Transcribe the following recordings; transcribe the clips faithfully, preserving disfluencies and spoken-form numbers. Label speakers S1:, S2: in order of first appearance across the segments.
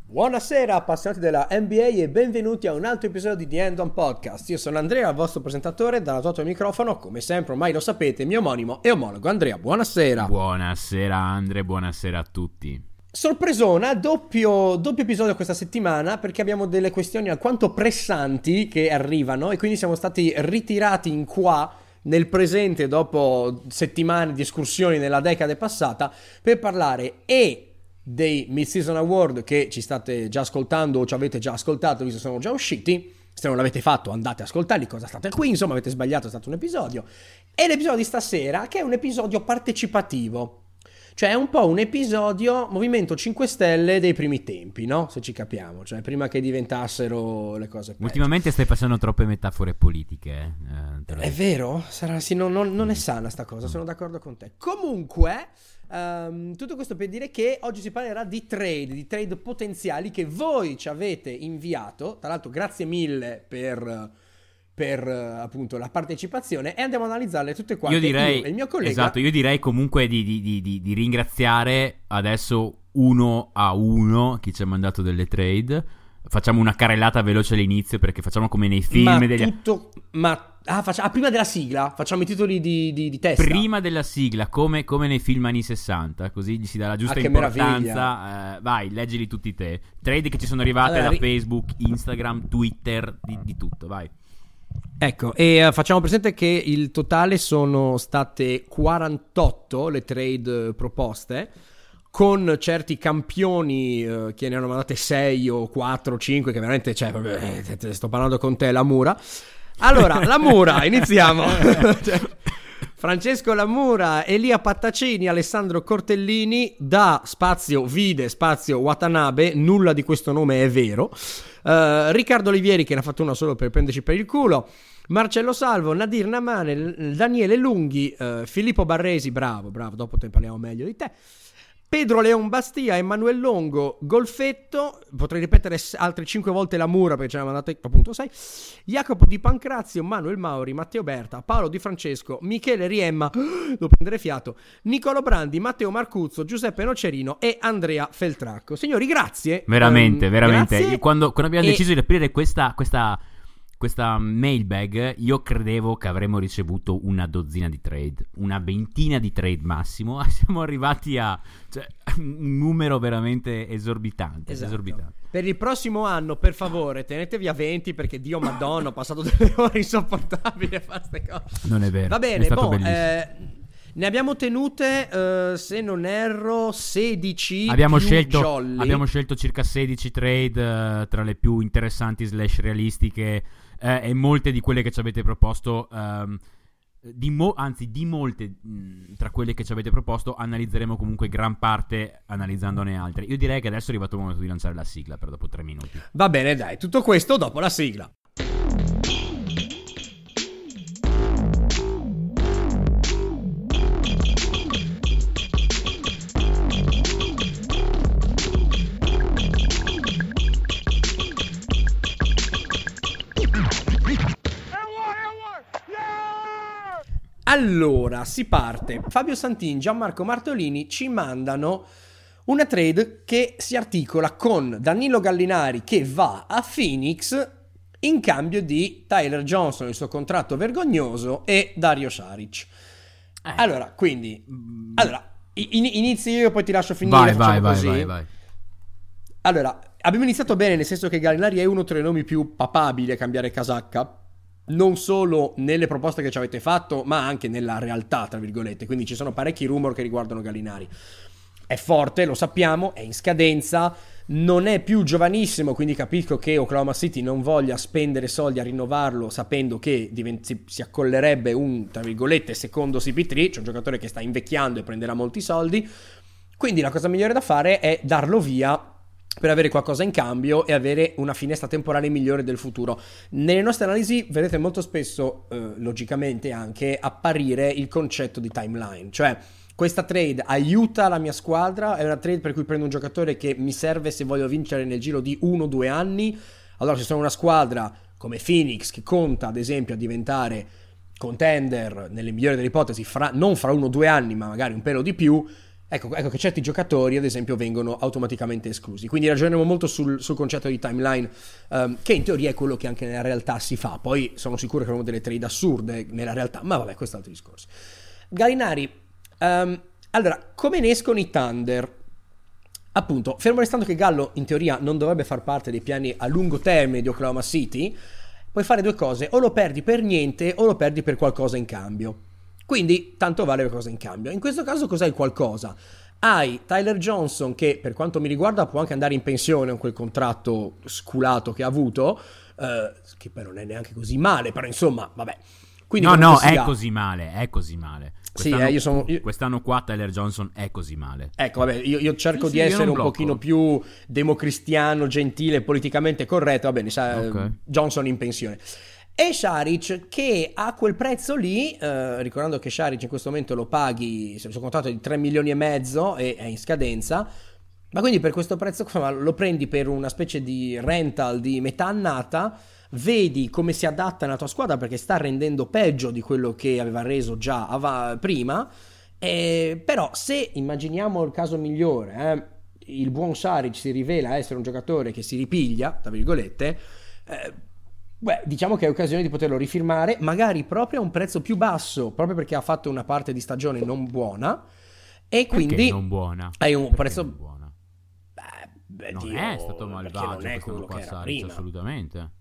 S1: Buonasera appassionati della N B A e benvenuti a un altro episodio di The End On Podcast. Io sono Andrea, il vostro presentatore, dalla tua microfono, come sempre ormai lo sapete, mio omonimo e omologo Andrea. Buonasera.
S2: Buonasera Andre, buonasera a tutti.
S1: Sorpresona, doppio, doppio episodio questa settimana perché abbiamo delle questioni alquanto pressanti che arrivano e quindi siamo stati ritirati in qua nel presente dopo settimane di escursioni nella decade passata per parlare e dei Mid-Season Award che ci state già ascoltando o ci avete già ascoltato visto che sono già usciti. Se non l'avete fatto andate a ascoltarli, cosa state qui, insomma avete sbagliato, è stato un episodio. E l'episodio di stasera che è un episodio partecipativo, cioè è un po' un episodio Movimento cinque Stelle dei primi tempi, no? Se ci capiamo, cioè prima che diventassero le cose peggio.
S2: Ultimamente stai facendo troppe metafore politiche, eh,
S1: È vero? Sarà, sì, non, non, non è sana sta cosa, sono d'accordo con te. Comunque, um, tutto questo per dire che oggi si parlerà di trade, di trade potenziali che voi ci avete inviato. Tra l'altro grazie mille per... per appunto la partecipazione e andiamo ad analizzarle tutte quante.
S2: Io direi,
S1: io e il mio collega.
S2: Esatto, io direi comunque di, di, di, di ringraziare adesso uno a uno chi ci ha mandato delle trade. Facciamo una carrellata veloce all'inizio perché facciamo come nei film.
S1: Ma
S2: degli...
S1: tutto... Ma... Ah, faccia... ah, prima della sigla facciamo i titoli di, di, di testa.
S2: Prima della sigla, come, come nei film anni sessanta, così gli si dà la giusta
S1: ah,
S2: importanza. Eh, vai, leggili tutti te. Trade che ci sono arrivate allora, da ri... Facebook, Instagram, Twitter, di, di tutto, vai.
S1: Ecco, e uh, facciamo presente che il totale sono state quarantotto le trade proposte, con certi campioni uh, che ne hanno mandate sei o quattro o cinque, che veramente, cioè, eh, sto parlando con te, Lamura. Allora, Lamura, iniziamo. Cioè, Francesco Lamura, Elia Pattacini, Alessandro Cortellini, da spazio Vide, spazio Watanabe, nulla di questo nome è vero. Uh, Riccardo Olivieri che ne ha fatto una solo per prenderci per il culo, Marcello Salvo, Nadir Namane, Daniele Lunghi, uh, Filippo Barresi, bravo, bravo, dopo te parliamo meglio di te, Pedro Leon Bastia, Emanuele Longo, Golfetto, potrei ripetere altre cinque volte la Mura perché ce ne ha mandate appunto sei, Jacopo Di Pancrazio, Manuel Mauri, Matteo Berta, Paolo Di Francesco, Michele Riemma, devo prendere fiato, Nicolo Brandi, Matteo Marcuzzo, Giuseppe Nocerino e Andrea Feltracco. Signori, grazie.
S2: Veramente, um, veramente.
S1: Grazie.
S2: Quando, quando abbiamo
S1: e...
S2: deciso di aprire questa... questa... questa mailbag, io credevo che avremmo ricevuto una dozzina di trade, una ventina di trade massimo. Siamo arrivati a cioè, un numero veramente esorbitante,
S1: esatto.
S2: esorbitante.
S1: Per il prossimo anno, per favore, tenetevi a venti perché Dio madonna, ho passato delle ore insopportabili a fare queste cose.
S2: Non è vero.
S1: Va bene,
S2: è stato
S1: boh,
S2: bellissimo.
S1: Eh, ne abbiamo tenute, uh, se non erro, sedici
S2: abbiamo
S1: più
S2: scelto,
S1: jolly.
S2: Abbiamo scelto circa sedici trade uh, tra le più interessanti slash realistiche. Eh, e molte di quelle che ci avete proposto, um, di mo- anzi di molte mh, tra quelle che ci avete proposto analizzeremo comunque gran parte analizzandone altre. Io direi che adesso è arrivato il momento di lanciare la sigla per dopo tre minuti.
S1: Va bene, dai, tutto questo dopo la sigla. Allora, si parte. Fabio Santin, Gianmarco Martolini ci mandano una trade che si articola con Danilo Gallinari che va a Phoenix in cambio di Tyler Johnson, il suo contratto vergognoso, e Dario Saric. Eh. Allora, quindi allora, in, inizi io e poi ti lascio finire.
S2: Vai, vai, vai,
S1: così.
S2: vai, vai.
S1: Allora, abbiamo iniziato bene, nel senso che Gallinari è uno tra i nomi più papabili a cambiare casacca. Non solo nelle proposte che ci avete fatto, ma anche nella realtà, tra virgolette. Quindi ci sono parecchi rumor che riguardano Gallinari. È forte, lo sappiamo, è in scadenza, non è più giovanissimo, quindi capisco che Oklahoma City non voglia spendere soldi a rinnovarlo sapendo che diventi, si accollerebbe un, tra virgolette, secondo C P tre, cioè un giocatore che sta invecchiando e prenderà molti soldi. Quindi la cosa migliore da fare è darlo via per avere qualcosa in cambio e avere una finestra temporale migliore del futuro. Nelle nostre analisi vedete molto spesso, eh, logicamente anche, apparire il concetto di timeline, cioè questa trade aiuta la mia squadra, è una trade per cui prendo un giocatore che mi serve se voglio vincere nel giro di uno o due anni. Allora se sono una squadra come Phoenix che conta ad esempio a diventare contender nelle migliori delle ipotesi fra, non fra uno o due anni ma magari un pelo di più, Ecco, ecco che certi giocatori, ad esempio, vengono automaticamente esclusi. Quindi ragioneremo molto sul, sul concetto di timeline, um, che in teoria è quello che anche nella realtà si fa. Poi sono sicuro che abbiamo delle trade assurde nella realtà, ma vabbè, questo è un altro discorso. Gallinari, um, allora, come ne escono i Thunder? Appunto, fermo restando che Gallo in teoria non dovrebbe far parte dei piani a lungo termine di Oklahoma City, puoi fare due cose: o lo perdi per niente o lo perdi per qualcosa in cambio. Quindi tanto vale qualcosa in cambio. In questo caso cos'è il qualcosa? Hai Tyler Johnson che, per quanto mi riguarda, può anche andare in pensione con quel contratto sculato che ha avuto, eh, che poi non è neanche così male, però insomma, vabbè. Quindi
S2: no, no, è
S1: ha...
S2: così male, è così male.
S1: Quest'anno, sì, eh, io sono, io...
S2: quest'anno qua Tyler Johnson è così male.
S1: Ecco, vabbè, io, io cerco
S2: sì,
S1: di
S2: sì,
S1: essere un
S2: blocco.
S1: pochino più democristiano, gentile, politicamente corretto, va bene, sa, okay. Johnson in pensione. E Šarić che a quel prezzo lì, eh, ricordando che Šarić in questo momento lo paghi, il suo contratto è di tre milioni e mezzo e è in scadenza, ma quindi per questo prezzo lo prendi per una specie di rental di metà annata, vedi come si adatta nella tua squadra perché sta rendendo peggio di quello che aveva reso già av- prima, eh, però se immaginiamo il caso migliore, eh, il buon Šarić si rivela essere un giocatore che si ripiglia, tra virgolette, eh, beh, diciamo che hai occasione di poterlo rifirmare, magari proprio a un prezzo più basso, proprio perché ha fatto una parte di stagione non buona, e quindi
S2: perché non buona?
S1: Hai un
S2: perché
S1: prezzo
S2: non buona?
S1: Beh, beh,
S2: non
S1: Dio,
S2: è stato malvagio,
S1: non è quello che era prima.
S2: Assolutamente.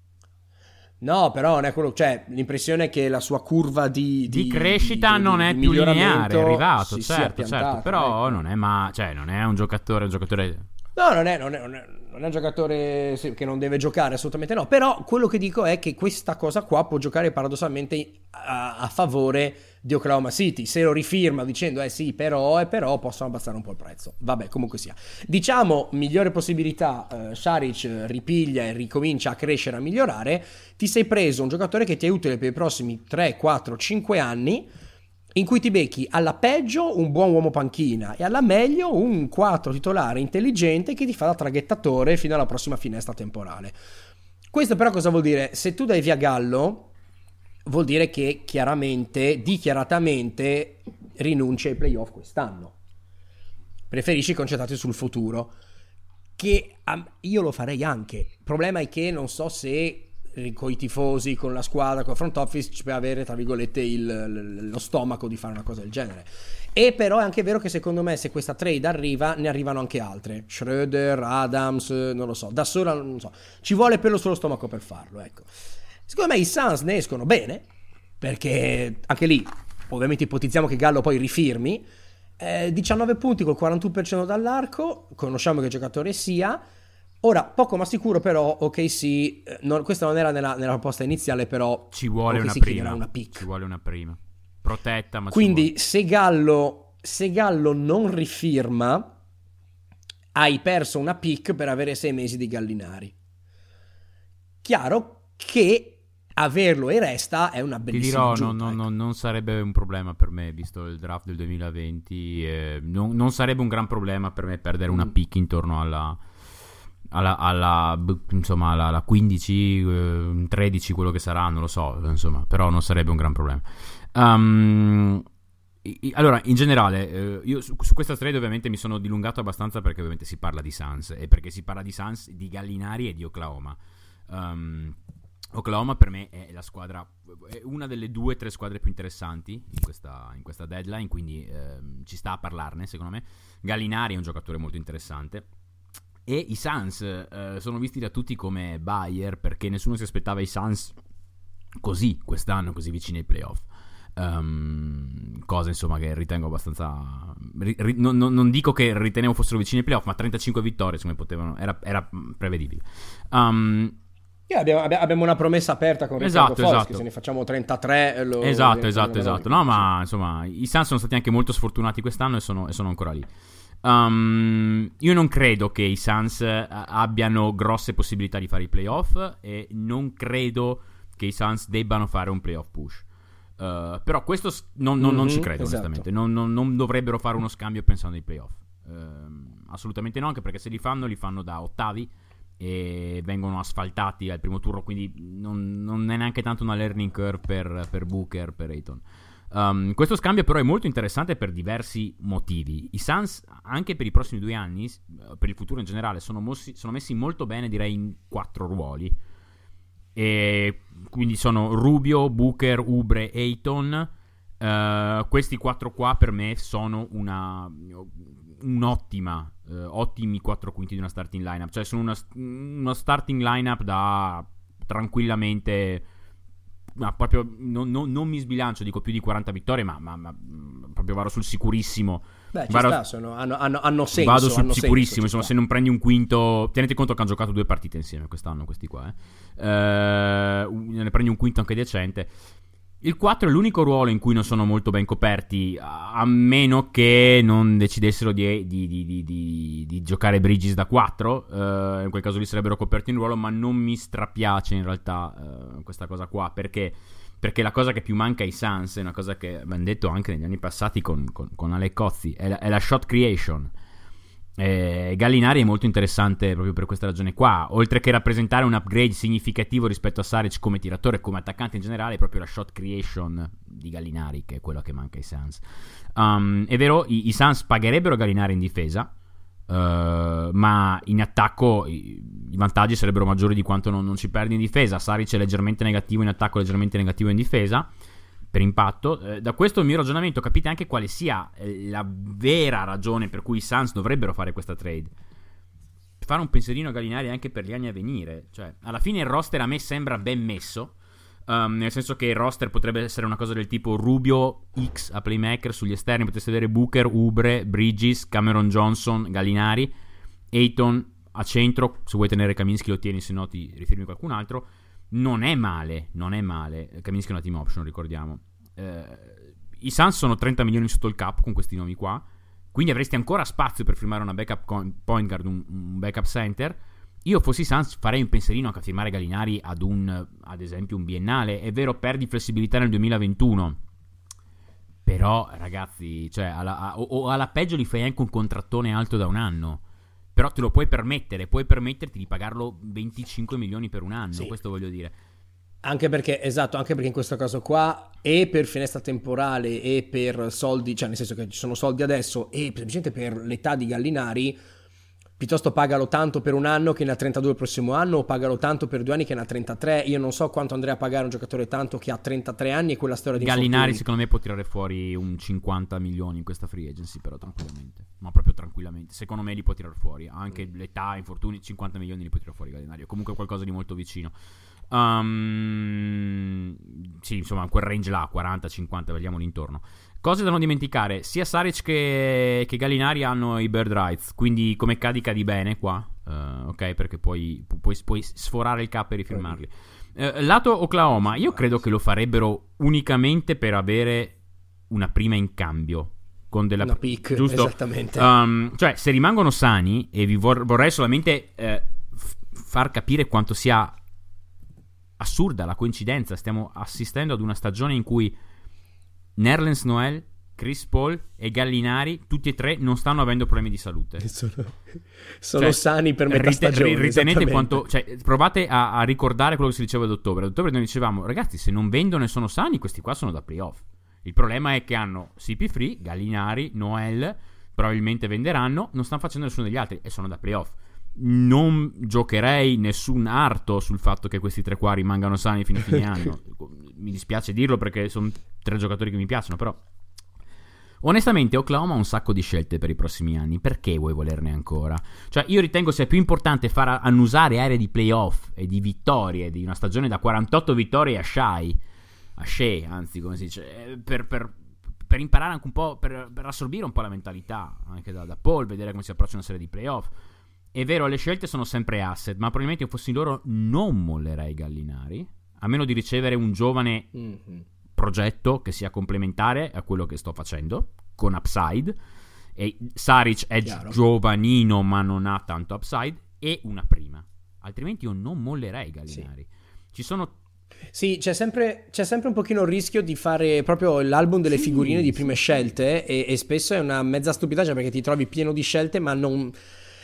S1: No, però non è quello, cioè l'impressione è che la sua curva di,
S2: di,
S1: di
S2: crescita
S1: di,
S2: non
S1: di,
S2: è
S1: di
S2: più lineare, è arrivato,
S1: si
S2: certo, certo, però
S1: ecco.
S2: non è ma cioè non è un giocatore, un giocatore
S1: No, non è, non è, non è, non è un giocatore che non deve giocare, assolutamente no. Però quello che dico è che questa cosa qua può giocare paradossalmente a, a favore di Oklahoma City. Se lo rifirma dicendo eh sì, però e però possono abbassare un po' il prezzo. Vabbè, comunque sia. Diciamo, migliore possibilità, eh, Šarić ripiglia e ricomincia a crescere, a migliorare. Ti sei preso un giocatore che ti è utile per i prossimi tre, quattro, cinque anni, in cui ti becchi alla peggio un buon uomo panchina e alla meglio un quattro titolare intelligente che ti fa da traghettatore fino alla prossima finestra temporale. Questo però cosa vuol dire? Se tu dai via Gallo, vuol dire che chiaramente, dichiaratamente, rinunci ai playoff quest'anno. Preferisci concentrarti sul futuro, che um, io lo farei anche. Il problema è che non so se con i tifosi, con la squadra, con il front office ci puoi avere, tra virgolette, il, lo stomaco di fare una cosa del genere. E però è anche vero che secondo me se questa trade arriva, ne arrivano anche altre. Schroeder, Adams, non lo so, da sola non so, ci vuole pelo sullo stomaco per farlo, ecco. Secondo me i Suns ne escono bene, perché anche lì ovviamente ipotizziamo che Gallo poi rifirmi, eh, diciannove punti col quarantuno per cento dall'arco, conosciamo che giocatore sia. Ora, poco ma sicuro però, ok sì, non, questa non era nella, nella proposta iniziale, però
S2: ci vuole una prima, una pick. Ci vuole una prima, protetta ma
S1: quindi se Gallo, se Gallo non rifirma, hai perso una pick per avere sei mesi di Gallinari. Chiaro che averlo e resta è una bellissima
S2: Ti dirò,
S1: giunta,
S2: non,
S1: ecco.
S2: non, non sarebbe un problema per me, visto il draft del duemilaventi, eh, non, non sarebbe un gran problema per me perdere mm. una pick intorno alla alla, alla insomma alla, alla quindici, eh, tredici, quello che sarà, non lo so, insomma, però non sarebbe un gran problema. Um, i, allora, in generale, eh, io su, su questa trade ovviamente mi sono dilungato abbastanza perché ovviamente si parla di Suns e perché si parla di Suns, di Gallinari e di Oklahoma. Um, Oklahoma per me è la squadra, è una delle due o tre squadre più interessanti in questa, in questa deadline, quindi ehm, ci sta a parlarne secondo me. Gallinari è un giocatore molto interessante e i Suns eh, sono visti da tutti come buyer perché nessuno si aspettava i Suns così quest'anno, così vicini ai playoff. Um, cosa insomma che ritengo abbastanza ri, ri, non, non, non dico che ritenevo fossero vicini ai playoff, ma trentacinque vittorie come potevano, era, era prevedibile. um,
S1: Yeah, abbiamo, abbiamo una promessa aperta con Riccardo
S2: esatto,
S1: Fox,
S2: esatto.
S1: che se ne facciamo trentatré lo
S2: esatto esatto esatto no ma insomma i Suns sono stati anche molto sfortunati quest'anno e sono, e sono ancora lì. Um, io non credo che i Suns abbiano grosse possibilità di fare i playoff e non credo che i Suns debbano fare un playoff push. Uh, però questo non, non, mm-hmm, non ci credo, esatto. Onestamente non, non, non dovrebbero fare uno scambio pensando ai playoff, uh, assolutamente no, anche perché se li fanno li fanno da ottavi e vengono asfaltati al primo turno, quindi non, non è neanche tanto una learning curve per, per Booker, per Ayton. Um, questo scambio però è molto interessante per diversi motivi. I Suns, anche per i prossimi due anni, per il futuro in generale, sono, mossi, sono messi molto bene, direi, in quattro ruoli. E quindi sono Rubio, Booker, Oubre, Ayton. Uh, questi quattro qua per me sono una un'ottima, uh, ottimi quattro quinti di una starting lineup. Cioè sono una, una starting lineup da tranquillamente... Ma proprio non, non, non mi sbilancio, dico più di quaranta vittorie, ma, ma, ma proprio vado sul sicurissimo.
S1: Beh, ci
S2: vado,
S1: sta, sono, hanno, hanno, hanno senso.
S2: Vado sul
S1: hanno
S2: sicurissimo,
S1: senso,
S2: insomma, se non prendi un quinto, tenete conto che hanno giocato due partite insieme quest'anno questi qua, eh. Eh, ne prendi un quinto anche decente. Il quattro è l'unico ruolo in cui non sono molto ben coperti, a meno che non decidessero di, di, di, di, di, di giocare Bridges da quattro, uh, in quel caso lì sarebbero coperti in ruolo, ma non mi strapiace in realtà uh, questa cosa qua, perché, perché la cosa che più manca ai Suns, è una cosa che abbiamo detto anche negli anni passati con, con, con Ale Cozzi, è la, è la shot creation. Eh, Gallinari è molto interessante proprio per questa ragione qua, oltre che rappresentare un upgrade significativo rispetto a Saric come tiratore e come attaccante in generale, è proprio la shot creation di Gallinari che è quello che manca ai Suns. Um, è vero, i, i Suns pagherebbero Gallinari in difesa, uh, ma in attacco i, i vantaggi sarebbero maggiori di quanto non, non ci perdi in difesa. Saric è leggermente negativo in attacco, leggermente negativo in difesa per impatto. Eh, da questo il mio ragionamento capite anche quale sia eh, la vera ragione per cui i Suns dovrebbero fare questa trade. Fare un pensierino a Gallinari anche per gli anni a venire. Cioè, alla fine il roster a me sembra ben messo, um, nel senso che il roster potrebbe essere una cosa del tipo Rubio X a playmaker, sugli esterni potreste avere Booker, Oubre, Bridges, Cameron Johnson, Gallinari, Ayton a centro, se vuoi tenere Kaminsky lo tieni, se no ti rifirmi a qualcun altro. Non è male, non è male. Kaminsky è una team option, ricordiamo. Eh, I Suns sono trenta milioni sotto il cap con questi nomi qua, quindi avresti ancora spazio per firmare una backup point guard, un, un backup center. Io fossi Suns farei un pensierino anche a firmare Gallinari ad un, ad esempio, un biennale. È vero, perdi flessibilità nel duemilaventuno, però ragazzi, cioè alla, a, o, o alla peggio gli fai anche un contrattone alto da un anno. Però te lo puoi permettere, puoi permetterti di pagarlo venticinque milioni per un anno, sì. Questo voglio dire.
S1: Anche perché, esatto, anche perché in questo caso qua, e per finestra temporale e per soldi, cioè nel senso che ci sono soldi adesso, e semplicemente per l'età di Gallinari, piuttosto pagalo tanto per un anno che ne ha trentadue il prossimo anno, o pagalo tanto per due anni che ne ha trentatré. Io non so quanto andrei a pagare un giocatore tanto che ha trentatré anni e quella storia di
S2: Gallinari secondo me può tirare fuori un cinquanta milioni in questa free agency, però tranquillamente, ma proprio tranquillamente, secondo me li può tirare fuori, anche l'età, infortuni, cinquanta milioni li può tirare fuori Gallinari, o comunque qualcosa di molto vicino. Um, sì, insomma, quel range là, quaranta cinquanta, vediamoli intorno. Cose da non dimenticare, sia Saric che, che Gallinari hanno i bird rights, quindi come cadi cadi bene qua, uh, ok, perché puoi, puoi, puoi sforare il cap e rifirmarli. Uh, lato Oklahoma, io credo che lo farebbero unicamente per avere una prima in cambio, con della
S1: una pick,
S2: giusto?
S1: Esattamente.
S2: Um, cioè, se rimangono sani, e vi vor- vorrei solamente eh, f- far capire quanto sia assurda la coincidenza, stiamo assistendo ad una stagione in cui Nerlens Noel, Chris Paul e Gallinari, tutti e tre, non stanno avendo problemi di salute.
S1: Sono, sono cioè, sani per metà
S2: rite-
S1: stagione.
S2: Ritenete quanto, cioè, provate a, a ricordare quello che si diceva ad ottobre. Ad ottobre noi dicevamo, ragazzi, se non vendono e sono sani, questi qua sono da playoff. Il problema è che hanno C P tre, Gallinari, Noel, probabilmente venderanno, non stanno facendo nessuno degli altri e sono da playoff. Non giocherei nessun arto sul fatto che questi tre qua rimangano sani fino a fine anno. Mi dispiace dirlo perché sono tre giocatori che mi piacciono, però onestamente Oklahoma ha un sacco di scelte per i prossimi anni. Perché vuoi volerne ancora? Cioè, io ritengo sia più importante far annusare aree di playoff e di vittorie, di una stagione da quarantotto vittorie a Shai, a Shea, anzi, come si dice, per, per, per imparare anche un po', per, per assorbire un po' la mentalità anche da, da Paul, vedere come si approccia una serie di playoff. È vero, le scelte sono sempre asset, ma probabilmente io fossi loro non mollerei Gallinari, a meno di ricevere un giovane mm-hmm. progetto che sia complementare a quello che sto facendo, con upside. E Saric è Chiaro. giovanino, ma non ha tanto upside, e una prima. Altrimenti io non mollerei Gallinari. Sì. Ci sono...
S1: Sì, c'è sempre, c'è sempre un pochino il rischio di fare proprio l'album delle sì, figurine di prime sì. scelte, e, e spesso è una mezza stupidaggine perché ti trovi pieno di scelte, ma non...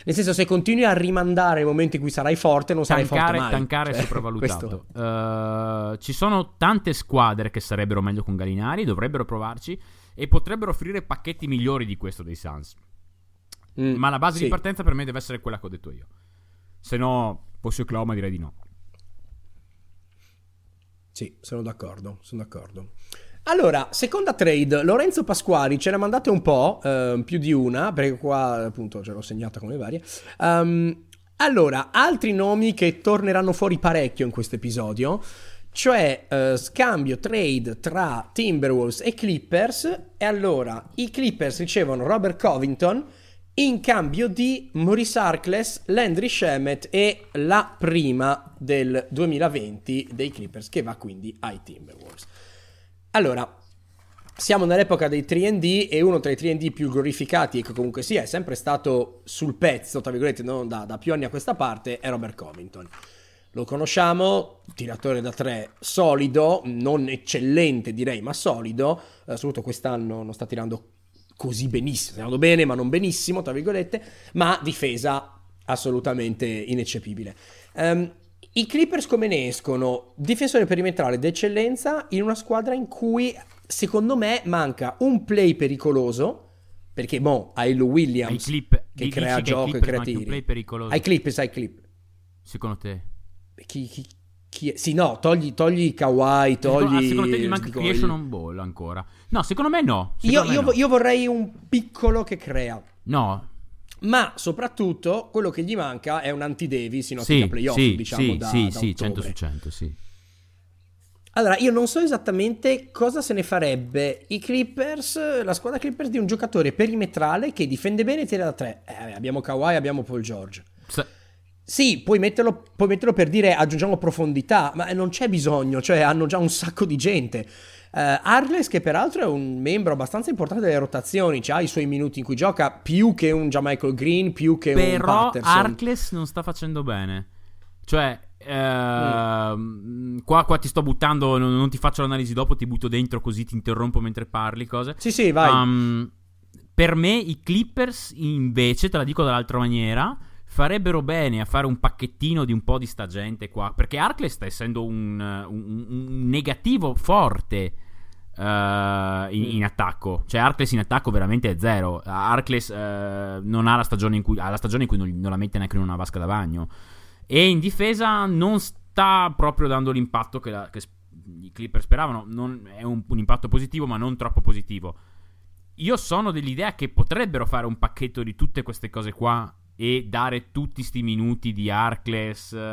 S1: Nel senso, se continui a rimandare il momento in cui sarai forte, non sarai
S2: tankare,
S1: forte mai.
S2: Tankare è
S1: cioè,
S2: sopravvalutato. Uh, ci sono tante squadre che sarebbero meglio con Gallinari, dovrebbero provarci e potrebbero offrire pacchetti migliori di questo dei Suns. Mm, Ma la base sì. di partenza per me deve essere quella che ho detto io. Se no, fossi Oklahoma direi di no.
S1: Sì, sono d'accordo, sono d'accordo. Allora, seconda trade, Lorenzo Pasquali, ce ne mandate un po', eh, più di una, perché qua appunto ce l'ho segnata con le varie. Um, allora, altri nomi che torneranno fuori parecchio in questo episodio, cioè uh, scambio, trade tra Timberwolves e Clippers, e allora i Clippers ricevono Robert Covington in cambio di Maurice Harkless, Landry Shamet e la prima del duemilaventi dei Clippers, che va quindi ai Timberwolves. Allora, siamo nell'epoca dei tre and D e uno tra i tre and D più glorificati, e che comunque sia è sempre stato sul pezzo, tra virgolette, non da, da più anni a questa parte, è Robert Covington. Lo conosciamo, tiratore da tre solido, non eccellente direi, ma solido, eh, soprattutto quest'anno non sta tirando così benissimo, sta tirando bene ma non benissimo, tra virgolette, ma difesa assolutamente ineccepibile. Um, I Clippers come ne escono? Difensore perimetrale d'eccellenza in una squadra in cui secondo me manca un play pericoloso, perché boh, hai Lou Williams
S2: clip,
S1: che crea gioco e crea tiri. Ai Clippers, ai Clippers.
S2: Secondo te?
S1: Chi, chi, chi è? Sì, no, togli, togli Kawhi, togli...
S2: Ah, secondo te gli manca creation on ball ancora? No, secondo me no.
S1: Secondo io,
S2: me
S1: io,
S2: no.
S1: io vorrei un piccolo che crea.
S2: No.
S1: Ma soprattutto quello che gli manca è un anti-Davis in ottica
S2: sì,
S1: playoff,
S2: sì,
S1: diciamo,
S2: sì,
S1: da,
S2: sì,
S1: da
S2: sì,
S1: ottobre.
S2: cento su cento, sì.
S1: Allora, io non so esattamente cosa se ne farebbe i Clippers, la squadra Clippers, di un giocatore perimetrale che difende bene e tira da tre. Eh, abbiamo Kawhi, abbiamo Paul George.
S2: Se...
S1: Sì, puoi metterlo, puoi metterlo per dire aggiungiamo profondità, ma non c'è bisogno, cioè hanno già un sacco di gente. Uh, Harkless, che peraltro è un membro abbastanza importante delle rotazioni, ha i suoi minuti in cui gioca più che un Jamichael Green, più che
S2: Però
S1: un Patterson.
S2: Però Harkless non sta facendo bene. Cioè, uh, mm. qua, qua ti sto buttando, non, non ti faccio l'analisi dopo, ti butto dentro così ti interrompo mentre parli, cose.
S1: Sì, sì, vai.
S2: Um, per me i Clippers invece, te la dico dall'altra maniera, farebbero bene a fare un pacchettino di un po' di sta gente qua, perché Harkless sta essendo un, un, un negativo forte uh, in, in attacco. Cioè Harkless in attacco veramente è zero. Harkless uh, non ha la stagione in cui ha la stagione in cui non, non la mette neanche in una vasca da bagno, e in difesa non sta proprio dando l'impatto che, la, che i Clippers speravano. Non, è un, un impatto positivo, ma non troppo positivo. Io sono dell'idea che potrebbero fare un pacchetto di tutte queste cose qua e dare tutti sti minuti di Harkless uh,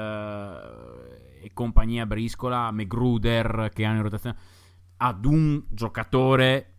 S2: e compagnia briscola, McGruder che hanno in rotazione, ad un giocatore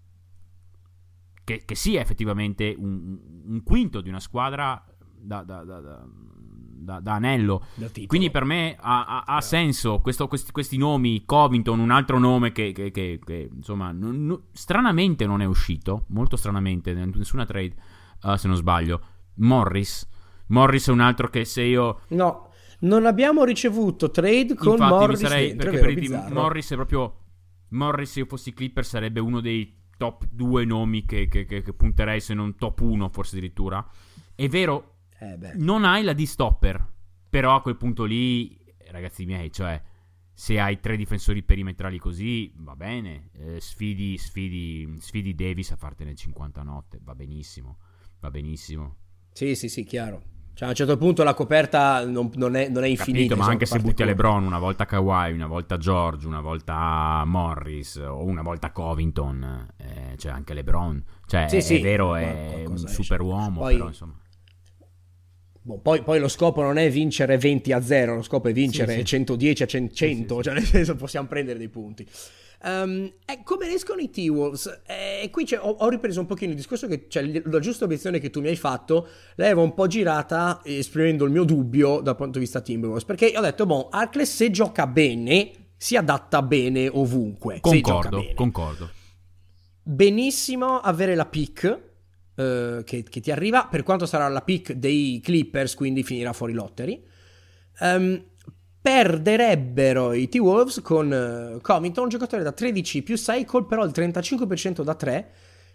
S2: che, che sia effettivamente un, un quinto di una squadra da, da, da, da, da, da anello. Quindi per me ha, ha, ha senso questo, questi, questi nomi. Covington, un altro nome che, che, che, che insomma non, non, stranamente non è uscito, molto stranamente, nessuna trade, uh, se non sbaglio. Morris Morris è un altro che se io
S1: no, non abbiamo ricevuto trade con
S2: infatti
S1: Morris
S2: mi sarei,
S1: dentro,
S2: perché
S1: è vero,
S2: per il, Morris è proprio Morris, se io fossi Clipper sarebbe uno dei top due nomi che, che, che, che punterei, se non top uno forse addirittura. È vero,
S1: eh beh.
S2: non hai la D-stopper, però a quel punto lì ragazzi miei, cioè se hai tre difensori perimetrali così va bene, eh, sfidi, sfidi sfidi Davis a fartene cinquanta notte, va benissimo, va benissimo.
S1: Sì, sì, sì, chiaro. Cioè a un certo punto la coperta non, non, è, non è infinita.
S2: Capito, ma anche se butti a LeBron una volta Kawhi, una volta George, una volta Morris o una volta Covington, eh, cioè anche LeBron, cioè sì, è, sì, è vero, è un super uomo, poi, però insomma.
S1: Boh, poi, poi lo scopo non è vincere venti a zero, lo scopo è vincere sì, sì. centodieci a cento, sì, sì, cioè nel senso possiamo prendere dei punti. Um, eh, come escono i T-Wolves? Eh, qui ho, ho ripreso un pochino il discorso che, cioè, la giusta obiezione che tu mi hai fatto l'avevo un po' girata esprimendo il mio dubbio dal punto di vista Timberwolves, perché io ho detto, boh, Harkless se gioca bene si adatta bene ovunque.
S2: Concordo,
S1: se gioca bene.
S2: concordo.
S1: Benissimo avere la pick uh, che, che ti arriva, per quanto sarà la pick dei Clippers, quindi finirà fuori lottery. Um, Perderebbero i T-Wolves con uh, Covington, un giocatore da tredici più sei, col però il trentacinque per cento da tre,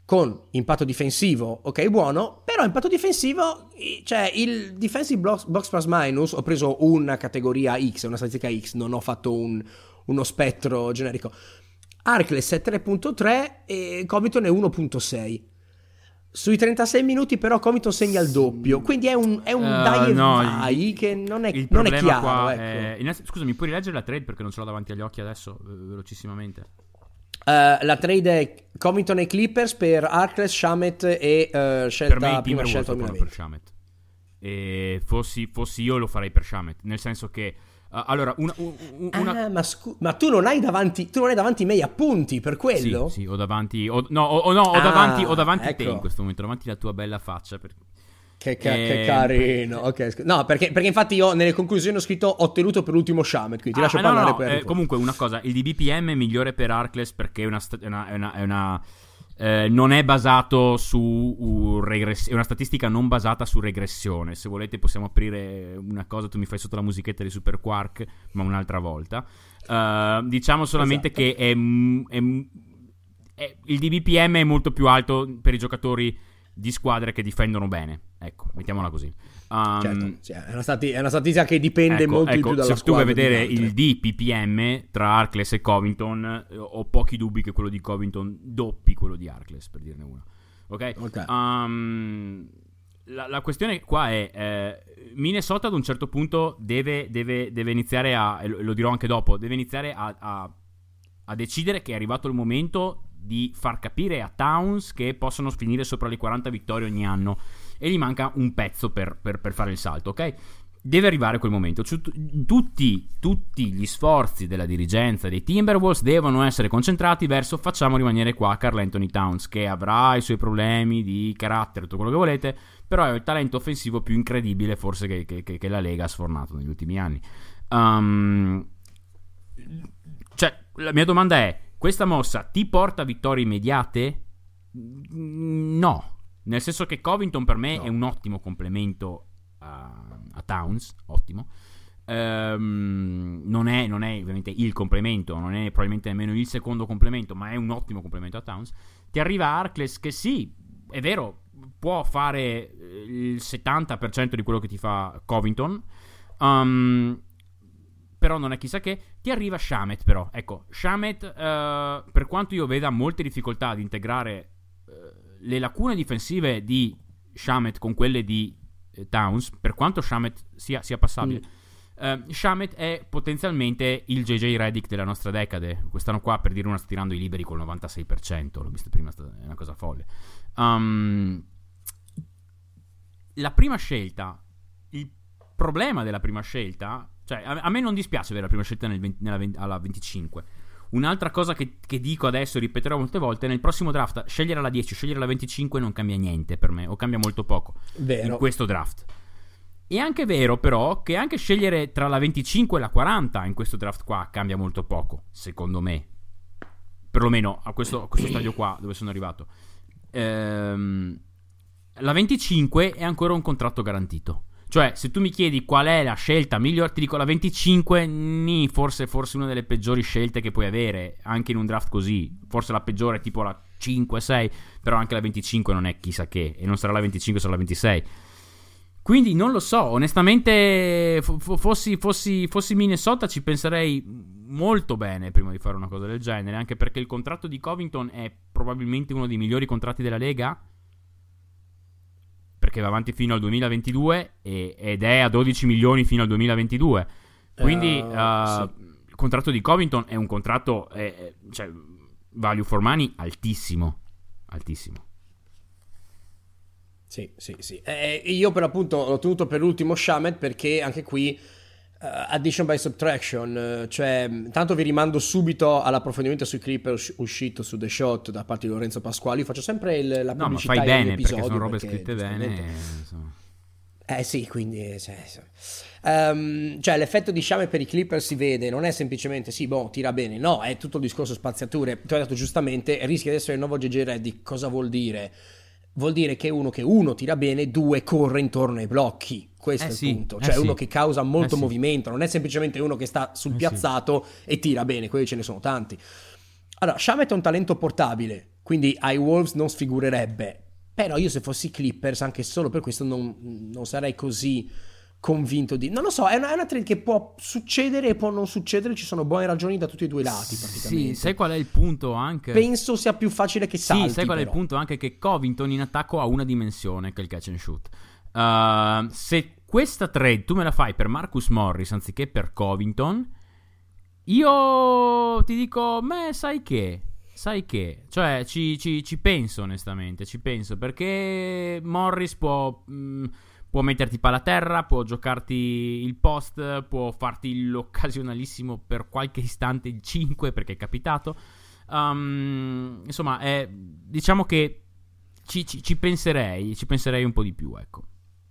S1: con impatto difensivo, ok, buono, però impatto difensivo, cioè il defensive box, box plus minus, ho preso una categoria X, una statistica X, non ho fatto un, uno spettro generico. Harkless è tre virgola tre e Covington è uno virgola sei. Sui trentasei minuti però Covington segna il doppio, quindi è un, è un uh, dai e no, vai il, che non è, non è chiaro. Qua ecco.
S2: è, innanzi, scusami, puoi rileggere la trade perché non ce l'ho davanti agli occhi adesso, velocissimamente.
S1: Uh, la trade è Covington e Clippers per Harkless, Shamet e uh, scelta,
S2: per me
S1: prima scelta
S2: per Shamet. E fossi, fossi io lo farei per Shamet, nel senso che Uh, allora, una, una...
S1: Ah, ma, scu- ma tu non hai davanti, tu non hai davanti i miei appunti per quello?
S2: Sì, sì, ho davanti, ho, no, ho, no, ho ah, davanti, ho davanti ecco. te in questo momento, davanti la tua bella faccia. Per...
S1: Che, ca- e... che carino, ok. Scu- no, perché, perché infatti io nelle conclusioni ho scritto ho tenuto per l'ultimo Shamet, quindi ti ah, lascio
S2: no,
S1: parlare
S2: no,
S1: per...
S2: Eh, comunque una cosa, il D B P M è migliore per Harkless perché è una... Sta- è una, è una, è una Eh, non è basato su uh, regress- è una statistica non basata su regressione. Se volete possiamo aprire una cosa, tu mi fai sotto la musichetta di Super Quark, ma un'altra volta. Uh, diciamo solamente esatto. che è, è, è, il D B P M è molto più alto per i giocatori di squadre che difendono bene. Ecco, mettiamola così. Um,
S1: certo, sì, è, una stati- è una statistica che dipende
S2: ecco,
S1: molto
S2: ecco,
S1: di più dalla
S2: se
S1: squadra.
S2: Se tu vuoi vedere il D P P M tra Harkless e Covington, eh, ho pochi dubbi che quello di Covington doppi quello di Harkless, per dirne uno. Ok?
S1: okay.
S2: Um, la, la questione qua è eh, Minnesota ad un certo punto deve, deve, deve iniziare a, e lo, lo dirò anche dopo, deve iniziare a, a, a decidere che è arrivato il momento di far capire a Towns che possono finire sopra le quaranta vittorie ogni anno e gli manca un pezzo per, per, per fare il salto, ok? Deve arrivare quel momento. Tutti, tutti gli sforzi della dirigenza dei Timberwolves devono essere concentrati verso facciamo rimanere qua Karl Anthony Towns, che avrà i suoi problemi di carattere, tutto quello che volete, però è il talento offensivo più incredibile forse che, che, che la Lega ha sfornato negli ultimi anni. Um, cioè, la mia domanda è: questa mossa ti porta a vittorie immediate? No. Nel senso che Covington per me no. è un ottimo complemento a, a Towns, ottimo. Um, non, è, non è ovviamente il complemento, non è probabilmente nemmeno il secondo complemento, ma è un ottimo complemento a Towns. Ti arriva Harkless che sì, è vero, può fare il settanta per cento di quello che ti fa Covington, um, però non è chissà che. Ti arriva Shamet però, ecco, Shamet uh, per quanto io veda molte difficoltà ad integrare uh, le lacune difensive di Shamet con quelle di eh, Towns, per quanto Shamet sia, sia passabile, mm. uh, Shamet è potenzialmente il J J Redick della nostra decade. Quest'anno qua, per dire una, sta tirando i liberi col novantasei per cento, l'ho visto prima, è una cosa folle. Um, la prima scelta, il problema della prima scelta, cioè a, a me non dispiace avere la prima scelta nel venti, nella venti, alla venticinque. Un'altra cosa che, che dico adesso e ripeterò molte volte: nel prossimo draft scegliere alla dieci, scegliere alla venticinque non cambia niente per me, o cambia molto poco
S1: vero.
S2: in questo draft. È anche vero però che anche scegliere tra la venticinque e la quaranta in questo draft qua cambia molto poco, secondo me, perlomeno a questo, a questo stadio qua dove sono arrivato. Ehm, la venticinque è ancora un contratto garantito. Cioè, se tu mi chiedi qual è la scelta migliore, ti dico la venticinque, nì, forse, forse una delle peggiori scelte che puoi avere, anche in un draft così. Forse la peggiore è tipo la cinque sei, però anche la venticinque non è chissà che, e non sarà la venticinque, sarà la ventisei. Quindi non lo so, onestamente, f- fossi, fossi, fossi Minnesota ci penserei molto bene prima di fare una cosa del genere, anche perché il contratto di Covington è probabilmente uno dei migliori contratti della Lega, perché va avanti fino al duemilaventidue e, ed è a dodici milioni fino al duemilaventidue. Quindi uh, uh, sì. il contratto di Covington è un contratto, eh, cioè, value for money altissimo, altissimo.
S1: Sì, sì, sì. Eh, io per appunto l'ho tenuto per l'ultimo Shamet perché anche qui uh, addition by subtraction, uh, cioè tanto vi rimando subito all'approfondimento sui Clippers uscito su The Shot da parte di Lorenzo Pasquali. Faccio sempre il, la pubblicità.
S2: No, ma fai bene
S1: episodio
S2: perché sono robe
S1: perché,
S2: scritte bene. Insomma.
S1: Eh sì, quindi cioè, um, cioè l'effetto di Shamet per i Clippers si vede, non è semplicemente sì, boh, tira bene, no, è tutto il discorso spaziature. Tu hai detto giustamente, rischia di essere il nuovo J J Redick. Cosa vuol dire? Vuol dire che uno che uno tira bene, due corre intorno ai blocchi. Questo
S2: eh
S1: è
S2: sì,
S1: il punto. Cioè
S2: eh
S1: uno
S2: sì.
S1: che causa molto
S2: eh
S1: movimento,
S2: sì.
S1: non è semplicemente uno che sta sul
S2: eh
S1: piazzato
S2: sì.
S1: e tira bene, quelli ce ne sono tanti. Allora, Shamet è un talento portabile, quindi ai Wolves non sfigurerebbe. Però io se fossi Clippers anche solo per questo non, non sarei così convinto di... Non lo so, è una, è una trade che può succedere e può non succedere, ci sono buone ragioni da tutti e due i lati praticamente.
S2: Sì, sai qual è il punto anche?
S1: Penso sia più facile che salti.
S2: Sì, sai qual
S1: però.
S2: è il punto anche? Che Covington in attacco ha una dimensione, che è il catch and shoot. Uh, se questa trade tu me la fai per Marcus Morris anziché per Covington, io ti dico, me sai che... Sai che, cioè ci, ci, ci penso onestamente, ci penso, perché Morris può, mh, può metterti palla a terra, può giocarti il post, può farti l'occasionalissimo per qualche istante il cinque perché è capitato. Um, insomma, è, diciamo che ci, ci, ci penserei, ci penserei un po' di più, ecco.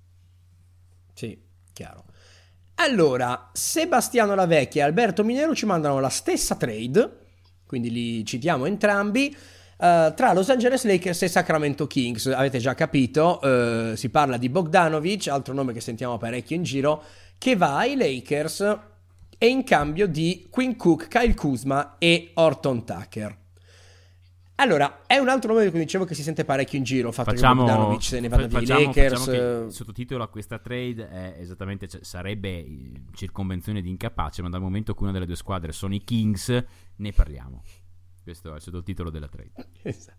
S2: Sì,
S1: chiaro. Allora, Sebastiano Lavecchia e Alberto Minero ci mandano la stessa trade, quindi li citiamo entrambi, uh, tra Los Angeles Lakers e Sacramento Kings. Avete già capito, uh, si parla di Bogdanovic, altro nome che sentiamo parecchio in giro, che va ai Lakers e in cambio di Quinn Cook, Kyle Kuzma e Horton Tucker. Allora, è un altro nome che dicevo che si sente parecchio in giro, il fatto
S2: facciamo,
S1: che Bogdanovic se ne vada
S2: facciamo,
S1: dai Lakers.
S2: Facciamo che il sottotitolo a questa trade è esattamente, cioè, sarebbe circonvenzione di incapace, ma dal momento che una delle due squadre sono i Kings, ne parliamo. Questo è il sottotitolo della trade.
S1: Esatto.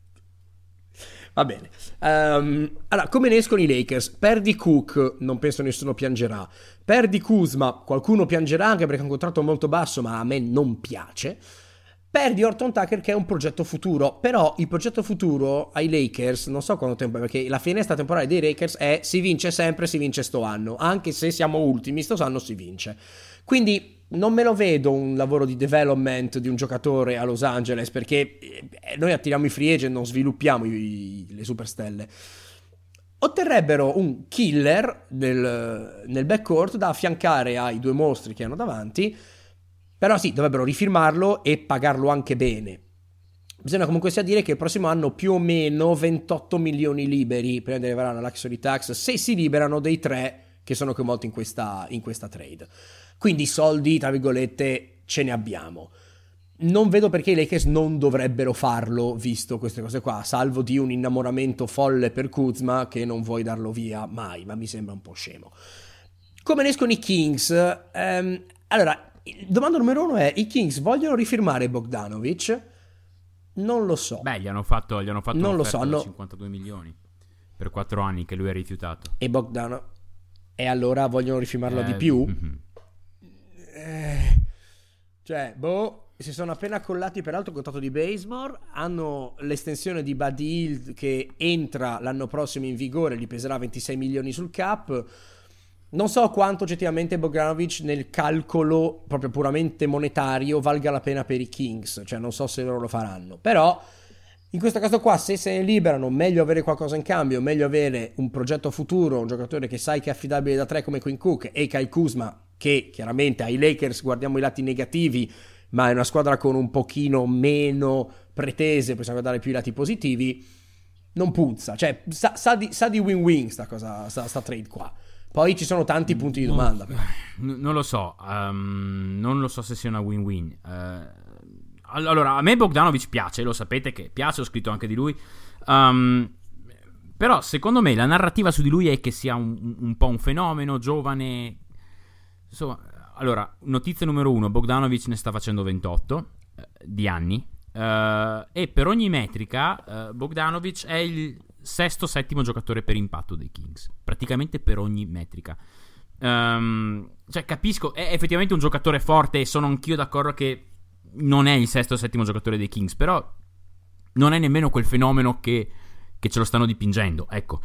S1: Va bene. Um, allora, come ne escono i Lakers? Perdi Cook, non penso nessuno piangerà. Perdi Kuzma, qualcuno piangerà anche perché è un contratto molto basso, ma a me non piace. Perdi Horton Tucker, che è un progetto futuro, però il progetto futuro ai Lakers non so quanto tempo è, perché la finestra temporale dei Lakers è si vince sempre, si vince sto anno, anche se siamo ultimi sto anno si vince, quindi non me lo vedo un lavoro di development di un giocatore a Los Angeles, perché noi attiriamo i free agent, non sviluppiamo i, le superstelle. Otterrebbero un killer nel, nel backcourt da affiancare ai due mostri che hanno davanti. Però sì, dovrebbero rifirmarlo e pagarlo anche bene. Bisogna comunque sia dire che il prossimo anno più o meno ventotto milioni liberi prima di arrivare alla luxury tax, se si liberano dei tre che sono coinvolti in questa, in questa trade. Quindi soldi, tra virgolette, ce ne abbiamo. Non vedo perché i Lakers non dovrebbero farlo, visto queste cose qua, salvo di un innamoramento folle per Kuzma che non vuoi darlo via mai, ma mi sembra un po' scemo. Come ne escono i Kings? Um, allora... Domanda numero uno è: i Kings vogliono rifirmare Bogdanovic? Non lo so.
S2: Beh, gli hanno fatto, gli hanno fatto
S1: non
S2: un'offerta
S1: lo so,
S2: da
S1: no.
S2: cinquantadue milioni per quattro anni che lui ha rifiutato.
S1: E Bogdano e allora vogliono rifirmarlo
S2: eh,
S1: di più?
S2: Mm-hmm.
S1: Eh, cioè, boh, si sono appena collati peraltro il contratto di Bazemore, hanno l'estensione di Buddy Hield che entra l'anno prossimo in vigore, gli peserà ventisei milioni sul cap. Non so quanto oggettivamente Bogdanovic nel calcolo proprio puramente monetario valga la pena per i Kings, cioè non so se loro lo faranno, però in questo caso qua se se ne liberano meglio avere qualcosa in cambio, meglio avere un progetto futuro, un giocatore che sai che è affidabile da tre come Quinn Cook e Kyle Kuzma, che chiaramente ai Lakers guardiamo i lati negativi, ma è una squadra con un pochino meno pretese, possiamo guardare più i lati positivi, non puzza, cioè sa, sa, di, sa di win-win sta cosa, sta, sta trade qua. Poi ci sono tanti punti di domanda.
S2: No, non lo so, um, non lo so se sia una win-win. Uh, allora, a me Bogdanovic piace, lo sapete che piace, ho scritto anche di lui. Um, però secondo me la narrativa su di lui è che sia un, un po' un fenomeno, giovane. Insomma, allora, notizia numero uno, Bogdanovic ne sta facendo ventotto uh, di anni. Uh, e per ogni metrica uh, Bogdanovic è il sesto settimo giocatore per impatto dei Kings, praticamente per ogni metrica. Um, cioè capisco, è effettivamente un giocatore forte e sono anch'io d'accordo che non è il sesto settimo giocatore dei Kings, però non è nemmeno quel fenomeno che, che ce lo stanno dipingendo, ecco.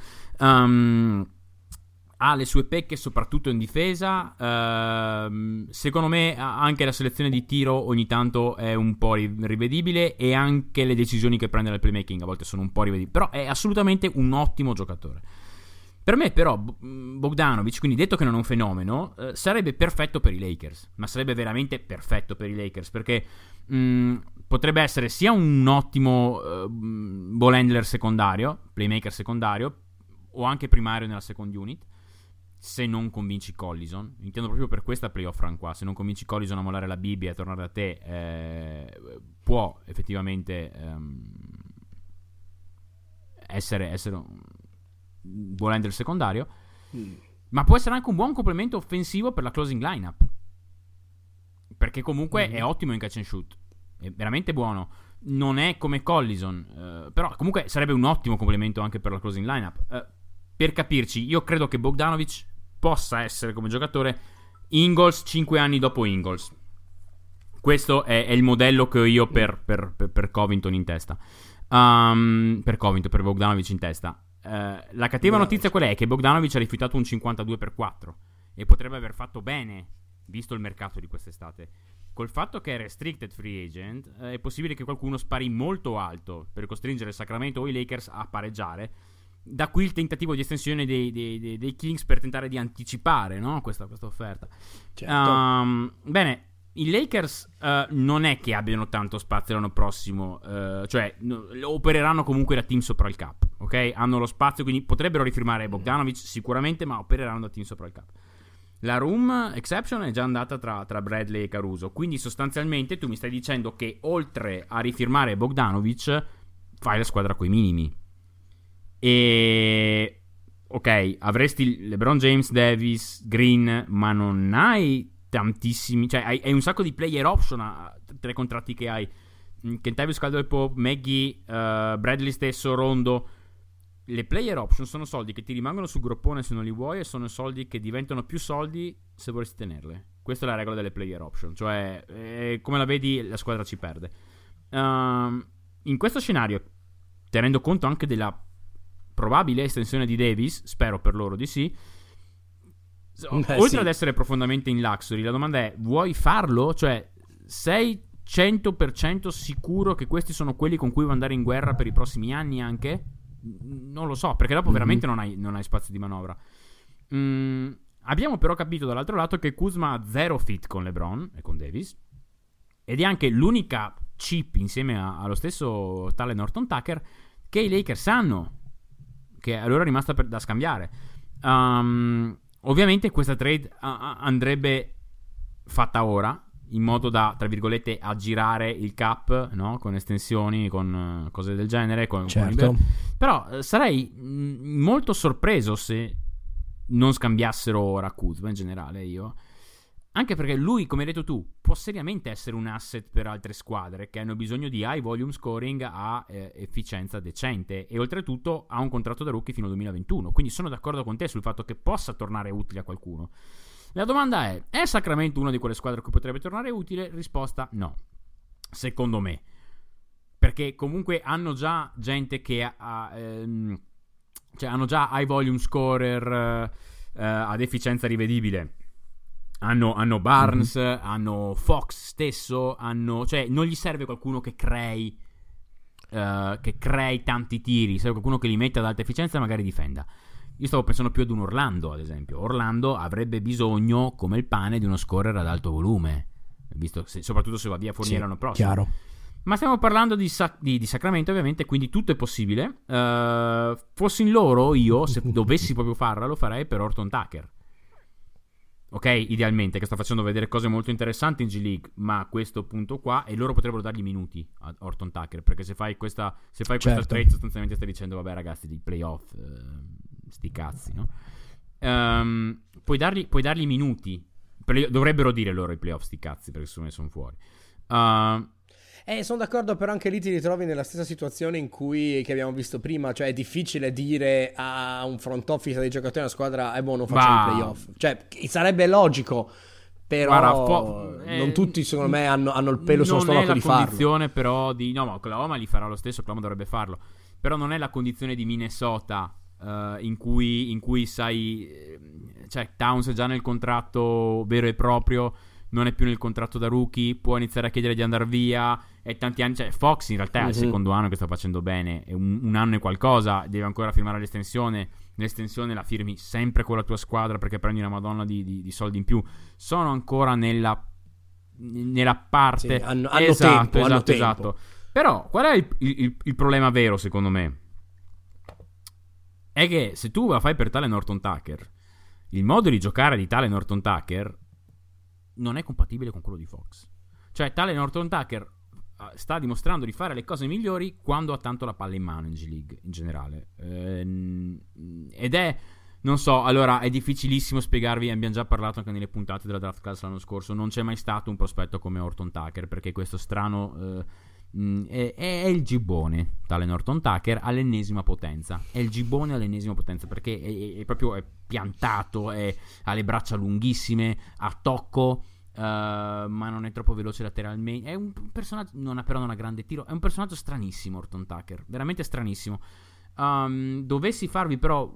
S2: Um, ha le sue pecche soprattutto in difesa. Uh, secondo me anche la selezione di tiro ogni tanto è un po' rivedibile e anche le decisioni che prende nel playmaking a volte sono un po' rivedibili, però è assolutamente un ottimo giocatore. Per me però Bogdanovic, quindi detto che non è un fenomeno, eh, sarebbe perfetto per i Lakers, ma sarebbe veramente perfetto per i Lakers perché mh, potrebbe essere sia un ottimo uh, ball handler secondario, playmaker secondario o anche primario nella second unit, se non convinci Collison. Intendo proprio per questa playoff run qua. Se non convinci Collison a mollare la Bibbia e a tornare da te, eh, può effettivamente ehm, essere, essere un, volendo il secondario,
S1: mm.
S2: ma può essere anche un buon complemento offensivo per la closing lineup, perché comunque mm. è ottimo in catch and shoot, è veramente buono. Non è come Collison, uh, però comunque sarebbe un ottimo complemento anche per la closing lineup. Uh, per capirci, io credo che Bogdanovic possa essere come giocatore Ingles cinque anni dopo Ingles. Questo è, è il modello che ho io per, per, per, per Covington in testa. Um, per Covington, per Bogdanovic in testa. Uh, la cattiva notizia qual è? Che Bogdanovic ha rifiutato un cinquantadue per quattro e potrebbe aver fatto bene, visto il mercato di quest'estate. Col fatto che è restricted free agent, eh, è possibile che qualcuno spari molto alto per costringere il Sacramento o i Lakers a pareggiare. Da qui il tentativo di estensione dei, dei, dei, dei Kings per tentare di anticipare, no? questa, questa offerta.
S1: Certo.
S2: Um, bene, i Lakers uh, non è che abbiano tanto spazio l'anno prossimo, uh, cioè no, opereranno comunque da team sopra il cap, ok? Hanno lo spazio, quindi potrebbero rifirmare Bogdanovic sicuramente, ma opereranno da team sopra il cap. La room exception è già andata tra, tra Bradley e Caruso, quindi sostanzialmente tu mi stai dicendo che oltre a rifirmare Bogdanovic fai la squadra coi minimi. E ok, avresti LeBron James, Davis, Green, ma non hai tantissimi, cioè hai, hai un sacco di player option a, tra i contratti che hai. Kentavious Caldwell-Pope, Maggie, uh, Bradley stesso, Rondo. Le player option sono soldi che ti rimangono sul groppone se non li vuoi, e sono soldi che diventano più soldi se vorresti tenerle. Questa è la regola delle player option, cioè eh, come la vedi la squadra ci perde. Um, in questo scenario, tenendo conto anche della probabile estensione di Davis, spero per loro di sì, Beh, oltre sì. ad essere profondamente in luxury, la domanda è: vuoi farlo? Cioè, sei cento per cento sicuro che questi sono quelli con cui vuoi andare in guerra per i prossimi anni anche? Non lo so, perché dopo mm-hmm. veramente non hai, non hai spazio di manovra. Mm, abbiamo però capito dall'altro lato che Kuzma ha zero fit con LeBron e con Davis, ed è anche l'unica chip insieme a, allo stesso tale Norton Tucker che i Lakers hanno, che allora è rimasta per, da scambiare. Um, ovviamente questa trade uh, andrebbe fatta ora, in modo da, tra virgolette, aggirare il cap, no? Con estensioni, con uh, cose del genere, con,
S1: certo.
S2: con però uh, sarei mh, molto sorpreso se non scambiassero ora Kuzma in generale, io, anche perché lui, come hai detto tu, può seriamente essere un asset per altre squadre che hanno bisogno di high volume scoring a eh, efficienza decente, e oltretutto ha un contratto da rookie fino al duemilaventuno, quindi sono d'accordo con te sul fatto che possa tornare utile a qualcuno. La domanda è: è Sacramento una di quelle squadre a cui potrebbe tornare utile? Risposta: no, secondo me, perché comunque hanno già gente che ha, ha ehm, cioè hanno già high volume scorer eh, ad efficienza rivedibile. Hanno, hanno Barnes, mm-hmm. hanno Fox stesso, hanno, cioè non gli serve qualcuno che crei uh, che crei tanti tiri, serve qualcuno che li metta ad alta efficienza e magari difenda. Io stavo pensando più ad un Orlando, ad esempio. Orlando avrebbe bisogno, come il pane, di uno scorer ad alto volume, visto se, soprattutto se va via Fournier l'anno prossimo. Chiaro. Ma stiamo parlando di, Sac- di, di Sacramento, ovviamente, quindi tutto è possibile. Uh, fossi in loro, io, se dovessi proprio farla, lo farei per Horton Tucker. Ok, idealmente, che sta facendo vedere cose molto interessanti in G League, ma a questo punto qua, e loro potrebbero dargli minuti a Horton Tucker, perché se fai questa se fai certo. questa trade sostanzialmente stai dicendo: vabbè ragazzi, di playoff, eh, sti cazzi, no? Um, puoi dargli puoi dargli minuti, Play- dovrebbero dire loro i playoff sti cazzi, perché secondo me sono fuori. Uh,
S1: Eh, sono d'accordo, però anche lì ti ritrovi nella stessa situazione in cui che abbiamo visto prima, cioè è difficile dire a un front office dei giocatori della squadra: è buono, facciamo i playoff. Cioè, sarebbe logico, però Guarda, fo- non eh, tutti secondo me hanno, hanno il pelo sullo stomaco di farlo.
S2: Non è la condizione però di... No, ma Oklahoma li farà lo stesso, Oklahoma dovrebbe farlo. Però non è la condizione di Minnesota uh, in cui in cui sai... Cioè, Towns è già nel contratto vero e proprio, non è più nel contratto da rookie, può iniziare a chiedere di andare via, e tanti anni, cioè Fox in realtà è mm-hmm. il secondo anno che sta facendo bene, è un, un anno e qualcosa, deve ancora firmare l'estensione, l'estensione la firmi sempre con la tua squadra perché prendi una madonna di, di, di soldi in più. Sono ancora nella nella parte
S1: sì, hanno, hanno
S2: esatto,
S1: tempo,
S2: esatto,
S1: hanno
S2: esatto.
S1: tempo.
S2: Però qual è il, il, il problema vero secondo me? È che se tu la fai per tale Norton Tucker, il modo di giocare di tale Norton Tucker non è compatibile con quello di Fox. Cioè tale Norton Tucker sta dimostrando di fare le cose migliori quando ha tanto la palla in mano in G League in generale. Ehm, ed è, non so, allora è difficilissimo spiegarvi, abbiamo già parlato anche nelle puntate della draft class l'anno scorso, non c'è mai stato un prospetto come Horton Tucker, perché questo strano eh, mh, è, è il gibbone, tale Horton Tucker, all'ennesima potenza. È il gibbone all'ennesima potenza, perché è, è proprio è piantato, è, ha le braccia lunghissime, ha tocco, uh, ma non è troppo veloce lateralmente. È un personaggio, non ha però non ha grande tiro, è un personaggio stranissimo Horton Tucker, veramente stranissimo. Um, dovessi farvi però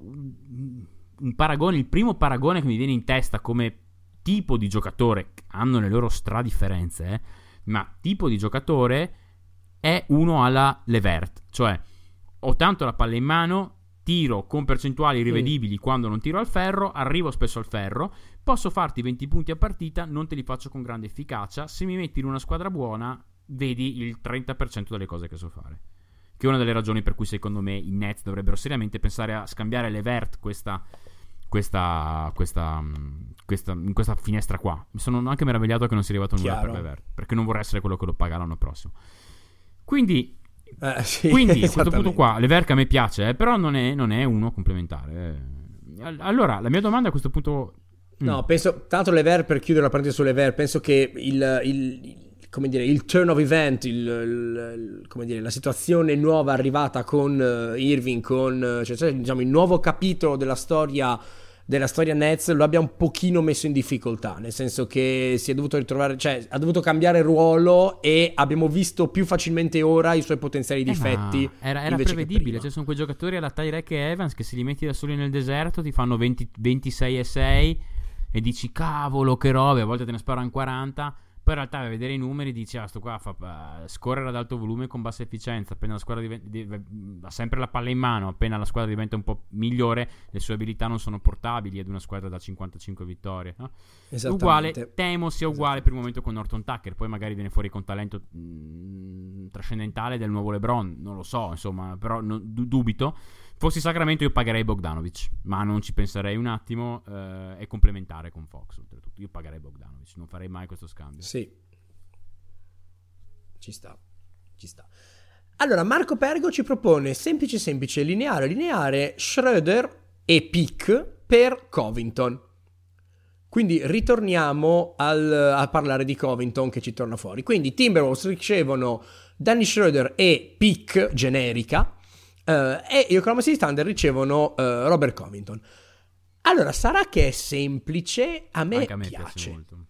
S2: un paragone, il primo paragone che mi viene in testa come tipo di giocatore, hanno le loro stradifferenze, eh, ma tipo di giocatore è uno alla Levert, cioè ho tanto la palla in mano, tiro con percentuali rivedibili mm. quando non tiro al ferro, arrivo spesso al ferro, posso farti venti punti a partita, non te li faccio con grande efficacia, se mi metti in una squadra buona vedi il trenta per cento delle cose che so fare, che è una delle ragioni per cui secondo me i Nets dovrebbero seriamente pensare a scambiare Levert questa, questa, questa, questa, in questa finestra qua. Mi sono anche meravigliato che non sia arrivato nulla per Levert, perché non vorrei essere quello che lo paga l'anno prossimo. Quindi
S1: eh, sì,
S2: quindi a questo punto qua Levert a me piace, eh, però non è, non è uno complementare. eh. Allora la mia domanda a questo punto
S1: no, mm. penso tanto Levert, per chiudere la parentesi su Levert, penso che il, il come dire, il turn of event, il, il, come dire, la situazione nuova arrivata con uh, Irving, con uh, cioè, diciamo il nuovo capitolo della storia della storia Nets lo abbia un pochino messo in difficoltà, nel senso che si è dovuto ritrovare, cioè ha dovuto cambiare ruolo e abbiamo visto più facilmente ora i suoi potenziali difetti.
S2: Eh, era era prevedibile, cioè sono quei giocatori alla Tyreke Evans che se li metti da soli nel deserto ti fanno venti, ventisei e sei e dici cavolo che robe, a volte te ne sparano quaranta. Poi in realtà a vedere i numeri dici ah sto qua fa uh, scorrere ad alto volume con bassa efficienza, appena la squadra diventa, div- ha sempre la palla in mano, appena la squadra diventa un po' migliore le sue abilità non sono portabili ad una squadra da cinquantacinque vittorie, no? Uguale, temo sia uguale per il momento con Horton Tucker, poi magari viene fuori con talento mh, trascendentale del nuovo LeBron, non lo so, insomma, però no, d- dubito. Fossi Sacramento io pagherei Bogdanovic, ma non ci penserei un attimo, eh, è complementare con Fox oltretutto. Io pagherei Bogdanovic, non farei mai questo scambio.
S1: Sì, ci sta, ci sta. Allora Marco Pergo ci propone semplice semplice, lineare lineare, Schroeder e pick per Covington. Quindi ritorniamo al, a parlare di Covington che ci torna fuori. Quindi Timberwolves ricevono Danny Schroeder e pick generica, Uh, e i Oklahoma City Thunder ricevono uh, Robert Covington. Allora sarà che è semplice, a me, a me piace. piace molto.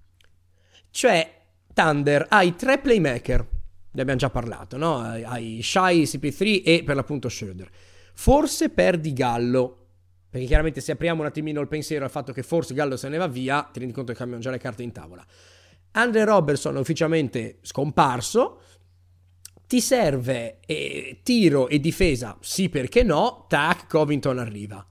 S1: Cioè Thunder hai tre playmaker, ne abbiamo già parlato, no? Hai Shai, C P tre e per l'appunto Schroeder. Forse perdi Gallo, perché chiaramente se apriamo un attimino il pensiero al fatto che forse Gallo se ne va via, ti rendi conto che cambiano già le carte in tavola. Andre Robertson è ufficialmente scomparso. Ti serve eh, tiro e difesa, sì perché no, tac, Covington arriva.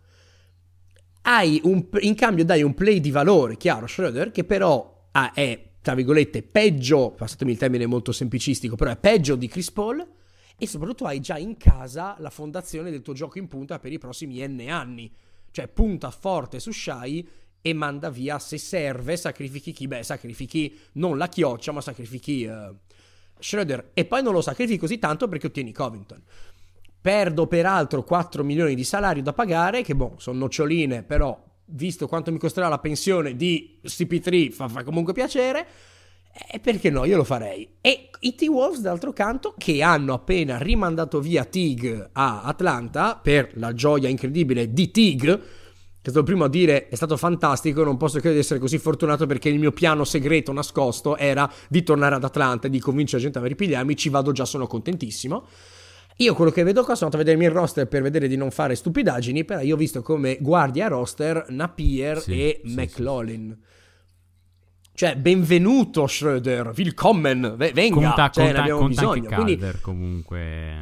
S1: Hai un, in cambio dai un play di valore, chiaro, Schroeder, che però ah, è, tra virgolette, peggio, passatemi il termine molto semplicistico, però è peggio di Chris Paul, e soprattutto hai già in casa la fondazione del tuo gioco in punta per i prossimi N anni. Cioè punta forte su Shai e manda via, se serve, sacrifichi chi? Beh, sacrifichi non la chioccia, ma sacrifichi... Uh, Schroeder, e poi non lo sacrifichi così tanto perché ottieni Covington. Perdo peraltro quattro milioni di salario da pagare, che boh, sono noccioline, però visto quanto mi costerà la pensione di C P tre fa, fa comunque piacere, e perché no, io lo farei. E i T-Wolves d'altro canto, che hanno appena rimandato via Tig a Atlanta per la gioia incredibile di Tig, che è stato il primo a dire è stato fantastico, non posso credere di essere così fortunato perché il mio piano segreto nascosto era di tornare ad Atlanta e di convincere la gente a ripigliarmi, ci vado già, sono contentissimo. Io quello che vedo qua, sono andato a vedermi il roster per vedere di non fare stupidaggini, però io ho visto come guardia roster Napier sì, e sì, McLaughlin. Sì. Cioè, benvenuto Schroeder, willkommen, venga,
S2: conta,
S1: cioè,
S2: conta,
S1: ne abbiamo
S2: conta
S1: bisogno.
S2: Anche
S1: Quindi...
S2: Calder comunque...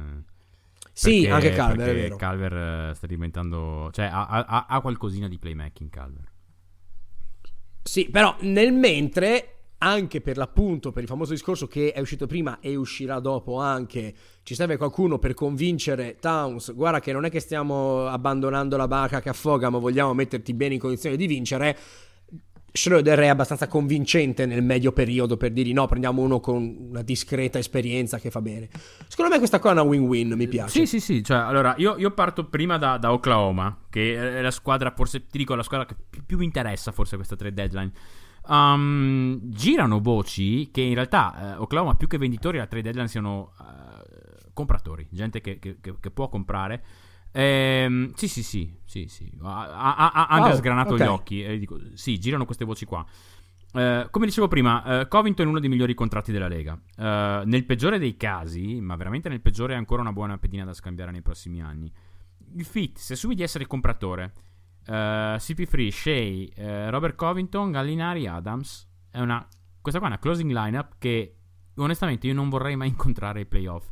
S1: Sì,
S2: perché,
S1: anche Calver, è vero.
S2: Calver sta diventando... Cioè, ha, ha, ha qualcosina di playmaking, Calver.
S1: Sì, però nel mentre, anche per l'appunto, per il famoso discorso che è uscito prima e uscirà dopo anche, ci serve qualcuno per convincere Towns, guarda che non è che stiamo abbandonando la barca che affoga, ma vogliamo metterti bene in condizione di vincere. Schroeder è abbastanza convincente nel medio periodo per dirgli no, prendiamo uno con una discreta esperienza che fa bene. Secondo me questa qua è una win-win, mi piace.
S2: Sì, sì, sì, cioè, allora, io, io parto prima da, da Oklahoma, che è la squadra, forse, ti dico, la squadra che più, più mi interessa forse questa trade deadline. Um, girano voci che in realtà uh, Oklahoma più che venditori alla trade deadline siano uh, compratori, gente che, che, che, che può comprare. Ehm, sì, sì, sì, sì, sì. Ha, ha, ha anche
S1: wow,
S2: sgranato
S1: okay.
S2: gli occhi. E dico, sì, girano queste voci qua. Uh, come dicevo prima, uh, Covington è uno dei migliori contratti della Lega. Uh, nel peggiore dei casi, ma veramente nel peggiore, è ancora una buona pedina da scambiare nei prossimi anni. Il fit, se assumi di essere compratore, uh, C P tre, Shea, uh, Robert Covington, Gallinari, Adams, è una, questa qua è una closing lineup che onestamente io non vorrei mai incontrare ai playoff.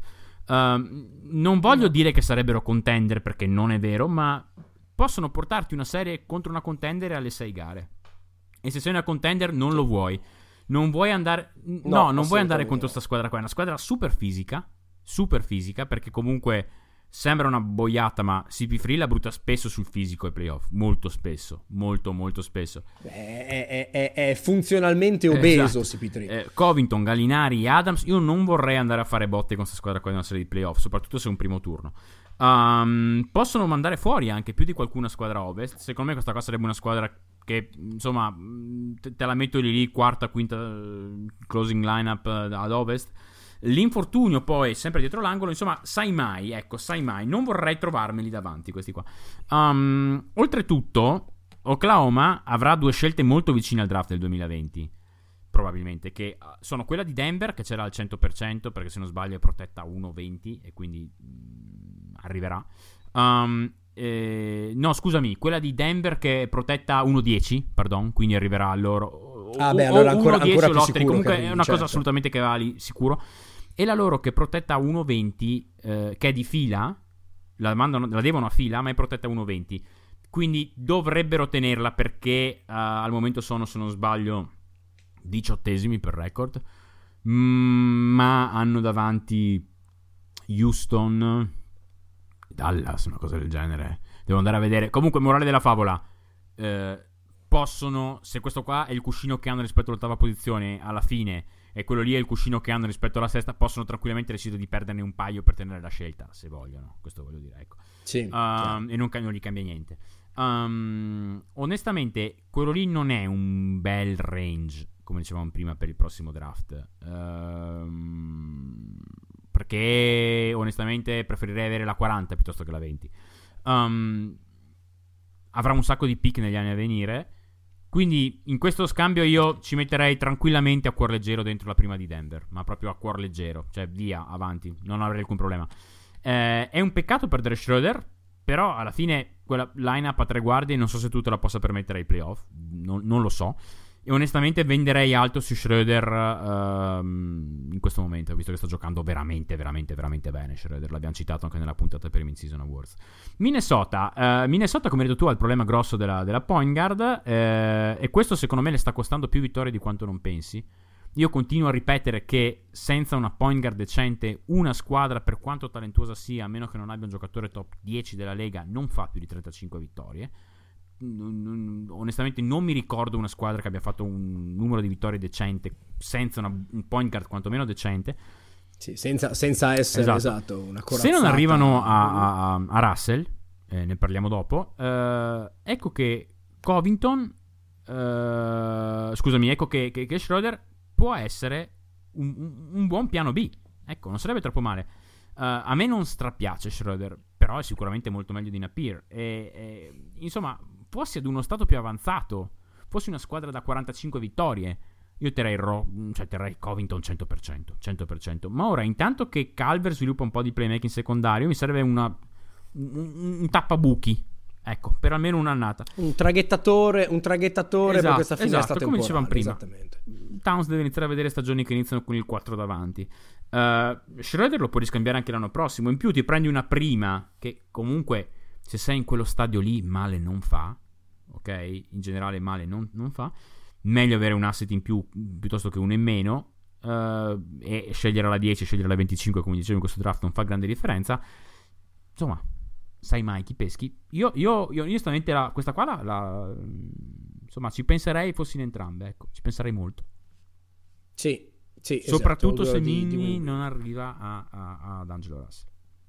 S2: Uh, non voglio dire che sarebbero contender, perché non è vero, ma possono portarti una serie contro una contender alle sei gare. E se sei una contender non lo vuoi. Non vuoi andare No,
S1: No,
S2: non vuoi andare
S1: assolutamente
S2: contro
S1: no.
S2: sta squadra qua. È una squadra super fisica, super fisica, perché comunque sembra una boiata, ma C P tre la butta spesso sul fisico ai playoff. Molto spesso, molto molto spesso.
S1: È, è- è- è funzionalmente obeso
S2: Esatto.
S1: C P tre.
S2: Eh, Covington, Gallinari, Adams. Io non vorrei andare a fare botte con questa squadra qua in una serie di playoff, soprattutto se è un primo turno. Um, possono mandare fuori anche più di qualcuna squadra ovest. Secondo me questa qua sarebbe una squadra che, insomma, te, te la metto lì lì, quarta, quinta uh, closing lineup uh, ad ovest. L'infortunio poi sempre dietro l'angolo, insomma, sai mai, ecco, sai mai. Non vorrei trovarmeli davanti questi qua. Um, oltretutto, Oklahoma avrà due scelte molto vicine al draft del duemilaventi. Probabilmente, che uh, sono quella di Denver, che c'era al cento per cento, perché se non sbaglio è protetta a uno virgola venti e quindi mh, arriverà. Um, eh, no, scusami, quella di Denver che è protetta a uno virgola dieci, pardon, quindi arriverà a loro.
S1: Ah, beh, allora ancora-
S2: uno virgola dieci
S1: ancora
S2: o
S1: più
S2: lottery,
S1: sicuro
S2: comunque
S1: che
S2: è
S1: arrivi,
S2: una cosa
S1: certo.
S2: assolutamente che va lì sicuro. E la loro che è protetta a uno virgola venti, eh, che è di fila, la, mandano, la devono a fila, ma è protetta a uno virgola venti. Quindi dovrebbero tenerla perché uh, al momento sono, se non sbaglio, diciottesimi per record, mm, ma hanno davanti Houston, Dallas, una cosa del genere. Devo andare a vedere. Comunque, morale della favola, eh, possono, se questo qua è il cuscino che hanno rispetto all'ottava posizione alla fine e quello lì è il cuscino che hanno rispetto alla sesta, possono tranquillamente decidere di perderne un paio per tenere la scelta, se vogliono. Questo voglio dire, ecco.
S1: Sì,
S2: Um, e non, non gli cambia niente. Um, onestamente, quello lì non è un bel range, come dicevamo prima, per il prossimo draft. Um, perché onestamente preferirei avere la quaranta piuttosto che la venti. Um, avrà un sacco di pick negli anni a venire. Quindi in questo scambio io ci metterei tranquillamente a cuor leggero dentro la prima di Denver. Ma proprio a cuor leggero. Cioè via, avanti, non avrei alcun problema. Eh, è un peccato perdere Schroeder, però alla fine quella line-up a tre guardie non so se tu te la possa permettere ai playoff, non, non lo so. E onestamente venderei alto su Schroeder uh, in questo momento, visto che sta giocando veramente, veramente, veramente bene Schroeder. L'abbiamo citato anche nella puntata per i Mid-Season Awards. Minnesota, uh, Minnesota, come hai detto tu, ha il problema grosso della, della point guard, uh, e questo secondo me le sta costando più vittorie di quanto non pensi. Io continuo a ripetere che senza una point guard decente, una squadra, per quanto talentuosa sia, a meno che non abbia un giocatore top dieci della Lega, non fa più di trentacinque vittorie. Onestamente non mi ricordo una squadra che abbia fatto un numero di vittorie decente senza una, un point guard quantomeno decente.
S1: sì, senza, senza essere
S2: Esatto.
S1: esatto, una
S2: Se
S1: corazzata.
S2: non arrivano a, a, a Russell, eh, ne parliamo dopo, eh, ecco che Covington, eh, scusami, ecco che, che, che Schroeder può essere un, un, un buon piano B. Ecco, non sarebbe troppo male. Uh, a me non strapiace Schroeder, però è sicuramente molto meglio di Napier. E, e, insomma, fossi ad uno stato più avanzato, fossi una squadra da quarantacinque vittorie, io terrei, Ro- cioè terrei Covington cento per cento, cento per cento. Ma ora, intanto che Calvert sviluppa un po' di playmaking secondario, mi serve una, un, un tappabuchi. Ecco, per almeno un'annata.
S1: Un traghettatore, un traghettatore
S2: Esatto,
S1: per questa finestra
S2: esatto, come
S1: temporale.
S2: dicevamo prima.
S1: Esattamente.
S2: Towns deve iniziare a vedere stagioni che iniziano con il quattro davanti. uh, Schroeder lo puoi riscambiare anche l'anno prossimo. In più ti prendi una prima che comunque, se sei in quello stadio lì, male non fa. Ok? In generale male non, non fa. Meglio avere un asset in più piuttosto che uno in meno. uh, E scegliere la dieci, scegliere la venticinque, come dicevo in questo draft, non fa grande differenza. Insomma, sai mai chi peschi. Io, io, io onestamente la, questa qua la, la, insomma ci penserei fossi in entrambe, ecco, ci penserei molto.
S1: Sì, sì,
S2: soprattutto
S1: esatto,
S2: se
S1: di,
S2: Mini
S1: di...
S2: non arriva a, a, ad Angelo Russell.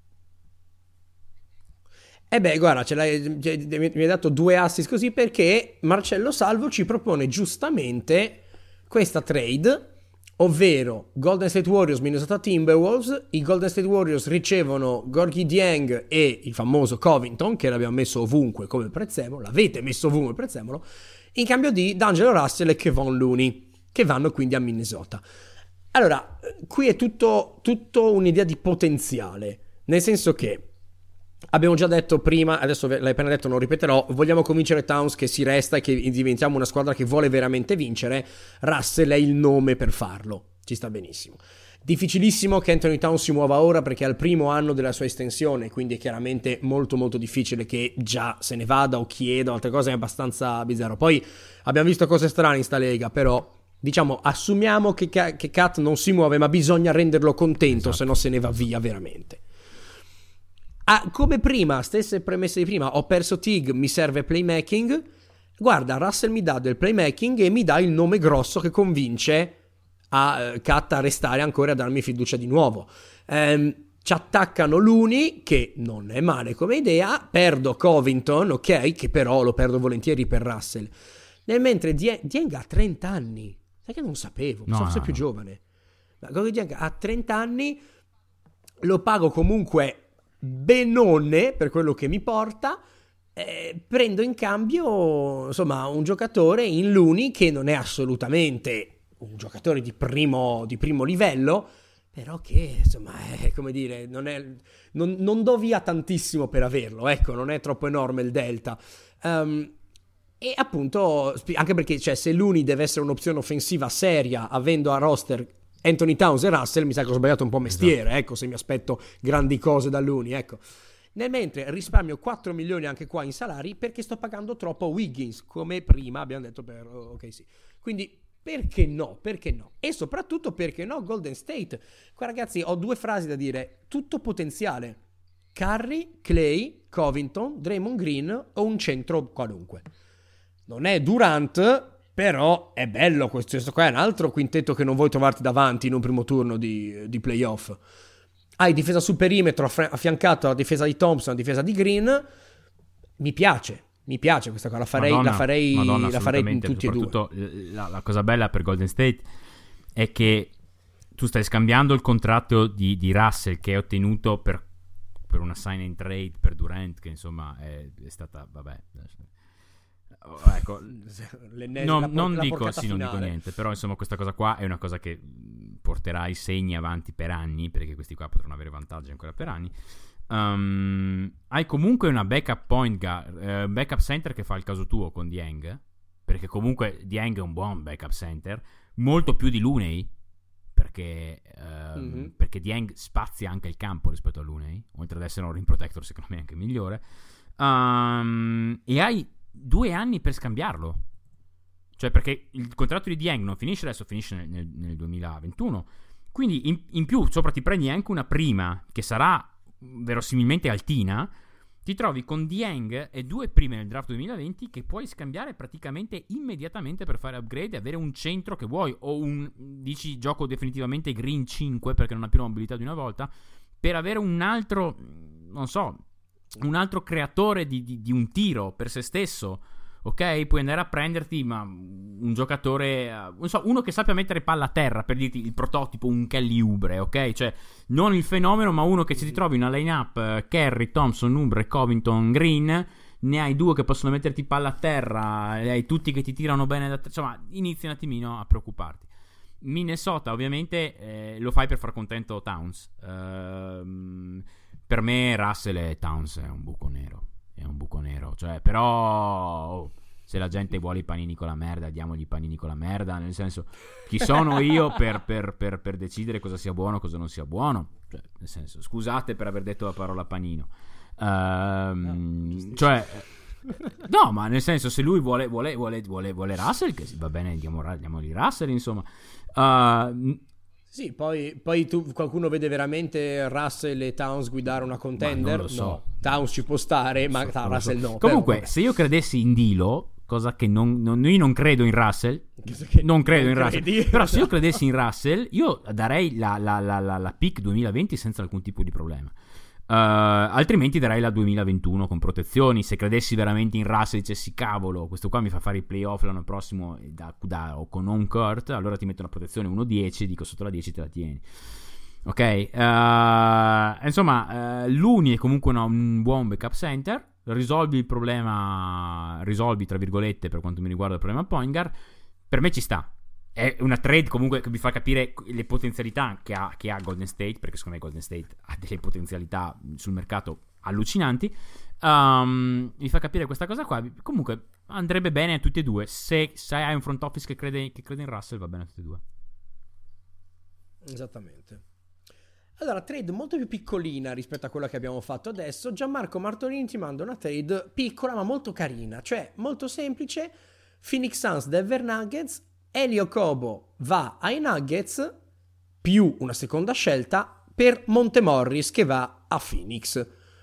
S1: Eh beh, guarda, ce l'hai, mi hai dato due assist così perché Marcello Salvo ci propone giustamente questa trade, ovvero Golden State Warriors, Minnesota Timberwolves. I Golden State Warriors ricevono Gorgui Dieng e il famoso Covington, che l'abbiamo messo ovunque come prezzemolo, l'avete messo ovunque prezzemolo, in cambio di D'Angelo Russell e Kevon Looney, che vanno quindi a Minnesota. Allora, qui è tutto, tutto un'idea di potenziale, nel senso che abbiamo già detto prima, adesso l'hai appena detto, non ripeterò, vogliamo convincere Towns che si resta e che diventiamo una squadra che vuole veramente vincere. Russell è il nome per farlo, ci sta benissimo. Difficilissimo che Anthony Towns si muova ora perché è al primo anno della sua estensione, quindi è chiaramente molto molto difficile che già se ne vada o chieda o altre cose, è abbastanza bizzarro. Poi abbiamo visto cose strane in sta lega, però diciamo assumiamo che, che Cat non si muove, ma bisogna renderlo contento, esatto, se no se ne va via veramente. Ah, come prima, stesse premesse di prima, ho perso Tig, mi serve playmaking. Guarda, Russell mi dà del playmaking e mi dà il nome grosso che convince a uh, Cat a restare ancora e a darmi fiducia di nuovo. Um, ci attaccano Looney, che non è male come idea, perdo Covington, ok, che però lo perdo volentieri per Russell. Nel mentre Die- Dieng ha trenta anni, sai che non sapevo, no, forse no, più no. giovane. Ma Dieng ha trenta anni, lo pago comunque benone per quello che mi porta, eh, prendo in cambio insomma un giocatore in Looney che non è assolutamente un giocatore di primo, di primo livello, però che insomma è, come dire, non, è, non, non do via tantissimo per averlo, ecco, non è troppo enorme il delta. Um, e appunto anche perché cioè, se Looney deve essere un'opzione offensiva seria avendo a roster Anthony Towns e Russell, mi sa che ho sbagliato un po' mestiere, esatto, ecco, se mi aspetto grandi cose da Looney, ecco. Nel mentre risparmio quattro milioni anche qua in salari perché sto pagando troppo Wiggins, come prima abbiamo detto per ok sì. Quindi perché no? Perché no? E soprattutto perché no Golden State? Qua ragazzi ho due frasi da dire, tutto potenziale. Curry, Clay, Covington, Draymond Green o un centro qualunque. Non è Durant, però è bello questo, questo qua è un altro quintetto che non vuoi trovarti davanti in un primo turno di, di playoff. Hai difesa sul perimetro affiancato alla difesa di Thompson, alla difesa di Green. Mi piace, mi piace questa cosa, la farei,
S2: Madonna,
S1: la farei,
S2: Madonna,
S1: la farei in tutti e due.
S2: La, la cosa bella per Golden State è che tu stai scambiando il contratto di, di Russell che hai ottenuto per, per una sign and trade per Durant, che insomma è, è stata, vabbè... ecco, no, non dico sì, non dico niente, però insomma questa cosa qua è una cosa che porterà i segni avanti per anni, perché questi qua potranno avere vantaggi ancora per anni. Um, hai comunque una backup point guard, uh, backup center che fa il caso tuo con Dieng, perché comunque Dieng è un buon backup center, molto più di Looney, perché, uh, mm-hmm. perché Dieng spazia anche il campo rispetto a Looney, oltre ad essere un rim protector secondo me anche migliore. Um, e hai due anni per scambiarlo, cioè perché il contratto di Dieng non finisce adesso, finisce nel, nel, nel duemilaventuno, quindi in, in più sopra ti prendi anche una prima che sarà verosimilmente altina, ti trovi con Dieng e due prime nel draft duemilaventi che puoi scambiare praticamente immediatamente per fare upgrade e avere un centro che vuoi, o un, dici gioco definitivamente Green cinque perché non ha più la mobilità di una volta, per avere un altro, non so, un altro creatore di, di, di un tiro per se stesso, ok? Puoi andare a prenderti ma un giocatore, uh, non so, uno che sappia mettere palla a terra, per dirti il prototipo, un Kelly Oubre, ok? Cioè non il fenomeno, ma uno che se ti trovi una line-up uh, Curry, Thompson, Oubre, Covington, Green, ne hai due che possono metterti palla a terra, ne hai tutti che ti tirano bene da terra, insomma inizi un attimino a preoccuparti. Minnesota ovviamente eh, lo fai per far contento Towns. uh, Per me Russell e Towns è un buco nero, è un buco nero, cioè però oh, se la gente vuole i panini con la merda, diamogli i panini con la merda, nel senso, chi sono io per, per, per, per decidere cosa sia buono e cosa non sia buono, cioè, nel senso, scusate per aver detto la parola panino, um, cioè no, ma nel senso, se lui vuole vuole, vuole, vuole, vuole Russell, che va bene, diamo, diamogli Russell, insomma. uh,
S1: Sì, poi, poi tu, qualcuno vede veramente Russell e Towns guidare una contender?
S2: So.
S1: No, Towns ci può stare, ma so, Russell no.
S2: Comunque,
S1: però,
S2: se io credessi in Dilo, cosa che non, non io non credo in Russell, non credo non in Russell, credi. Però se io credessi in Russell io darei la, la, la, la, la pick duemilaventi senza alcun tipo di problema. Uh, altrimenti darei la duemilaventuno con protezioni. Se credessi veramente in Russell, dicessi cavolo, questo qua mi fa fare i playoff l'anno prossimo da, da, o con home court, allora ti metto una protezione uno dieci, dico sotto la dieci te la tieni. Ok, uh, insomma, uh, Looney è comunque una, un buon backup center. Risolvi il problema, risolvi tra virgolette per quanto mi riguarda il problema point guard. Per me ci sta. È una trade comunque che vi fa capire le potenzialità che ha, che ha Golden State, perché secondo me Golden State ha delle potenzialità sul mercato allucinanti. Um, vi fa capire questa cosa qua. Comunque andrebbe bene a tutti e due. Se, se hai un front office che crede, che crede in Russell, va bene a tutti e due.
S1: Esattamente. Allora, trade molto più piccolina rispetto a quella che abbiamo fatto adesso. Gianmarco Martolini ti manda una trade piccola ma molto carina, cioè molto semplice. Phoenix Suns, Denver Nuggets. Elio Kobo va ai Nuggets più una seconda scelta per Montemorris che va a Phoenix.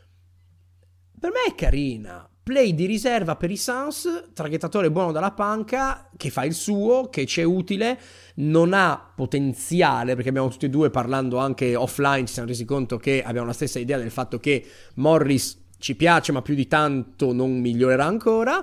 S1: Per me è carina. Play di riserva per i Suns, traghettatore buono dalla panca, che fa il suo, che c'è utile, non ha potenziale, perché abbiamo tutti e due, parlando anche offline, ci siamo resi conto che abbiamo la stessa idea del fatto che Morris ci piace, ma più di tanto non migliorerà ancora.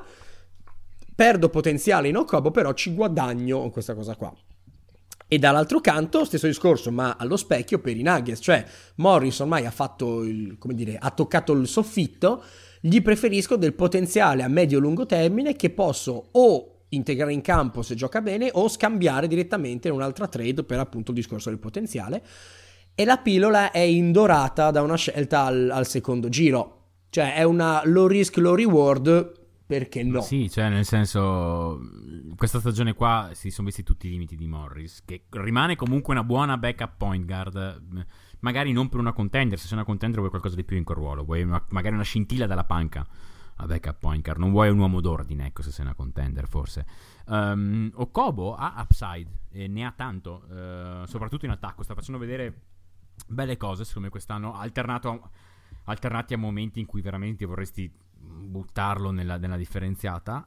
S1: Perdo potenziale in Okobo, però ci guadagno questa cosa qua. E dall'altro canto, stesso discorso, ma allo specchio per i Nuggets, cioè Morris ormai ha fatto il, come dire, ha toccato il soffitto. Gli preferisco del potenziale a medio-lungo termine che posso o integrare in campo se gioca bene o scambiare direttamente in un'altra trade per appunto il discorso del potenziale. E la pillola è indorata da una scelta al, al secondo giro, cioè è una low risk low reward, perché no?
S2: Sì, cioè nel senso, questa stagione qua si sono visti tutti i limiti di Morris, che rimane comunque una buona backup point guard. Magari non per una contender, se sei una contender vuoi qualcosa di più in quel ruolo, vuoi una, magari una scintilla dalla panca a backup point guard, non vuoi un uomo d'ordine, ecco, se sei una contender forse. um, Okobo ha upside e ne ha tanto, uh, soprattutto in attacco, sta facendo vedere belle cose secondo me quest'anno, alternato, alternati a momenti in cui veramente vorresti buttarlo nella, nella differenziata.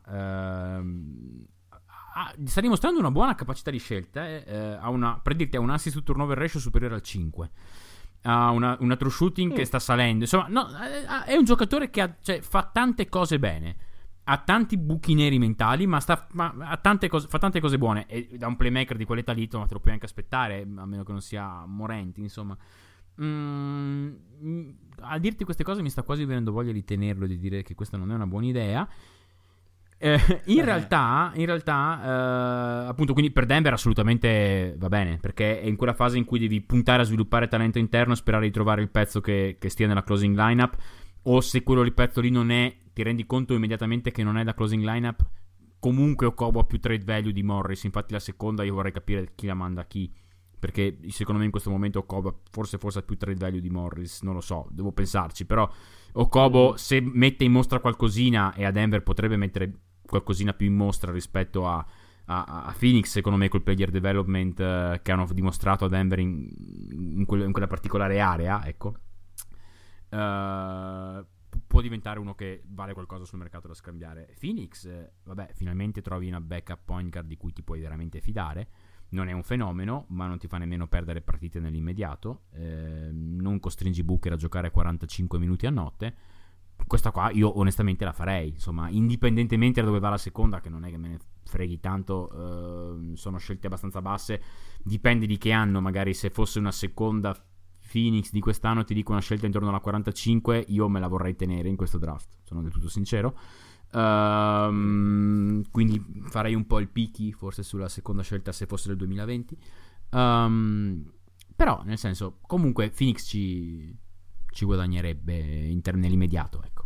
S2: uh, Ah, sta dimostrando una buona capacità di scelta, eh, eh, ha una, per dirti, ha un assist to turnover ratio superiore al cinque, ha una, una true shooting mm. che sta salendo, insomma no, è un giocatore che ha, cioè, fa tante cose bene, ha tanti buchi neri mentali, ma, sta, ma ha tante cose, fa tante cose buone, e da un playmaker di quell'età lì ma te lo puoi anche aspettare, a meno che non sia morente, insomma. Mm, a dirti queste cose mi sta quasi venendo voglia di tenerlo e di dire che questa non è una buona idea. Eh, in, realtà, in realtà, eh, appunto, quindi per Denver assolutamente va bene, perché è in quella fase in cui devi puntare a sviluppare talento interno, sperare di trovare il pezzo che, che stia nella closing lineup, o se quello il pezzo lì non è, ti rendi conto immediatamente che non è da closing lineup. Comunque Okobo ha più trade value di Morris, infatti la seconda io vorrei capire chi la manda a chi, perché secondo me in questo momento Okobo forse forse ha più trade value di Morris, non lo so, devo pensarci, però Okobo se mette in mostra qualcosina, e a Denver potrebbe mettere qualcosina più in mostra rispetto a, a, a Phoenix, secondo me, col player development uh, che hanno dimostrato a Denver in, in, quel, in quella particolare area, ecco, uh, può diventare uno che vale qualcosa sul mercato da scambiare. Phoenix, eh, vabbè, finalmente trovi una backup point guard di cui ti puoi veramente fidare. Non è un fenomeno, ma non ti fa nemmeno perdere partite nell'immediato, eh, non costringi Booker a giocare quarantacinque minuti a notte. Questa qua io onestamente la farei, insomma, indipendentemente da dove va la seconda, che non è che me ne freghi tanto, eh, sono scelte abbastanza basse, dipende di che anno. Magari se fosse una seconda Phoenix di quest'anno, ti dico una scelta intorno alla quarantacinque, io me la vorrei tenere in questo draft, sono del tutto sincero. Um, quindi farei un po' il picky forse sulla seconda scelta se fosse del duemilaventi, um, però nel senso, comunque Phoenix ci, ci guadagnerebbe in termini nell'immediato, ecco.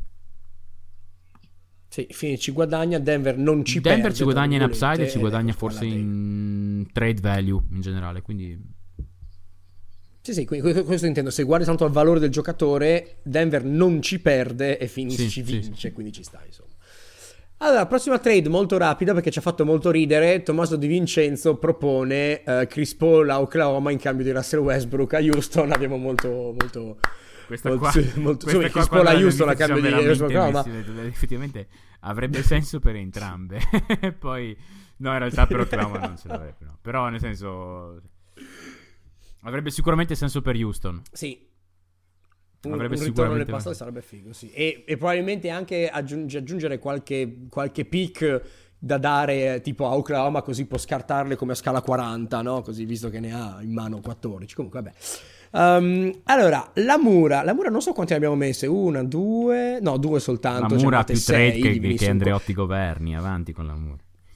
S1: Sì, Phoenix ci guadagna, Denver non ci
S2: Denver
S1: perde,
S2: ci guadagna in upside e ci guadagna
S1: ecco,
S2: forse in trade value in generale, quindi
S1: sì sì, questo intendo. Se guardi tanto al valore del giocatore, Denver non ci perde e Phoenix
S2: sì,
S1: ci
S2: sì,
S1: vince,
S2: sì.
S1: Quindi ci sta, insomma. Allora, prossima trade molto rapida perché ci ha fatto molto ridere. Tommaso Di Vincenzo propone uh, Chris Paul a Oklahoma in cambio di Russell Westbrook a Houston. Abbiamo molto molto
S2: questa
S1: molto,
S2: qua,
S1: sì, molto,
S2: questa
S1: sì,
S2: qua,
S1: chi spola Houston la
S2: siamo
S1: cambia di
S2: veramente
S1: ma...
S2: messi, effettivamente avrebbe senso per entrambe. Poi no, in realtà per Oklahoma non ce l'avrebbe, no. Però nel senso avrebbe sicuramente senso per Houston.
S1: Sì, un,
S2: avrebbe
S1: un ritorno nel passato sarebbe figo, sì. E, e probabilmente anche aggiunge, aggiungere qualche, qualche pick da dare tipo a Oklahoma, così può scartarle come a scala quaranta, no? Così, visto che ne ha in mano quattordici. Comunque vabbè. Um, allora, la Mura, la Mura non so quante ne abbiamo messe, una, due, no, due soltanto.
S2: La Mura ha più
S1: sei,
S2: trade che, che Andreotti Governi, avanti con la Mura.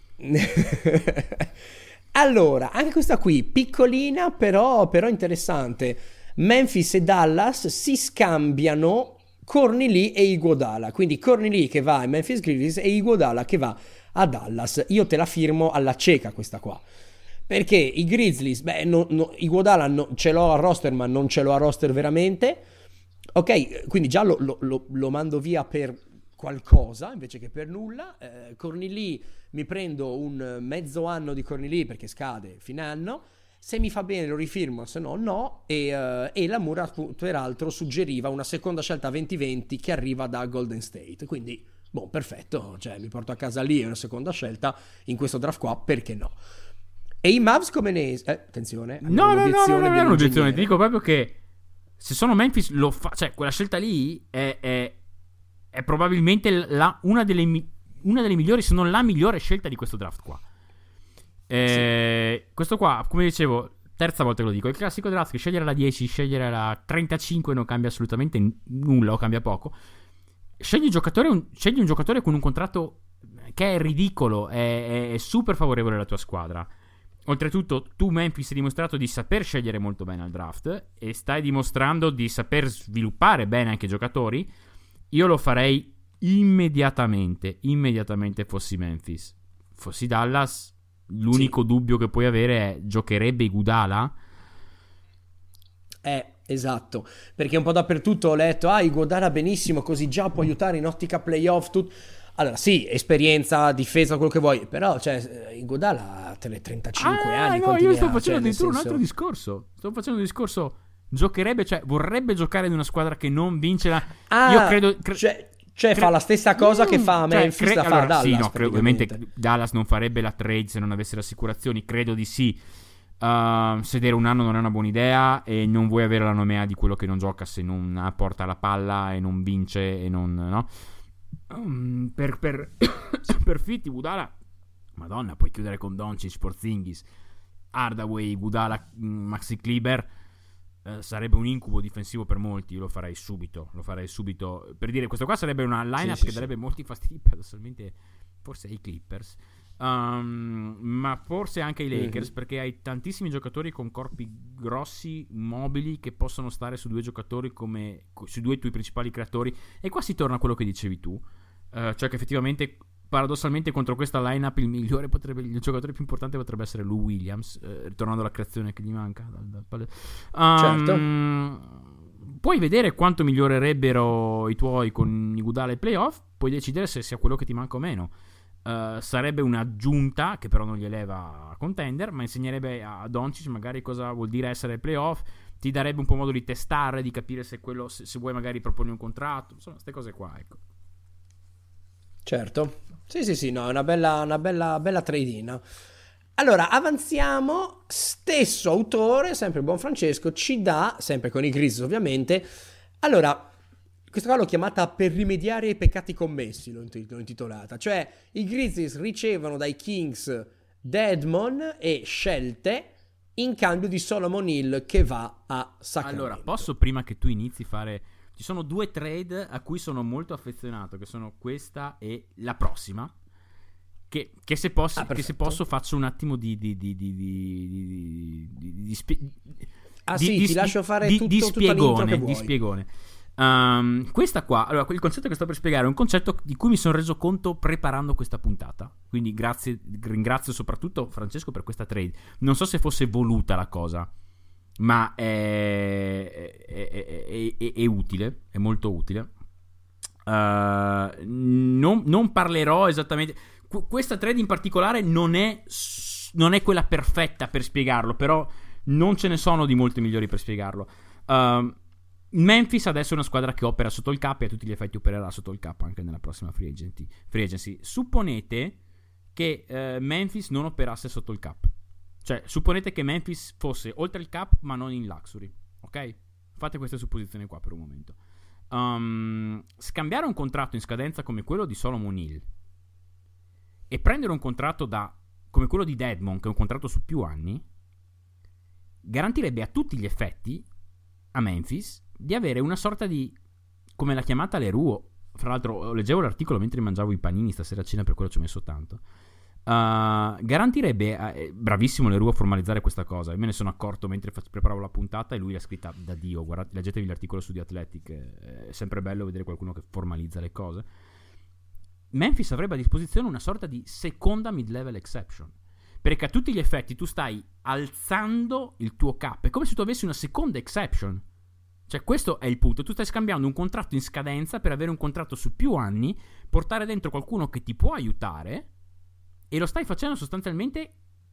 S1: Allora, anche questa qui, piccolina però, però interessante. Memphis e Dallas si scambiano Courtney Lee e Iguodala, quindi Courtney Lee che va ai Memphis Grizzlies e Iguodala che va a Dallas. Io te la firmo alla cieca questa qua, perché i Grizzlies, beh, no, no, Iguodala no, ce l'ho a roster, ma non ce l'ho a roster veramente. Ok, quindi già lo, lo, lo, lo mando via per qualcosa invece che per nulla. eh, Courtney Lee, mi prendo un mezzo anno di Courtney Lee perché scade fine anno. Se mi fa bene lo rifirmo, se no no. E, uh, e la Mura peraltro suggeriva una seconda scelta venti venti che arriva da Golden State, quindi boh, perfetto, cioè mi porto a casa lì una seconda scelta in questo draft qua, perché no? E i Mavs come ne... Eh, attenzione.
S2: No, no, no, no, non è un'obiezione, ti dico proprio che se sono Memphis lo fa, cioè quella scelta lì è, è, è probabilmente la, una, delle, una delle migliori, se non la migliore scelta di questo draft qua. Eh, sì. Questo qua, come dicevo, terza volta che lo dico, il classico draft che scegliere la dieci, scegliere la trentacinque non cambia assolutamente nulla o cambia poco. Scegli un giocatore, un, scegli un giocatore con un contratto che è ridicolo, è, è super favorevole alla tua squadra. Oltretutto tu Memphis hai dimostrato di saper scegliere molto bene al draft e stai dimostrando di saper sviluppare bene anche i giocatori. Io lo farei immediatamente, immediatamente fossi Memphis. Fossi Dallas, l'unico sì. dubbio che puoi avere è: giocherebbe Iguodala?
S1: Eh, esatto, perché un po' dappertutto ho letto ah, Iguodala benissimo, così già può aiutare in ottica playoff tut... Allora sì, esperienza, difesa, quello che vuoi, però cioè Iguodala ha trentacinque
S2: ah,
S1: anni.
S2: No, io sto
S1: ha,
S2: facendo
S1: cioè,
S2: addirittura
S1: senso...
S2: un altro discorso. Sto facendo un discorso, giocherebbe, cioè vorrebbe giocare in una squadra che non vince la...
S1: Ah,
S2: io credo... Cre...
S1: Cioè, cioè cre... fa la stessa cosa mm, che fa a Memphis, cioè, cre... la fa allora, Dallas.
S2: Sì, no, credo, ovviamente Dallas non farebbe la trade se non avesse le assicurazioni, credo di sì. Uh, sedere un anno non è una buona idea e non vuoi avere la nomea di quello che non gioca se non porta la palla e non vince e non... no? Um, per per per Fitti, Iguodala, madonna, puoi chiudere con Doncic, Porzingis, Hardaway, Iguodala, Maxi Kleber. eh, sarebbe un incubo difensivo per molti. Io lo farei subito, lo farei subito. Per dire, questo qua sarebbe una lineup sì, che sì, darebbe sì. molti fastidi paradossalmente, forse ai Clippers, um, ma forse anche ai Lakers, mm-hmm. perché hai tantissimi giocatori con corpi grossi, mobili, che possono stare su due giocatori come su due tuoi principali creatori. E qua si torna a quello che dicevi tu, uh, cioè che effettivamente paradossalmente contro questa lineup il migliore potrebbe, il giocatore più importante potrebbe essere Lou Williams, eh, ritornando alla creazione che gli manca dal, dal um, certo. Puoi vedere quanto migliorerebbero i tuoi con Iguodala ai playoff, puoi decidere se sia quello che ti manca o meno. Uh, sarebbe un'aggiunta che però non gli eleva a contender, ma insegnerebbe a Doncic magari cosa vuol dire essere ai playoff, ti darebbe un po' modo di testare, di capire se quello, se, se vuoi magari proponi un contratto, insomma queste cose qua, ecco.
S1: Certo, sì sì sì, no, è una bella, una bella, bella trade-in. Allora avanziamo, stesso autore, sempre buon Francesco, ci dà, sempre con i Grizzlies ovviamente, allora questa qua l'ho chiamata per rimediare ai peccati commessi, l'ho intitolata, cioè i Grizzlies ricevono dai Kings Dedmon e scelte in cambio di Solomon Hill che va a Sacramento.
S2: Allora, posso, prima che tu inizi a fare... Ci sono due trade a cui sono molto affezionato, che sono questa e la prossima, che, che, se, posso, ah, che se posso faccio un attimo di... di, di, di, di, di, di spie...
S1: Ah
S2: di,
S1: sì,
S2: di,
S1: ti lascio fare
S2: di,
S1: tutto,
S2: di spiegone,
S1: che vuoi.
S2: Di spiegone. Um, questa qua, allora, il concetto che sto per spiegare è un concetto di cui mi sono reso conto preparando questa puntata, quindi grazie, ringrazio soprattutto Francesco per questa trade. Non so se fosse voluta la cosa, ma è, è, è, è, è utile, è molto utile. Uh, non, non parlerò esattamente. Qu- questa trade in particolare non è, non è quella perfetta per spiegarlo, però non ce ne sono di molte migliori per spiegarlo. Uh, Memphis adesso è una squadra che opera sotto il cap e a tutti gli effetti opererà sotto il cap anche nella prossima free agency. Free agency. Supponete che eh, Memphis non operasse sotto il cap. Cioè, supponete che Memphis fosse oltre il cap ma non in luxury. Ok? Fate queste supposizioni qua per un momento. Um, scambiare un contratto in scadenza come quello di Solomon Hill e prendere un contratto da come quello di Dedmon, che è un contratto su più anni, garantirebbe a tutti gli effetti a Memphis di avere una sorta di, come l'ha chiamata Leroux, fra l'altro leggevo l'articolo mentre mangiavo i panini stasera a cena, per quello ci ho messo tanto. Uh, garantirebbe, eh, bravissimo Leroux a formalizzare questa cosa. Io me ne sono accorto mentre fac- preparavo la puntata e lui l'ha scritta da Dio. Guardate, leggetevi l'articolo su The Athletic, è sempre bello vedere qualcuno che formalizza le cose. Memphis avrebbe a disposizione una sorta di seconda mid-level exception, perché a tutti gli effetti tu stai alzando il tuo cap, è come se tu avessi una seconda exception. Cioè, questo è il punto. Tu stai scambiando un contratto in scadenza per avere un contratto su più anni, portare dentro qualcuno che ti può aiutare, e lo stai facendo sostanzialmente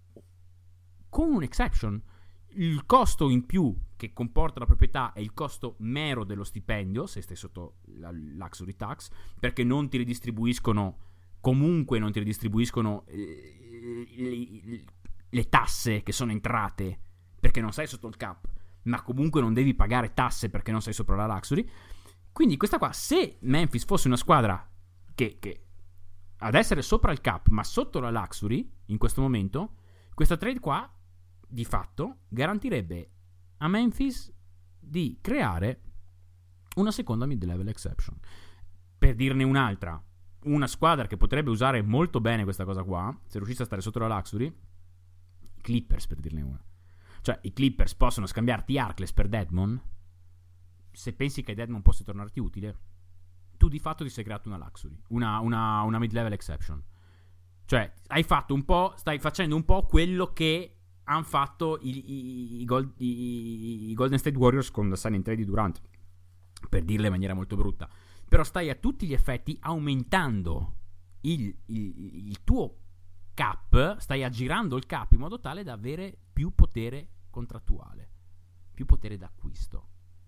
S2: con un exception. Il costo in più che comporta la proprietà è il costo mero dello stipendio, se stai sotto la luxury tax, perché non ti ridistribuiscono, comunque non ti ridistribuiscono eh, le, le tasse che sono entrate, perché non sei sotto il cap, ma comunque non devi pagare tasse perché non sei sopra la luxury. Quindi questa qua, se Memphis fosse una squadra che, che ad essere sopra il cap ma sotto la luxury in questo momento, questa trade qua di fatto garantirebbe a Memphis di creare una seconda mid-level exception. Per dirne un'altra, una squadra che potrebbe usare molto bene questa cosa qua, se riuscisse a stare sotto la luxury, i Clippers, per dirne una. Cioè, i Clippers possono scambiarti Harkless per Dedmon. Se pensi che Dedmon possa tornarti utile, tu di fatto ti sei creato una luxury, una, una, una mid-level exception. Cioè, hai fatto un po', stai facendo un po' quello che hanno fatto i, i, i, Gold, i, i Golden State Warriors con la sign and trade di Durant, per dirle in maniera molto brutta. Però stai a tutti gli effetti aumentando il, il, il tuo cap, stai aggirando il cap in modo tale da avere più potere contrattuale, più potere d'acquisto.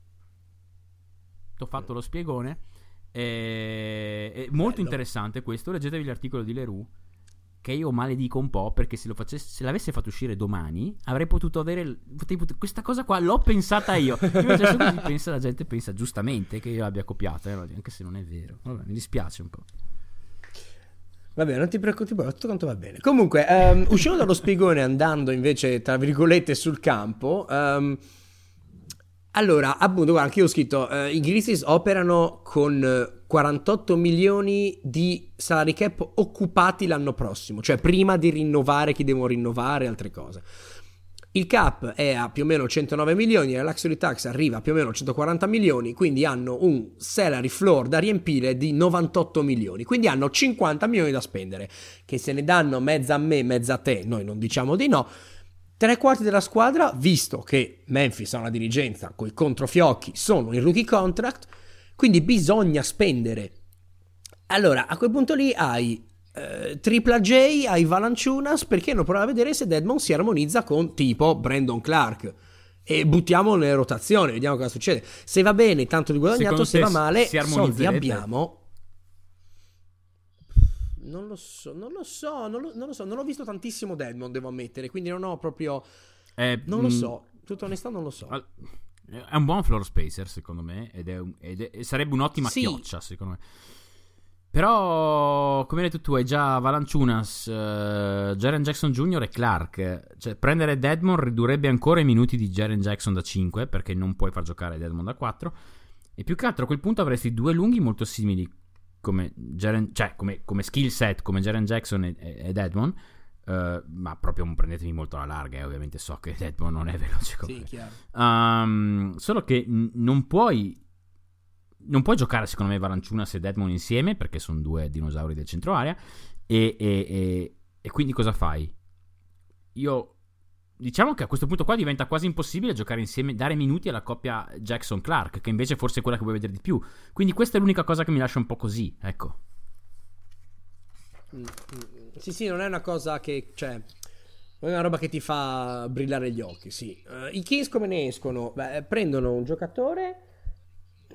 S2: Ti ho fatto lo spiegone. È, è molto Bello. Interessante questo. Leggetevi l'articolo di Leroux, che io maledico un po', perché se lo facesse, se l'avesse fatto uscire domani avrei potuto avere questa cosa qua. L'ho pensata io. Invece se così pensa, la gente pensa giustamente che io l'abbia copiata, eh, anche se non è vero. Vabbè, mi dispiace un po'.
S1: Vabbè, non ti preoccupi, tutto quanto va bene. Comunque, um, uscendo dallo spiegone, andando invece tra virgolette sul campo, um, allora, appunto, guarda, anche io ho scritto uh, i Grizzlies operano con quarantotto milioni di salary cap occupati l'anno prossimo, cioè prima di rinnovare chi devono rinnovare, altre cose. Il cap è a più o meno centonove milioni, la luxury tax arriva a più o meno centoquaranta milioni, quindi hanno un salary floor da riempire di novantotto milioni, quindi hanno cinquanta milioni da spendere, che se ne danno mezza a me, mezza a te, noi non diciamo di no. Tre quarti della squadra, visto che Memphis ha una dirigenza coi controfiocchi, sono in rookie contract, quindi bisogna spendere. Allora, a quel punto lì hai Uh, Triple J, hai Valanciunas, perché non provare a vedere se Dedmon si armonizza con tipo Brandon Clark e buttiamo nelle rotazioni, vediamo cosa succede. Se va bene tanto di guadagnato, se va male soldi abbiamo. Non lo so, non lo so, non lo, non lo so, non ho visto tantissimo Dedmon, devo ammettere, quindi non ho proprio eh, non lo so, tutta onestà non lo so.
S2: Al... È un buon floor spacer secondo me ed, è un, ed è, sarebbe un'ottima sì. chioccia secondo me. Però, come hai detto tu, hai già Valanciunas, uh, Jaren Jackson Junior e Clark. Cioè, prendere Dedmon ridurrebbe ancora i minuti di Jaren Jackson da cinque, perché non puoi far giocare Dedmon da quattro. E più che altro a quel punto avresti due lunghi molto simili, come Jaren, cioè come, come skill set, come Jaren Jackson e, e, e Dedmon. Uh, ma proprio prendetemi molto alla larga, eh. Ovviamente so che Dedmon non è veloce come. Sì, chiaro. Um, solo che n- non puoi... Non puoi giocare secondo me Valanciunas e Dedmon insieme, perché sono due dinosauri del centro area. E, e, e, e quindi cosa fai? Io diciamo che a questo punto qua diventa quasi impossibile giocare insieme, dare minuti alla coppia Jackson-Clark, che invece forse è quella che vuoi vedere di più. Quindi questa è l'unica cosa che mi lascia un po' così, ecco.
S1: Sì, sì, non è una cosa che, cioè, non è una roba che ti fa brillare gli occhi, sì. Uh, I Kings come ne escono? Beh, prendono un giocatore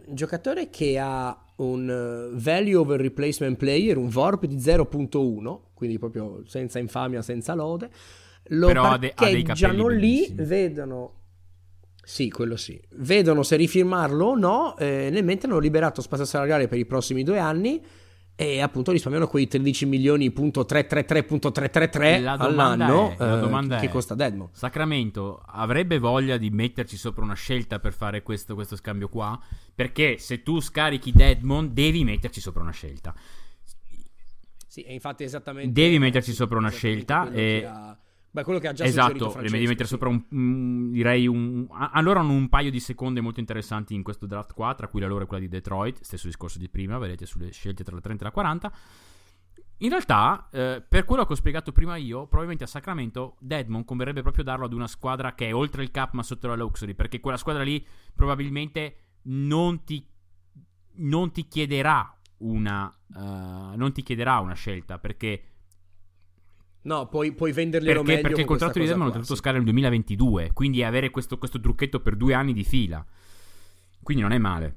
S1: giocatore che ha un uh, value over replacement player, un V O R P di zero virgola uno, quindi proprio senza infamia, senza lode. Lo
S2: Però ha de- ha dei
S1: parcheggiano
S2: capelli
S1: lì,
S2: bellissimi.
S1: vedono, sì, quello sì, vedono se rifirmarlo o no, eh, nel mentre hanno liberato spazio salariale per i prossimi due anni e appunto risparmiano quei tredici milioni punto trecentotrentatré punto trecentotrentatré
S2: La domanda
S1: all'anno,
S2: è, la
S1: eh,
S2: domanda
S1: che
S2: è,
S1: costa Dedmon.
S2: Sacramento avrebbe voglia di metterci sopra una scelta per fare questo, questo scambio qua? Perché se tu scarichi Dedmon devi metterci sopra una scelta.
S1: Sì, e infatti esattamente
S2: Devi metterci
S1: sì,
S2: sopra una
S1: esattamente
S2: scelta
S1: quello
S2: e...
S1: che ha- beh, quello che ha già suggerito
S2: Esatto, le
S1: Francesco,
S2: devi mettere
S1: sì.
S2: sopra un, un- direi un... a- allora hanno un paio di seconde molto interessanti in questo draft qua, tra cui la loro e quella di Detroit, stesso discorso di prima, vedete sulle scelte tra la trenta e la quaranta. In realtà, eh, per quello che ho spiegato prima io, probabilmente a Sacramento Dedmon converrebbe proprio darlo ad una squadra che è oltre il cap ma sotto la luxury, perché quella squadra lì probabilmente non ti, non ti chiederà una uh, non ti chiederà una scelta, perché
S1: No, puoi, puoi venderglielo
S2: perché,
S1: meglio
S2: perché il
S1: con
S2: contratto
S1: questa
S2: di
S1: cosa
S2: Dedmon l'hanno
S1: qua,
S2: tenuto
S1: sì.
S2: scala nel duemilaventidue, quindi avere questo, questo trucchetto per due anni di fila, quindi non è male.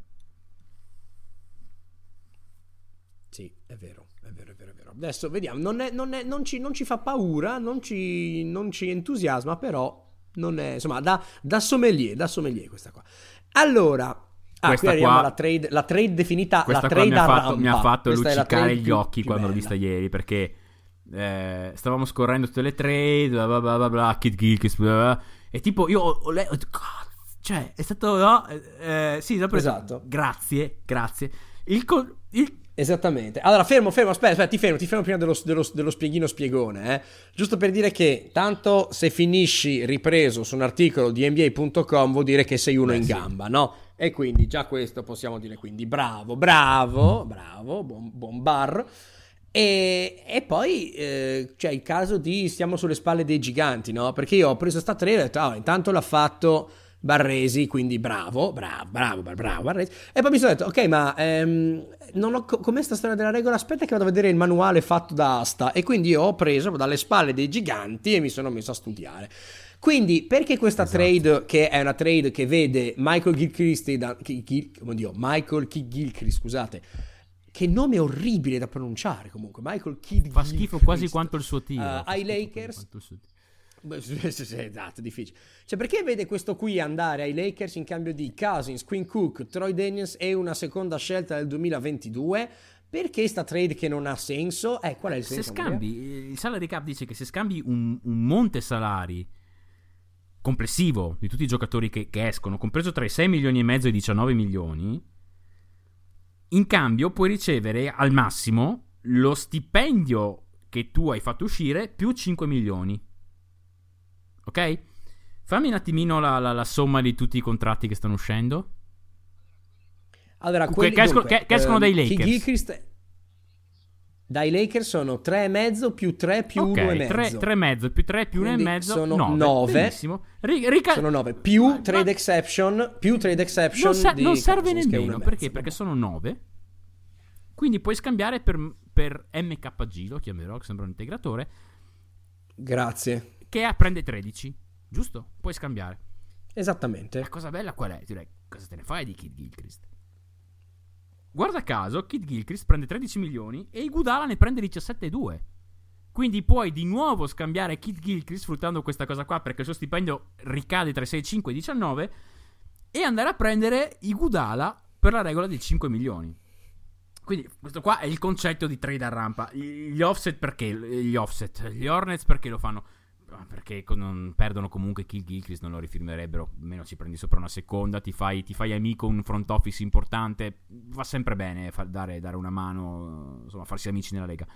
S1: Sì, è vero, è vero, è vero, è vero. Adesso vediamo, non, è, non, è, non, ci, non ci fa paura, non ci, non ci entusiasma, però non è, insomma, da, da sommelier, da sommelier questa qua. Allora, ah,
S2: Questa
S1: qui arriviamo
S2: qua-
S1: alla trade, la trade definita, la
S2: Questa qua
S1: trade
S2: mi ha
S1: a
S2: fatto,
S1: rampa.
S2: mi ha fatto
S1: Questa è la
S2: luccicare
S1: trade
S2: gli
S1: più-
S2: occhi
S1: più
S2: quando l'ho
S1: bella.
S2: vista ieri, perché eh, stavamo scorrendo tutte le trade, bla bla bla bla, bla Kid Gilchrist, bla bla bla, e tipo io ho, ho letto, cioè è stato, no, eh, sì, sempre
S1: Esatto.
S2: grazie, grazie. Il, co- il
S1: Esattamente. Allora, fermo, fermo, aspetta, aspetta, ti fermo, ti fermo prima dello, dello, dello spieghino spiegone, eh. Giusto per dire che tanto se finisci ripreso su un articolo di N B A punto com vuol dire che sei uno
S2: Beh,
S1: in
S2: sì.
S1: gamba, no? E quindi già questo possiamo dire, quindi bravo, bravo, bravo, buon, buon bar. E, e poi eh, c'è il caso di stiamo sulle spalle dei giganti, no? Perché io ho preso sta trade e ho detto, ah, intanto l'ha fatto Barresi, quindi bravo, bravo, bravo, bravo Barresi. E poi mi sono detto, ok, ma ehm, non ho, co- com'è sta storia della regola? Aspetta che vado a vedere il manuale fatto da Asta. E quindi io ho preso dalle spalle dei giganti e mi sono messo a studiare. Quindi, perché questa
S2: Esatto.
S1: trade, che è una trade che vede Michael Gilchrist, da, Gil, Gil, oddio, Michael Kidd Gilchrist, scusate, che nome orribile da pronunciare comunque, Michael Kidd
S2: fa schifo
S1: Gilchrist,
S2: quasi quanto il suo tiro.
S1: uh,
S2: fa
S1: ai
S2: schifo
S1: Lakers.
S2: quanto il suo tiro.
S1: Beh, sì, sì, sì, esatto, difficile. Cioè, perché vede questo qui andare ai Lakers in cambio di Cousins, Quinn Cook, Troy Daniels e una seconda scelta del duemilaventidue? Perché sta trade che non ha senso? Eh, qual è il
S2: Se
S1: senso?
S2: scambi, il salary cap dice che se scambi un, un monte salari complessivo di tutti i giocatori che, che escono, compreso tra i sei milioni e mezzo e i diciannove milioni, in cambio puoi ricevere al massimo lo stipendio che tu hai fatto uscire più cinque milioni. Ok? Fammi un attimino la, la, la somma di tutti i contratti che stanno uscendo.
S1: Allora,
S2: Che-
S1: quelli,
S2: che escono-
S1: dunque,
S2: che- che escono
S1: ehm,
S2: dai
S1: Kidd
S2: Lakers.
S1: Gilchrist- dai Lakers sono tre e mezzo più tre più uno e
S2: Ok,
S1: mezzo.
S2: tre, tre e mezzo più tre più uno e
S1: Quindi
S2: mezzo
S1: sono
S2: nove.
S1: nove.
S2: Benissimo. Ri- rica-
S1: Sono nove più
S2: Ma-
S1: trade
S2: ma-
S1: exception, più trade exception
S2: non, ser-
S1: di
S2: non serve
S1: Cousins, che è uno
S2: nemmeno
S1: e
S2: perché?
S1: mezzo.
S2: Perché sono nove. Quindi puoi scambiare per, per M K G, lo chiamerò, che sembra un integratore,
S1: Grazie.
S2: che è- prende tredici. Giusto? Puoi scambiare.
S1: Esattamente.
S2: La cosa bella qual è? Ti direi, cosa te ne fai di Kid Gilchrist? Guarda caso, Kid Gilchrist prende tredici milioni e Iguodala ne prende diciassette virgola due. Quindi puoi di nuovo scambiare Kid Gilchrist sfruttando questa cosa qua, perché il suo stipendio ricade tra i sei virgola cinque e i diciannove, e andare a prendere Iguodala per la regola dei cinque milioni. Quindi questo qua è il concetto di trade a rampa. Gli offset perché? Gli offset, gli Hornets perché lo fanno? Perché non perdono comunque Kill Gilchrist, non lo rifirmerebbero, almeno ci prendi sopra una seconda, ti fai, ti fai amico un front office importante, va sempre bene far dare, dare una mano, insomma farsi amici nella Lega.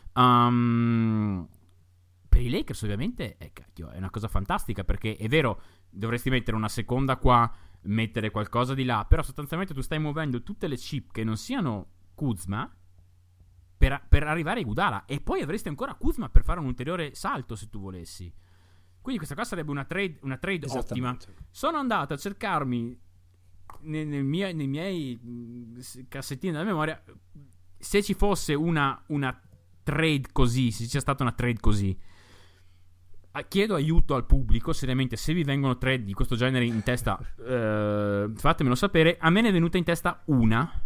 S2: Um, per i Lakers ovviamente è, cacchio, è una cosa fantastica, perché è vero, dovresti mettere una seconda qua, mettere qualcosa di là, però sostanzialmente tu stai muovendo tutte le chip che non siano Kuzma Per, per arrivare a Iguodala, e poi avresti ancora Kuzma per fare un ulteriore salto se tu volessi. Quindi questa qua sarebbe una trade, una trade ottima. Sono andato a cercarmi nei, nei, miei, nei miei mh, cassettini della memoria se ci fosse una, una trade così, se ci sia stata una trade così. chiedo aiuto al pubblico, seriamente, se vi vengono trade di questo genere in testa, eh, fatemelo sapere. A me ne è venuta in testa una,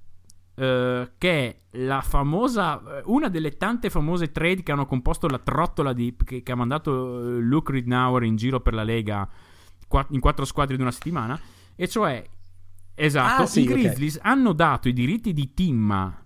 S2: eh, che è la famosa, una delle tante famose trade che hanno composto la trottola di, che, che ha mandato Luke Ridnour in giro per la Lega in quattro squadre di una settimana, e cioè, esatto,
S1: ah, sì,
S2: i Grizzlies
S1: okay.
S2: hanno dato i diritti di Timma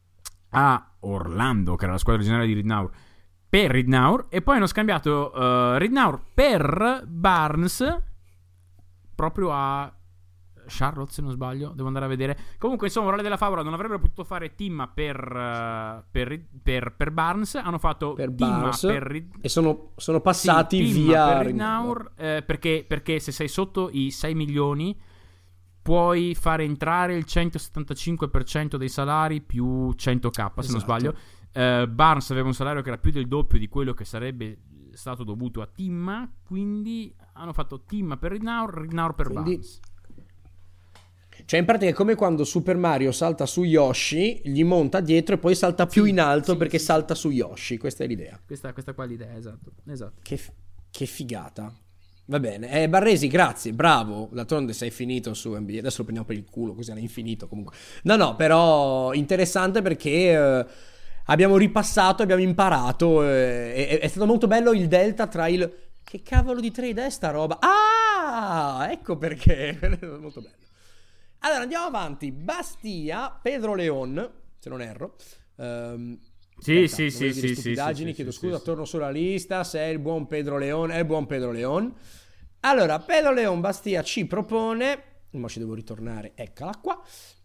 S2: a Orlando, che era la squadra originale di Ridnour, per Ridnour, e poi hanno scambiato uh, Ridnour per Barnes proprio a Charlotte, se non sbaglio, devo andare a vedere. Comunque, insomma, morale della favola, non avrebbero potuto fare Timma per, uh, per, per, per Barnes, hanno fatto
S1: per
S2: Timma
S1: Barnes
S2: per Rid...
S1: e sono, sono passati
S2: sì,
S1: via
S2: per Ridnour, eh, perché, perché se sei sotto i sei milioni puoi fare entrare il centosettantacinque per cento dei salari più cento k, se
S1: esatto.
S2: non sbaglio. Uh, Barnes aveva un salario che era più del doppio di quello che sarebbe stato dovuto a Timma, quindi hanno fatto Timma per Ridnour, Ridnour per
S1: quindi,
S2: Barnes.
S1: Cioè in pratica è come quando Super Mario salta su Yoshi, gli monta dietro e poi salta più
S2: sì,
S1: in alto
S2: sì,
S1: salta
S2: sì,
S1: salta su Yoshi. Questa è l'idea.
S2: Questa, questa qua è l'idea, esatto, esatto.
S1: Che, che figata. Va bene, eh, Barresi, grazie, bravo. D'altronde sei finito su N B A. Adesso lo prendiamo per il culo, così era infinito comunque. No, no, però interessante perché eh, abbiamo ripassato, abbiamo imparato. Eh, è, è stato molto bello il delta tra il... Che cavolo di trade è sta roba? Ah, ecco perché. Molto bello. Allora, andiamo avanti. Bastia, Pedro Leon, se non erro. Um,
S2: Sì,
S1: aspetta,
S2: sì, sì, sì,
S1: stupidaggini,
S2: sì,
S1: chiedo
S2: sì,
S1: scusa,
S2: sì,
S1: torno sulla lista. Se è il buon Pedro Leon, è il buon Pedro Leon. Allora, Pedro Leon Bastia ci propone, ma ci devo ritornare, eccola qua.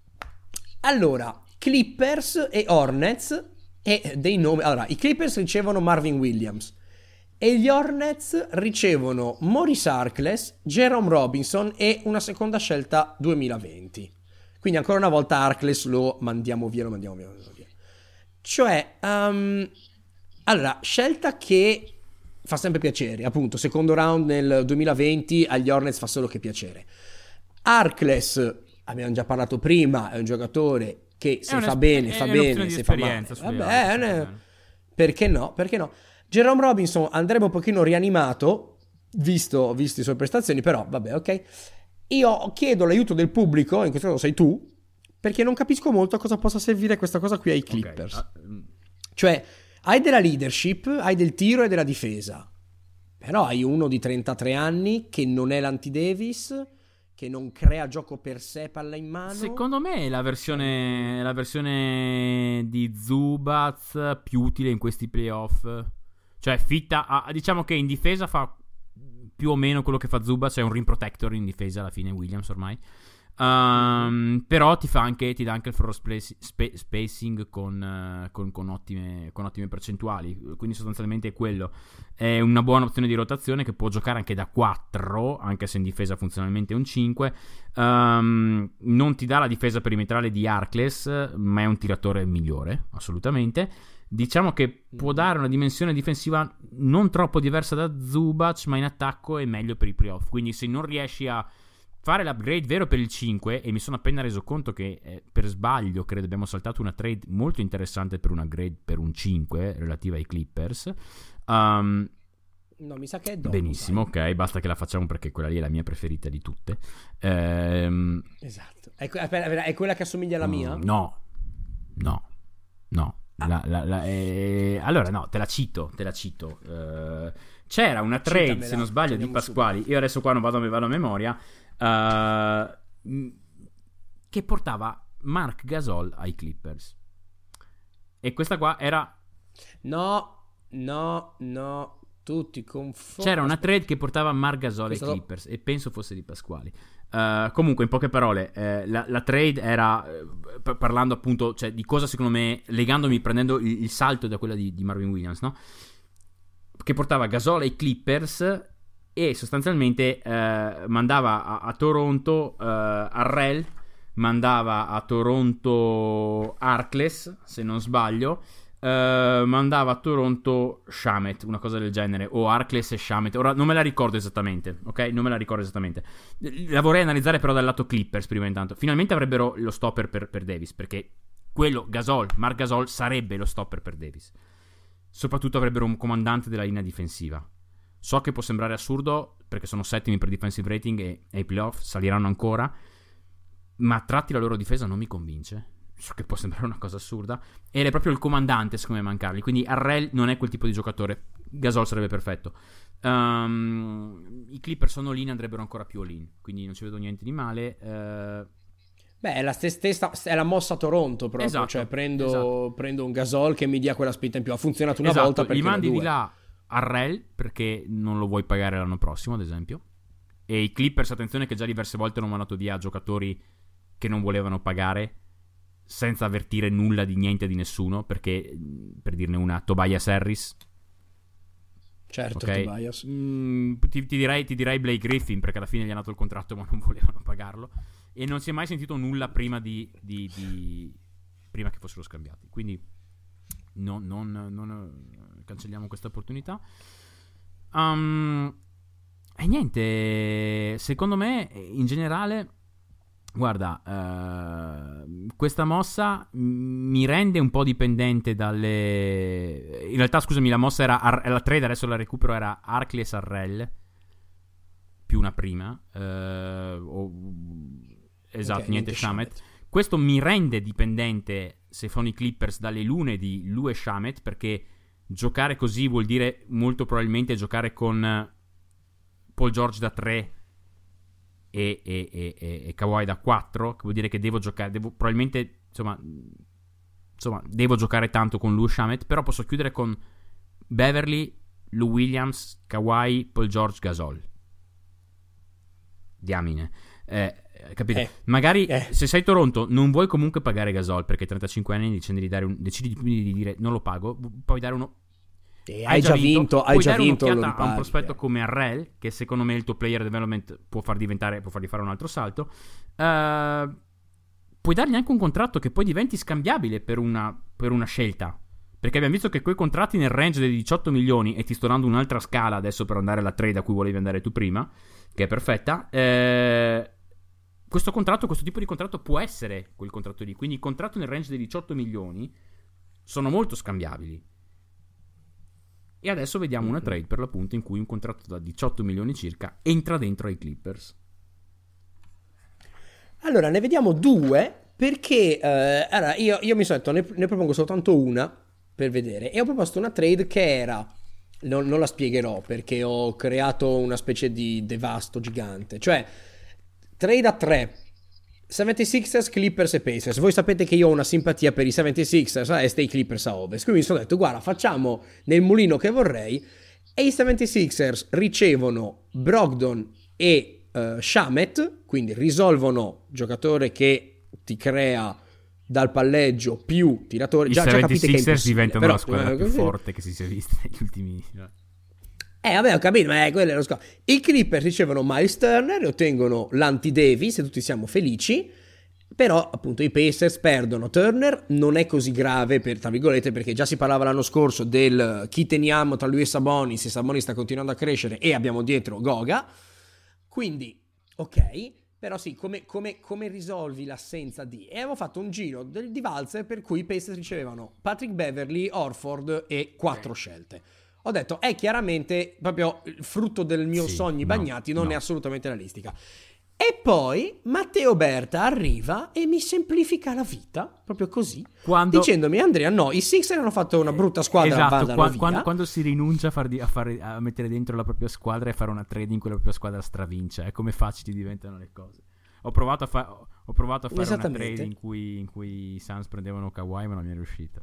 S1: Allora, Clippers e Hornets e dei nomi. Allora, i Clippers ricevono Marvin Williams e gli Hornets ricevono Maurice Harkless, Jerome Robinson e una seconda scelta duemilaventi. Quindi ancora una volta Harkless lo mandiamo via, lo mandiamo via, lo mandiamo via. Cioè, um, allora, scelta che fa sempre piacere, appunto, secondo round nel duemilaventi agli Hornets fa solo che piacere. Harkless, abbiamo già parlato prima, è un giocatore che se fa bene, fa bene, se fa male, va bene, perché no, perché no. Jerome Robinson andrebbe un pochino rianimato, visto, visto le sue prestazioni, però vabbè, ok. Io chiedo l'aiuto del pubblico, in questo caso sei tu, perché non capisco molto a cosa possa servire questa cosa qui ai Clippers. Okay. Uh, cioè, hai della leadership, hai del tiro e della difesa, però hai uno di trentatré anni che non è l'anti-Davis, che non crea gioco per sé, palla in mano.
S2: Secondo me è la versione, la versione di Zubac più utile in questi playoff. Cioè, fitta a, diciamo che in difesa fa più o meno quello che fa Zubac, è un rim protector in difesa alla fine, Williams ormai. Um, però ti fa anche, ti dà anche il floor space, sp- spacing con, uh, con, con, ottime, con ottime percentuali. Quindi sostanzialmente è quello. È una buona opzione di rotazione che può giocare anche da quattro, anche se in difesa funzionalmente è un cinque. Um, non ti dà la difesa perimetrale di Harkless, ma è un tiratore migliore, assolutamente. Diciamo che può dare una dimensione difensiva non troppo diversa da Zubac, ma in attacco è meglio per i playoff. Quindi se non riesci a fare l'upgrade vero per il cinque, e mi sono appena reso conto che eh, per sbaglio credo abbiamo saltato una trade molto interessante per un upgrade per un cinque relativa ai Clippers. Um,
S1: no, mi sa che è dopo.
S2: Benissimo,
S1: sai.
S2: Ok, basta che la facciamo perché quella lì è la mia preferita di tutte. Ehm,
S1: esatto. È, è quella che assomiglia alla mia?
S2: No, no, no. La, la, la, eh, allora no, te la cito, te la cito. Uh, c'era una trade, Citamela, se non sbaglio, di Pasquali. Subito. Io adesso qua non vado, vado a memoria. Uh, che portava Marc Gasol ai Clippers. E questa qua era...
S1: No, no, no. Tutti confondi.
S2: C'era una trade che portava Marc Gasol ai Clippers. E penso fosse di Pasquali. Uh, comunque, in poche parole, eh, la, la trade era eh, parlando appunto, cioè, di cosa secondo me, legandomi, prendendo il, il salto da quella di, di Marvin Williams, no? Che portava Gasol ai Clippers e sostanzialmente eh, mandava a, a Toronto eh, Harrell, mandava a Toronto Harkless, se non sbaglio. Uh, mandava a Toronto Shamet, una cosa del genere, o Harkless e Shamet. Ora non me la ricordo esattamente, ok? Non me la ricordo esattamente. La vorrei analizzare però dal lato Clippers prima intanto. Finalmente avrebbero lo stopper per, per Davis, perché quello, Gasol, Marc Gasol sarebbe lo stopper per Davis. Soprattutto avrebbero un comandante della linea difensiva. So che può sembrare assurdo perché sono settimi per defensive rating e ai playoff saliranno ancora, ma a tratti la loro difesa non mi convince. So che può sembrare una cosa assurda, ed è proprio il comandante secondo me a mancarli. Quindi Harrell non è quel tipo di giocatore. Gasol sarebbe perfetto. Um, I Clippers sono lì, andrebbero ancora più all-in, quindi non ci vedo niente di male. uh,
S1: Beh, è la stessa, è la mossa Toronto proprio,
S2: esatto,
S1: cioè prendo,
S2: esatto.
S1: prendo un Gasol che mi dia quella spinta in più. Ha funzionato una
S2: esatto,
S1: volta, perché
S2: gli mandi
S1: due.
S2: di là Harrell perché non lo vuoi pagare l'anno prossimo, ad esempio. E i Clippers, attenzione, che già diverse volte hanno mandato via giocatori che non volevano pagare senza avvertire nulla di niente di nessuno, perché, per dirne una, Tobias Harris,
S1: certo,
S2: okay.
S1: Tobias.
S2: Mm, ti, ti, direi, ti direi Blake Griffin, perché alla fine gli hanno dato il contratto ma non volevano pagarlo, e non si è mai sentito nulla prima di, di, di prima che fossero scambiati, quindi non, non, non cancelliamo questa opportunità. Um, e niente, secondo me in generale, guarda, uh, questa mossa mi rende un po' dipendente dalle... In realtà, scusami, la mossa era Ar- la trade, adesso la recupero, era Harkless Harrell più una prima, uh, o... esatto,
S1: okay,
S2: niente,
S1: niente
S2: Shamet.
S1: Shamet.
S2: Questo mi rende dipendente, se sono i Clippers, dalle lune di Lou e Shamet, perché giocare così vuol dire molto probabilmente giocare con Paul George da tre e, e, e, e, e Kawhi da quattro, che vuol dire che devo giocare, devo probabilmente, insomma, insomma, devo giocare tanto con Lou e Shamet, però posso chiudere con Beverly, Lou Williams, Kawhi, Paul George, Gasol. Diamine. Eh, capito? Eh, Magari eh. se sei Toronto non vuoi comunque pagare Gasol, perché trentacinque anni decidi di dare un, decidi di dire non lo pago, puoi dare uno.
S1: E hai già vinto, vinto hai
S2: puoi
S1: già
S2: dare
S1: vinto
S2: un'occhiata a un prospetto
S1: eh.
S2: come Harrell, che secondo me il tuo player development può far diventare, può fargli fare un altro salto. Uh, puoi dargli anche un contratto che poi diventi scambiabile per una, per una scelta, perché abbiamo visto che quei contratti nel range dei diciotto milioni, e ti sto dando un'altra scala adesso per andare alla trade a cui volevi andare tu prima, che è perfetta. Eh, questo contratto, questo tipo di contratto può essere quel contratto lì. Quindi il contratto nel range dei diciotto milioni sono molto scambiabili. E adesso vediamo una trade per l'appunto in cui un contratto da diciotto milioni circa entra dentro ai Clippers.
S1: Allora, ne vediamo due, perché eh, allora, io, io mi sono detto, ne, ne propongo soltanto una per vedere, e ho proposto una trade che era, non, non la spiegherò perché ho creato una specie di devasto gigante, cioè trade a tre, settantasei ers, Clippers e Pacers. Voi sapete che io ho una simpatia per i settantasei ers a est e i Clippers a ovest, quindi mi sono detto, guarda, facciamo nel mulino che vorrei, e i settantasei ers ricevono Brogdon e uh, Shamet, quindi risolvono giocatore che ti crea dal palleggio più tiratore.
S2: I
S1: già, già capite che è
S2: settantasei ers diventano
S1: però,
S2: la squadra
S1: eh,
S2: più
S1: così...
S2: forte che si sia vista negli ultimi...
S1: Eh vabbè, ho capito, ma è quello è lo scopo. I Clippers ricevono Miles Turner e ottengono l'anti-Davis e tutti siamo felici. Però appunto i Pacers perdono Turner, non è così grave per, tra virgolette, perché già si parlava l'anno scorso del chi teniamo tra lui e Sabonis, e Sabonis sta continuando a crescere e abbiamo dietro Goga, quindi ok, però sì, come, come, come risolvi l'assenza di... E avevo fatto un giro del, di valzer per cui i Pacers ricevevano Patrick Beverly, Horford e quattro scelte. Ho detto, è chiaramente proprio il frutto del mio
S2: sì,
S1: sogni
S2: no,
S1: bagnati, non
S2: no.
S1: è assolutamente realistica. E poi Matteo Berta arriva e mi semplifica la vita, proprio così, quando... dicendomi, Andrea, no, i Sixers hanno fatto una brutta squadra,
S2: esatto,
S1: vadano
S2: qua,
S1: via.
S2: Quando, quando si rinuncia a, far di, a, fare, a mettere dentro la propria squadra e fare una trade in cui la propria squadra stravince, è come facili diventano le cose. Ho provato a, fa- ho provato a fare una trade in cui, in cui i Suns prendevano Kawhi, ma non mi è riuscita.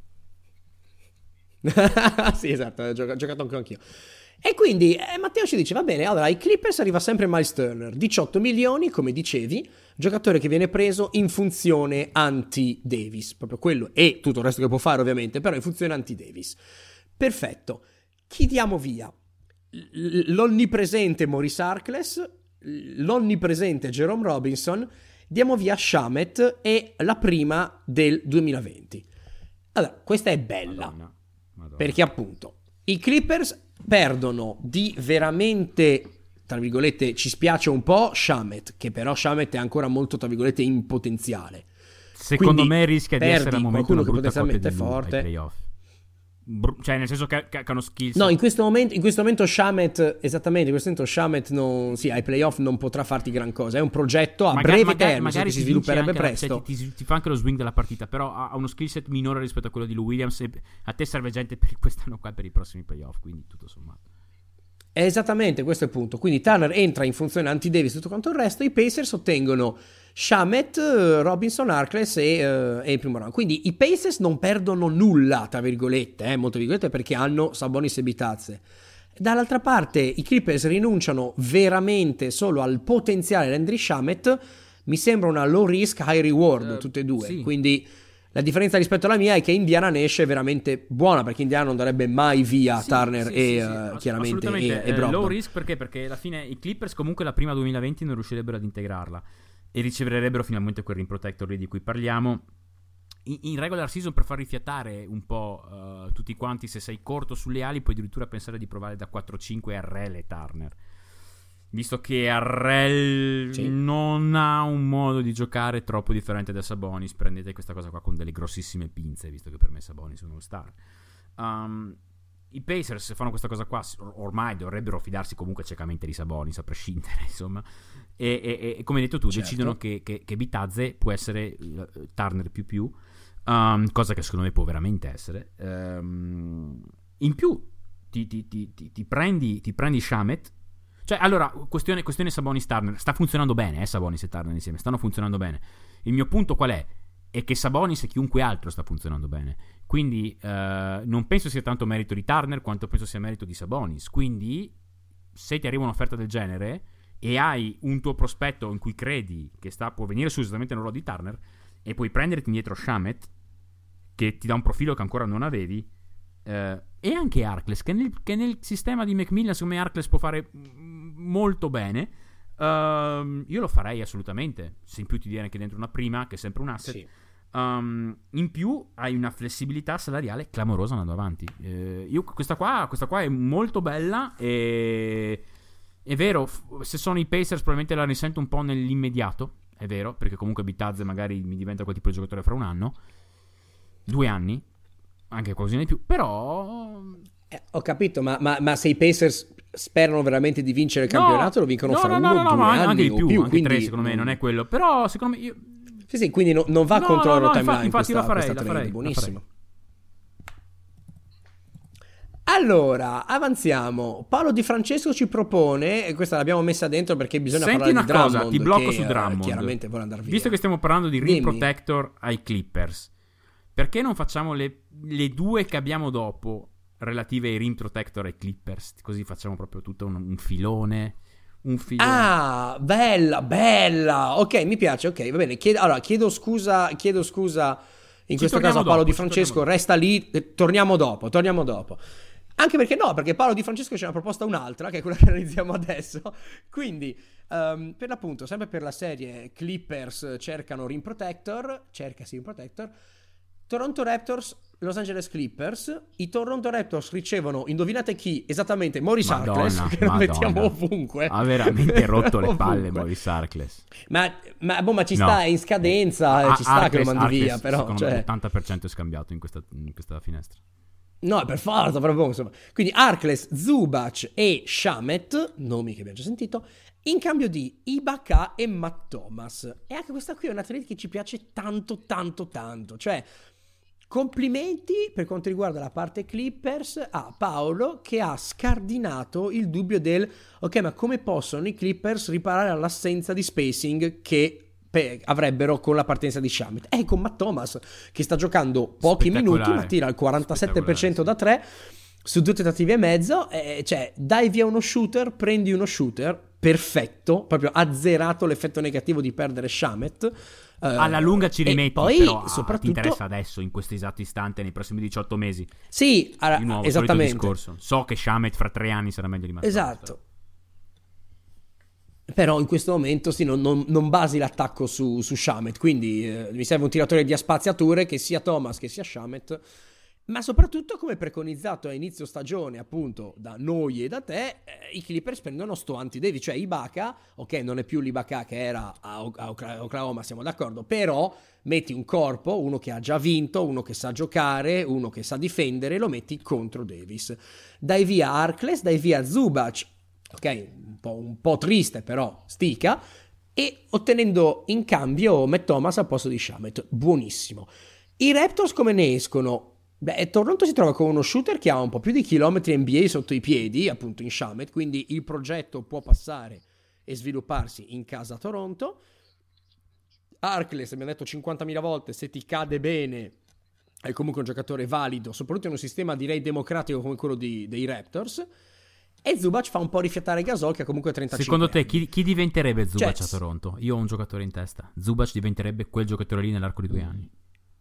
S1: Sì, esatto, ho giocato, giocato anche anch'io. E quindi eh, Matteo ci dice, va bene, allora ai Clippers arriva sempre Miles Turner, diciotto milioni, come dicevi, giocatore che viene preso in funzione anti-Davis, proprio quello, e tutto il resto che può fare ovviamente, però in funzione anti-Davis. Perfetto. Chi diamo via? L- l'onnipresente Maurice Harkless, l'onnipresente Jerome Robinson, diamo via Shamet e la prima del duemilaventi. Allora, questa è bella, Madonna. Madonna. Perché appunto i Clippers perdono di veramente, tra virgolette, ci spiace un po' Shamet, che però Shamet è ancora molto, tra virgolette, in potenziale.
S2: Secondo
S1: Quindi
S2: me rischia di essere al momento una brutta potenzialmente
S1: forte.
S2: Playoff. br- cioè nel senso che, che hanno skills.
S1: No, in questo momento, in questo momento Shamet, esattamente, in questo momento Shamet non, sì, ai playoff non potrà farti gran cosa. È un progetto a
S2: magari,
S1: breve
S2: magari,
S1: termine,
S2: magari
S1: che si svilupperebbe
S2: anche,
S1: presto.
S2: cioè, ti, ti, ti fa anche lo swing della partita, però ha, ha uno skill set minore rispetto a quello di Lou Williams e a te serve gente per quest'anno qua, per i prossimi playoff, quindi tutto sommato.
S1: È esattamente questo è il punto. Quindi Turner entra in funzione anti-Davis, tutto quanto il resto. I Pacers ottengono Shamet, Robinson, Harkless e, uh, e il primo round. Quindi i Pacers non perdono nulla, tra virgolette, eh, molte virgolette, perché hanno Sabonis e Bitadze. Dall'altra parte i Clippers rinunciano veramente solo al potenziale Landry Shamet. Mi sembra una low risk, high reward, uh, tutte e due. Sì. Quindi la differenza rispetto alla mia è che Indiana ne esce veramente buona, perché Indiana non darebbe mai via sì, Turner sì, e sì, uh, sì, chiaramente e, e
S2: Brogdon. Low risk perché? Perché alla fine i Clippers comunque la prima duemilaventi non riuscirebbero ad integrarla e riceverebbero finalmente quel rim protector lì di cui parliamo. In, in regular season, per far rifiatare un po' uh, tutti quanti, se sei corto sulle ali puoi addirittura pensare di provare da quattro cinque Harrell e Turner, visto che Harrell sì. non ha un modo di giocare troppo differente da Sabonis. Prendete questa cosa qua con delle grossissime pinze, visto che per me Sabonis è uno star. um, I Pacers, se fanno questa cosa qua, ormai dovrebbero fidarsi comunque ciecamente di Sabonis, a prescindere, insomma. E, e, e come hai detto tu, certo. decidono che, che, che Bitadze può essere uh, Turner più più, um, cosa che secondo me può veramente essere. Um, in più ti, ti, ti, ti, ti prendi ti prendi Shamet. Cioè, allora, questione, questione Sabonis-Turner. Sta funzionando bene, eh, Sabonis e Turner insieme. Stanno funzionando bene. Il mio punto qual è? È che Sabonis e chiunque altro sta funzionando bene. Quindi uh, non penso sia tanto merito di Turner quanto penso sia merito di Sabonis. Quindi, se ti arriva un'offerta del genere e hai un tuo prospetto in cui credi che sta, può venire su esattamente nel ruolo di Turner, e puoi prenderti indietro Shamet, che ti dà un profilo che ancora non avevi, uh, e anche Harkless, che nel, che nel sistema di McMillan secondo me Harkless può fare molto bene. Uh, io lo farei assolutamente. Se in più ti viene anche dentro una prima, che è sempre un asset, sì. um, in più hai una flessibilità salariale clamorosa andando avanti. uh, io, questa qua questa qua è molto bella e è vero, f- se sono i Pacers probabilmente la risento un po' nell'immediato, è vero, perché comunque Bitadze magari mi diventa quel tipo di giocatore fra un anno, due anni, anche qualcosina di più, però
S1: eh, ho capito, ma, ma, ma se i Pacers sperano veramente di vincere il campionato,
S2: no,
S1: lo vincono
S2: no,
S1: fra
S2: no,
S1: uno
S2: no,
S1: o
S2: no,
S1: due
S2: ma
S1: anni
S2: anche di più,
S1: o più,
S2: anche
S1: quindi
S2: tre secondo me non è quello, però secondo me io...
S1: sì sì, quindi no, non va
S2: no,
S1: contro
S2: no,
S1: la loro
S2: no,
S1: timeline,
S2: infatti, infatti
S1: questa,
S2: la farei,
S1: questa
S2: la
S1: trade,
S2: farei,
S1: buonissimo.
S2: La farei.
S1: Allora, avanziamo. Paolo Di Francesco ci propone, e questa l'abbiamo messa dentro perché bisogna
S2: Senti
S1: parlare
S2: una
S1: di Drummond,
S2: cosa, ti blocco
S1: che,
S2: su Drummond.
S1: Chiaramente vuole andare via.
S2: Visto che stiamo parlando di rim
S1: Dimmi.
S2: protector ai Clippers, perché non facciamo le, le due che abbiamo dopo relative ai rim protector ai Clippers? Così facciamo proprio tutto un, un filone. Un filone.
S1: Ah, bella, bella. Ok, mi piace, ok, va bene. Chiedo, allora, chiedo scusa, chiedo scusa in
S2: Ci
S1: questo caso a Paolo
S2: dopo,
S1: Di Francesco, resta lì, eh, torniamo dopo, torniamo dopo. Anche perché no, perché Paolo Di Francesco ci ha proposta un'altra, che è quella che analizziamo adesso. Quindi, um, per l'appunto, sempre per la serie Clippers cercano rim protector, cercasi rim protector, Toronto Raptors, Los Angeles Clippers. I Toronto Raptors ricevono, indovinate chi? Esattamente Maurice Harkless, che lo mettiamo ovunque.
S2: Ha veramente rotto le palle Maurice Harkless.
S1: Ma, ma, boh, ma ci
S2: no.
S1: sta, è in scadenza,
S2: A-
S1: ci sta
S2: Harkless,
S1: che lo mandi
S2: Harkless,
S1: via, però.
S2: Secondo
S1: Cioè...
S2: me l'ottanta per cento è scambiato in questa, in questa finestra.
S1: No, per forza, proprio, insomma. Quindi Harkless, Zubac e Shamet, nomi che abbiamo già sentito, in cambio di Ibaka e Matt Thomas. E anche questa qui è una trade che ci piace tanto, tanto, tanto. Cioè, complimenti per quanto riguarda la parte Clippers a Paolo, che ha scardinato il dubbio del ok, ma come possono i Clippers riparare all'assenza di spacing che Pe- avrebbero con la partenza di Shamet. E con Matt Thomas che sta giocando pochi minuti ma tira il quarantasette per cento da tre su due tentativi e mezzo, eh, cioè dai via uno shooter, prendi uno shooter perfetto, proprio azzerato l'effetto negativo di perdere Shamet. Eh,
S2: alla lunga ci rimetti,
S1: poi,
S2: però
S1: soprattutto...
S2: ti interessa adesso, in questo esatto istante, nei prossimi diciotto mesi.
S1: Sì,
S2: di nuovo, esattamente. Discorso. So che Shamet fra tre anni sarà meglio di Matt
S1: esatto.
S2: Thomas,
S1: però in questo momento sì, non, non, non basi l'attacco su, su Shamet, quindi eh, mi serve un tiratore di spaziature che sia Thomas che sia Shamet Ma soprattutto, come preconizzato a inizio stagione, appunto, da noi e da te, eh, i Clippers prendono sto Anthony Davis, cioè Ibaka, ok, non è più l'Ibaka che era a, a Oklahoma, siamo d'accordo, però metti un corpo, uno che ha già vinto, uno che sa giocare, uno che sa difendere, lo metti contro Davis. Dai via Harkless, dai via Zubac, ok, un po', un po' triste, però stica, e ottenendo in cambio Matt Thomas al posto di Shamet, buonissimo. I Raptors come ne escono? Beh, Toronto si trova con uno shooter che ha un po' più di chilometri N B A sotto i piedi, appunto in Shamet, quindi il progetto può passare e svilupparsi in casa a Toronto. Harkless, abbiamo detto cinquantamila volte, se ti cade bene è comunque un giocatore valido, soprattutto in un sistema direi democratico come quello di, dei Raptors. E Zubac fa un po' rifiatare Gasol, che ha comunque trentacinque
S2: Secondo te
S1: anni.
S2: chi, chi diventerebbe Zubac
S1: Cioè,
S2: a Toronto? Io ho un giocatore in testa. Zubac diventerebbe quel giocatore lì nell'arco di due anni.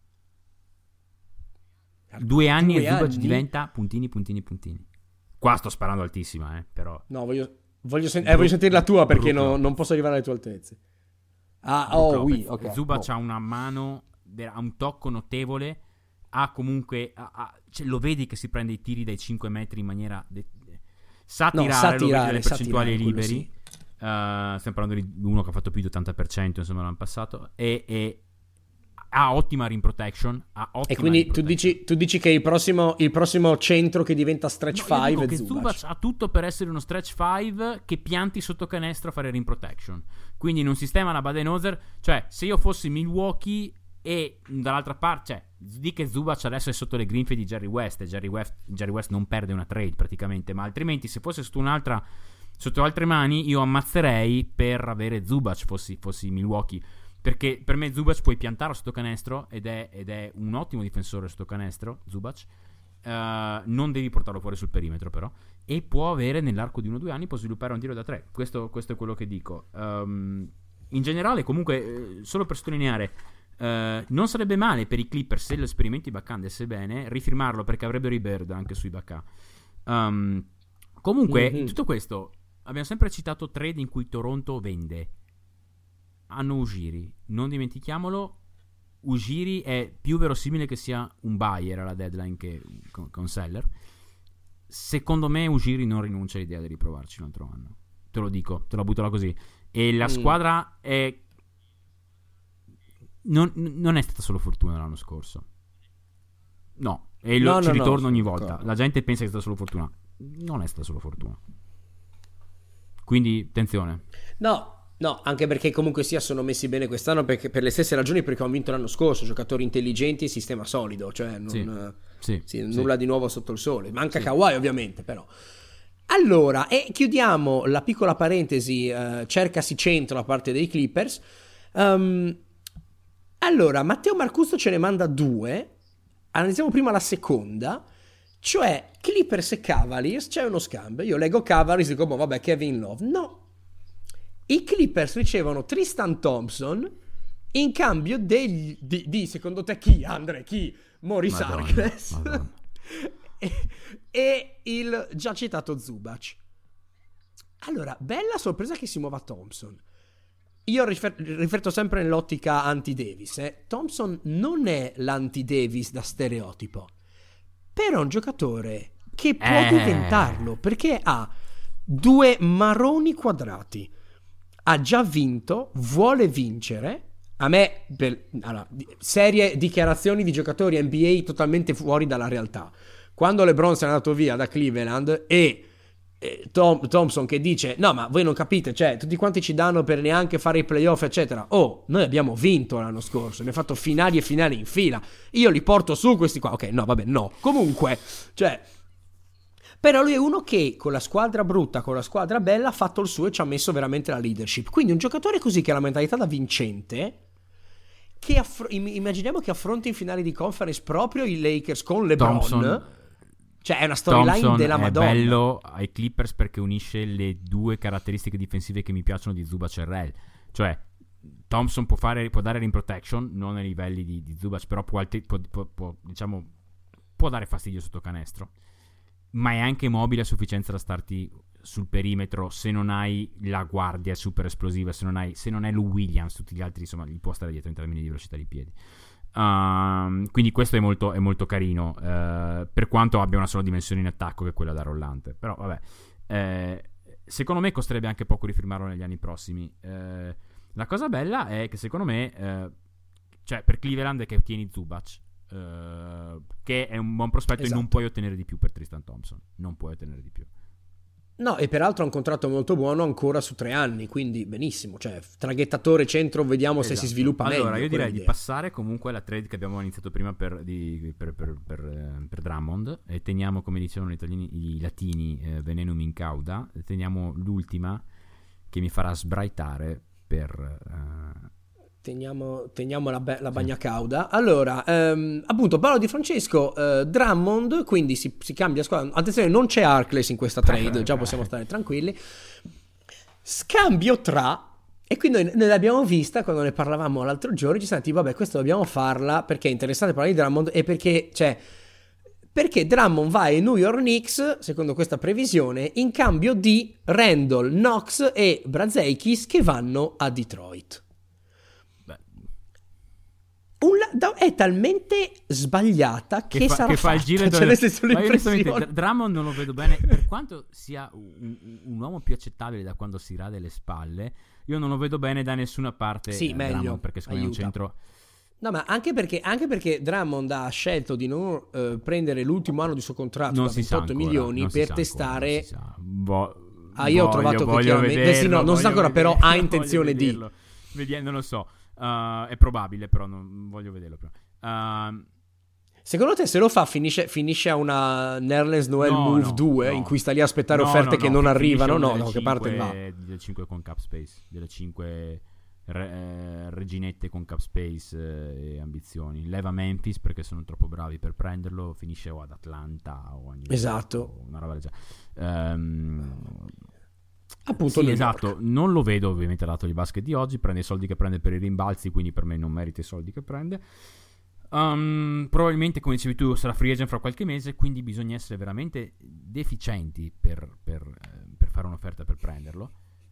S2: Due anni
S1: due
S2: e Zubac
S1: anni?
S2: diventa puntini, puntini, puntini. Qua sto sparando altissima, eh, però.
S1: No, voglio, voglio, sen- eh, voglio sentire la tua, perché no, non posso arrivare alle tue altezze. Ah, oh, oui, ok.
S2: Zubac
S1: oh.
S2: ha una mano, ha un tocco notevole, ha comunque, ha, ha, cioè, lo vedi che si prende i tiri dai cinque metri in maniera... De- sa tirare,
S1: no, sa
S2: lo
S1: tirare,
S2: vedi le percentuali
S1: tirare,
S2: liberi.
S1: sì.
S2: Uh, stiamo parlando di uno che ha fatto più di ottanta per cento insomma l'anno passato, e... e ha ottima rim protection, ha ottima
S1: e quindi
S2: rim
S1: tu dici, tu dici che il prossimo, il prossimo centro che diventa stretch
S2: no,
S1: five è
S2: che
S1: Zubac.
S2: Zubac ha tutto per essere uno stretch five che pianti sotto canestro a fare rim protection, quindi in un sistema alla Baden-Holzer, cioè se io fossi Milwaukee e dall'altra parte, cioè di che Zubac adesso è sotto le grinfie di Jerry West e Jerry West, Jerry West non perde una trade praticamente, ma altrimenti se fosse sotto un'altra, sotto altre mani, io ammazzerei per avere Zubac fossi, fossi Milwaukee. Perché per me Zubac puoi piantarlo sotto canestro ed è, ed è un ottimo difensore sotto canestro, Zubac. Uh, non devi portarlo fuori sul perimetro però. E può avere nell'arco di uno o due anni, può sviluppare un tiro da tre. Questo, questo è quello che dico. Um, in generale comunque, eh, solo per sottolineare, uh, non sarebbe male per i Clippers se l'esperimento Ibaka andasse bene, rifirmarlo perché avrebbero i Bird anche su Ibaka. Um, comunque,
S1: mm-hmm.
S2: in tutto questo, abbiamo sempre citato trade in cui Toronto vende. Hanno Ujiri, non dimentichiamolo, Ujiri è più verosimile che sia un buyer alla deadline che con, con seller. Secondo me Ujiri non rinuncia all'idea di riprovarci un altro anno, te lo dico, te la butto là così. E la mm. squadra è non, non è stata solo fortuna l'anno scorso, no, e lo,
S1: no,
S2: ci
S1: no,
S2: ritorno
S1: no,
S2: ogni volta. La gente pensa che sia stata solo fortuna, non è stata solo fortuna, quindi attenzione.
S1: No, no, anche perché comunque sia sono messi bene quest'anno perché, per le stesse ragioni perché hanno vinto l'anno scorso, giocatori intelligenti e sistema solido, cioè non,
S2: sì, sì,
S1: sì,
S2: sì.
S1: nulla di nuovo sotto il sole. Manca
S2: sì.
S1: Kawhi ovviamente, però. Allora, e chiudiamo la piccola parentesi, uh, cercasi centro da parte dei Clippers. Um, allora, Matteo Marcusto ce ne manda due. Analizziamo prima la seconda, cioè Clippers e Cavaliers, c'è uno scambio. Io leggo Cavaliers e dico, boh, vabbè, Kevin Love. No. I Clippers ricevono Tristan Thompson in cambio degli, di, di, secondo te chi, Andre? Chi? Maurice Harkless e, e il già citato Zubac. Allora, bella sorpresa che si muova Thompson. Io rifer- riferto sempre nell'ottica anti-Davis. Eh. Thompson non è l'anti-Davis da stereotipo, però è un giocatore che può
S2: eh.
S1: diventarlo, perché ha due maroni quadrati. Ha già vinto, vuole vincere. A me, per, allora, serie dichiarazioni di giocatori N B A totalmente fuori dalla realtà. Quando LeBron si è andato via da Cleveland e, e Tom, Thompson che dice no ma voi non capite, cioè tutti quanti ci danno per neanche fare i playoff eccetera. Oh, noi abbiamo vinto l'anno scorso, ne ho fatto finali e finali in fila, io li porto su questi qua. Ok, no vabbè, no, comunque, cioè, però lui è uno che con la squadra brutta, con la squadra bella ha fatto il suo e ci ha messo veramente la leadership. Quindi un giocatore così che ha la mentalità da vincente, che affr- immaginiamo che affronti in finale di conference proprio i Lakers con LeBron. Thompson, cioè è una storyline
S2: Thompson
S1: della
S2: è
S1: Madonna. È
S2: bello ai Clippers perché unisce le due caratteristiche difensive che mi piacciono di Zubac e Rel. Cioè Thompson può, fare, può dare rim protection, non ai livelli di, di Zubac, però può, può, può, può, diciamo, può dare fastidio sotto canestro, ma è anche mobile a sufficienza da starti sul perimetro se non hai la guardia super esplosiva, se non hai se non è Lou Williams, tutti gli altri insomma gli può stare dietro in termini di velocità di piedi. Uh, quindi questo è molto, è molto carino, uh, per quanto abbia una sola dimensione in attacco, che è quella da rollante. Però vabbè, eh, secondo me costerebbe anche poco rifirmarlo negli anni prossimi. Uh, la cosa bella è che secondo me, uh, cioè per Cleveland è che ottieni Zubac, uh, che è un buon prospetto. Esatto. E non puoi ottenere di più per Tristan Thompson, non puoi ottenere di più.
S1: No, e peraltro ha un contratto molto buono ancora su tre anni, quindi benissimo, cioè traghettatore centro, vediamo esatto. se si sviluppa
S2: allora,
S1: meglio.
S2: Allora io direi di passare comunque alla trade che abbiamo iniziato prima per, di, per, per, per, eh, per Drummond, e teniamo, come dicevano gli, italiani, i latini, eh, venenum in cauda, e teniamo l'ultima che mi farà sbraitare per... Eh,
S1: Teniamo, teniamo la, be- la bagna cauda. Allora, ehm, appunto, parlo di Francesco eh, Drummond, quindi si, si cambia squadra. Attenzione, non c'è Harkless in questa trade, già possiamo stare tranquilli. Scambio tra... E quindi noi, noi l'abbiamo vista quando ne parlavamo l'altro giorno, ci siamo detti, vabbè, questo dobbiamo farla perché è interessante parlare di Drummond e perché, cioè... Perché Drummond va ai New York Knicks, secondo questa previsione, in cambio di Randall, Knox e Brazdeikis che vanno a Detroit. Un la- è talmente sbagliata che, che fa, sarà
S2: che fa il giro
S1: fatta,
S2: dove...
S1: cioè,
S2: ma io onestamente Drummond non lo vedo bene, per quanto sia un, un uomo più accettabile da quando si rade le spalle, io non lo vedo bene da nessuna parte.
S1: Sì,
S2: eh,
S1: meglio,
S2: Drummond, perché secondo me è un centro.
S1: No, ma anche perché, anche perché Drummond ha scelto di non uh, prendere l'ultimo anno di suo contratto
S2: non
S1: da ventotto milioni per testare.
S2: Vo-
S1: ah, io
S2: voglio,
S1: ho trovato che chiaramente
S2: vederlo,
S1: sì, no, non si sa ancora,
S2: vederlo,
S1: però ha intenzione di.
S2: Vedi, non lo so. Uh, è probabile, però non voglio vederlo. Però. Uh,
S1: Secondo te, se lo fa, finisce, finisce a una Nerlens Noel
S2: no,
S1: Move
S2: no,
S1: due
S2: no.
S1: in cui sta lì a aspettare
S2: no,
S1: offerte
S2: no,
S1: che
S2: no,
S1: non arrivano? No,
S2: da
S1: che parte va?
S2: Delle cinque con cap space, delle cinque re, eh, reginette con cap space eh, e ambizioni. Leva Memphis perché sono troppo bravi per prenderlo, finisce o ad Atlanta o a New York,
S1: esatto.
S2: O una roba del genere. Um,
S1: Appunto,
S2: sì, esatto, non lo vedo ovviamente dato il basket di oggi, prende i soldi che prende per i rimbalzi, quindi per me non merita i soldi che prende. Um, probabilmente, come dicevi tu, sarà free agent fra qualche mese, quindi bisogna essere veramente deficienti per, per, eh, per fare un'offerta per prenderlo.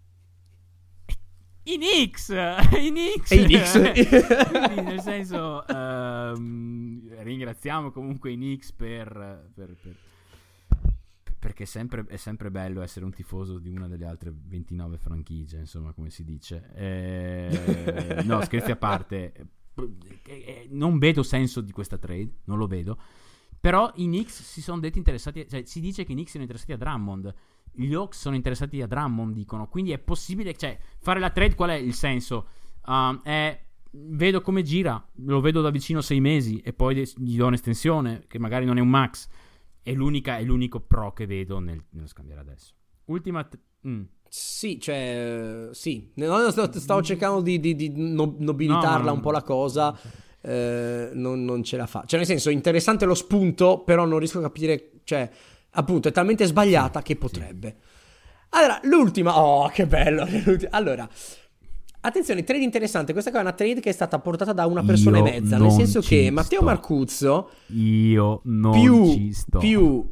S2: I Knicks! I Knicks!
S1: E i Knicks!
S2: Quindi, nel senso, um, ringraziamo comunque i Knicks per... per, per perché è sempre, è sempre bello essere un tifoso di una delle altre ventinove franchigie, insomma, come si dice. Eh, no, scherzi a parte, non vedo senso di questa trade, non lo vedo. Però i Knicks si sono detti interessati, cioè si dice che i Knicks siano interessati a Drummond, gli Hawks sono interessati a Drummond, dicono, quindi è possibile, cioè, fare la trade. Qual è il senso? Um, è, vedo come gira, lo vedo da vicino sei mesi e poi gli do un'estensione che magari non è un max. È l'unica, è l'unico pro che vedo nel, nello scambiare adesso. Ultima... T- mm.
S1: Sì, cioè... Sì. No, stavo cercando di, di, di nobilitarla no, un po' la cosa. Eh, non, non ce la fa. Cioè, nel senso, interessante lo spunto, però non riesco a capire... Cioè, appunto, è talmente sbagliata sì, che potrebbe. Sì. Allora, l'ultima... Oh, che bello! Allora... Attenzione, trade interessante. Questa qua è una trade che è stata portata da una persona
S2: Io
S1: e mezza. Nel senso che Matteo
S2: sto.
S1: Marcuzzo
S2: Io non
S1: più,
S2: ci sto.
S1: Più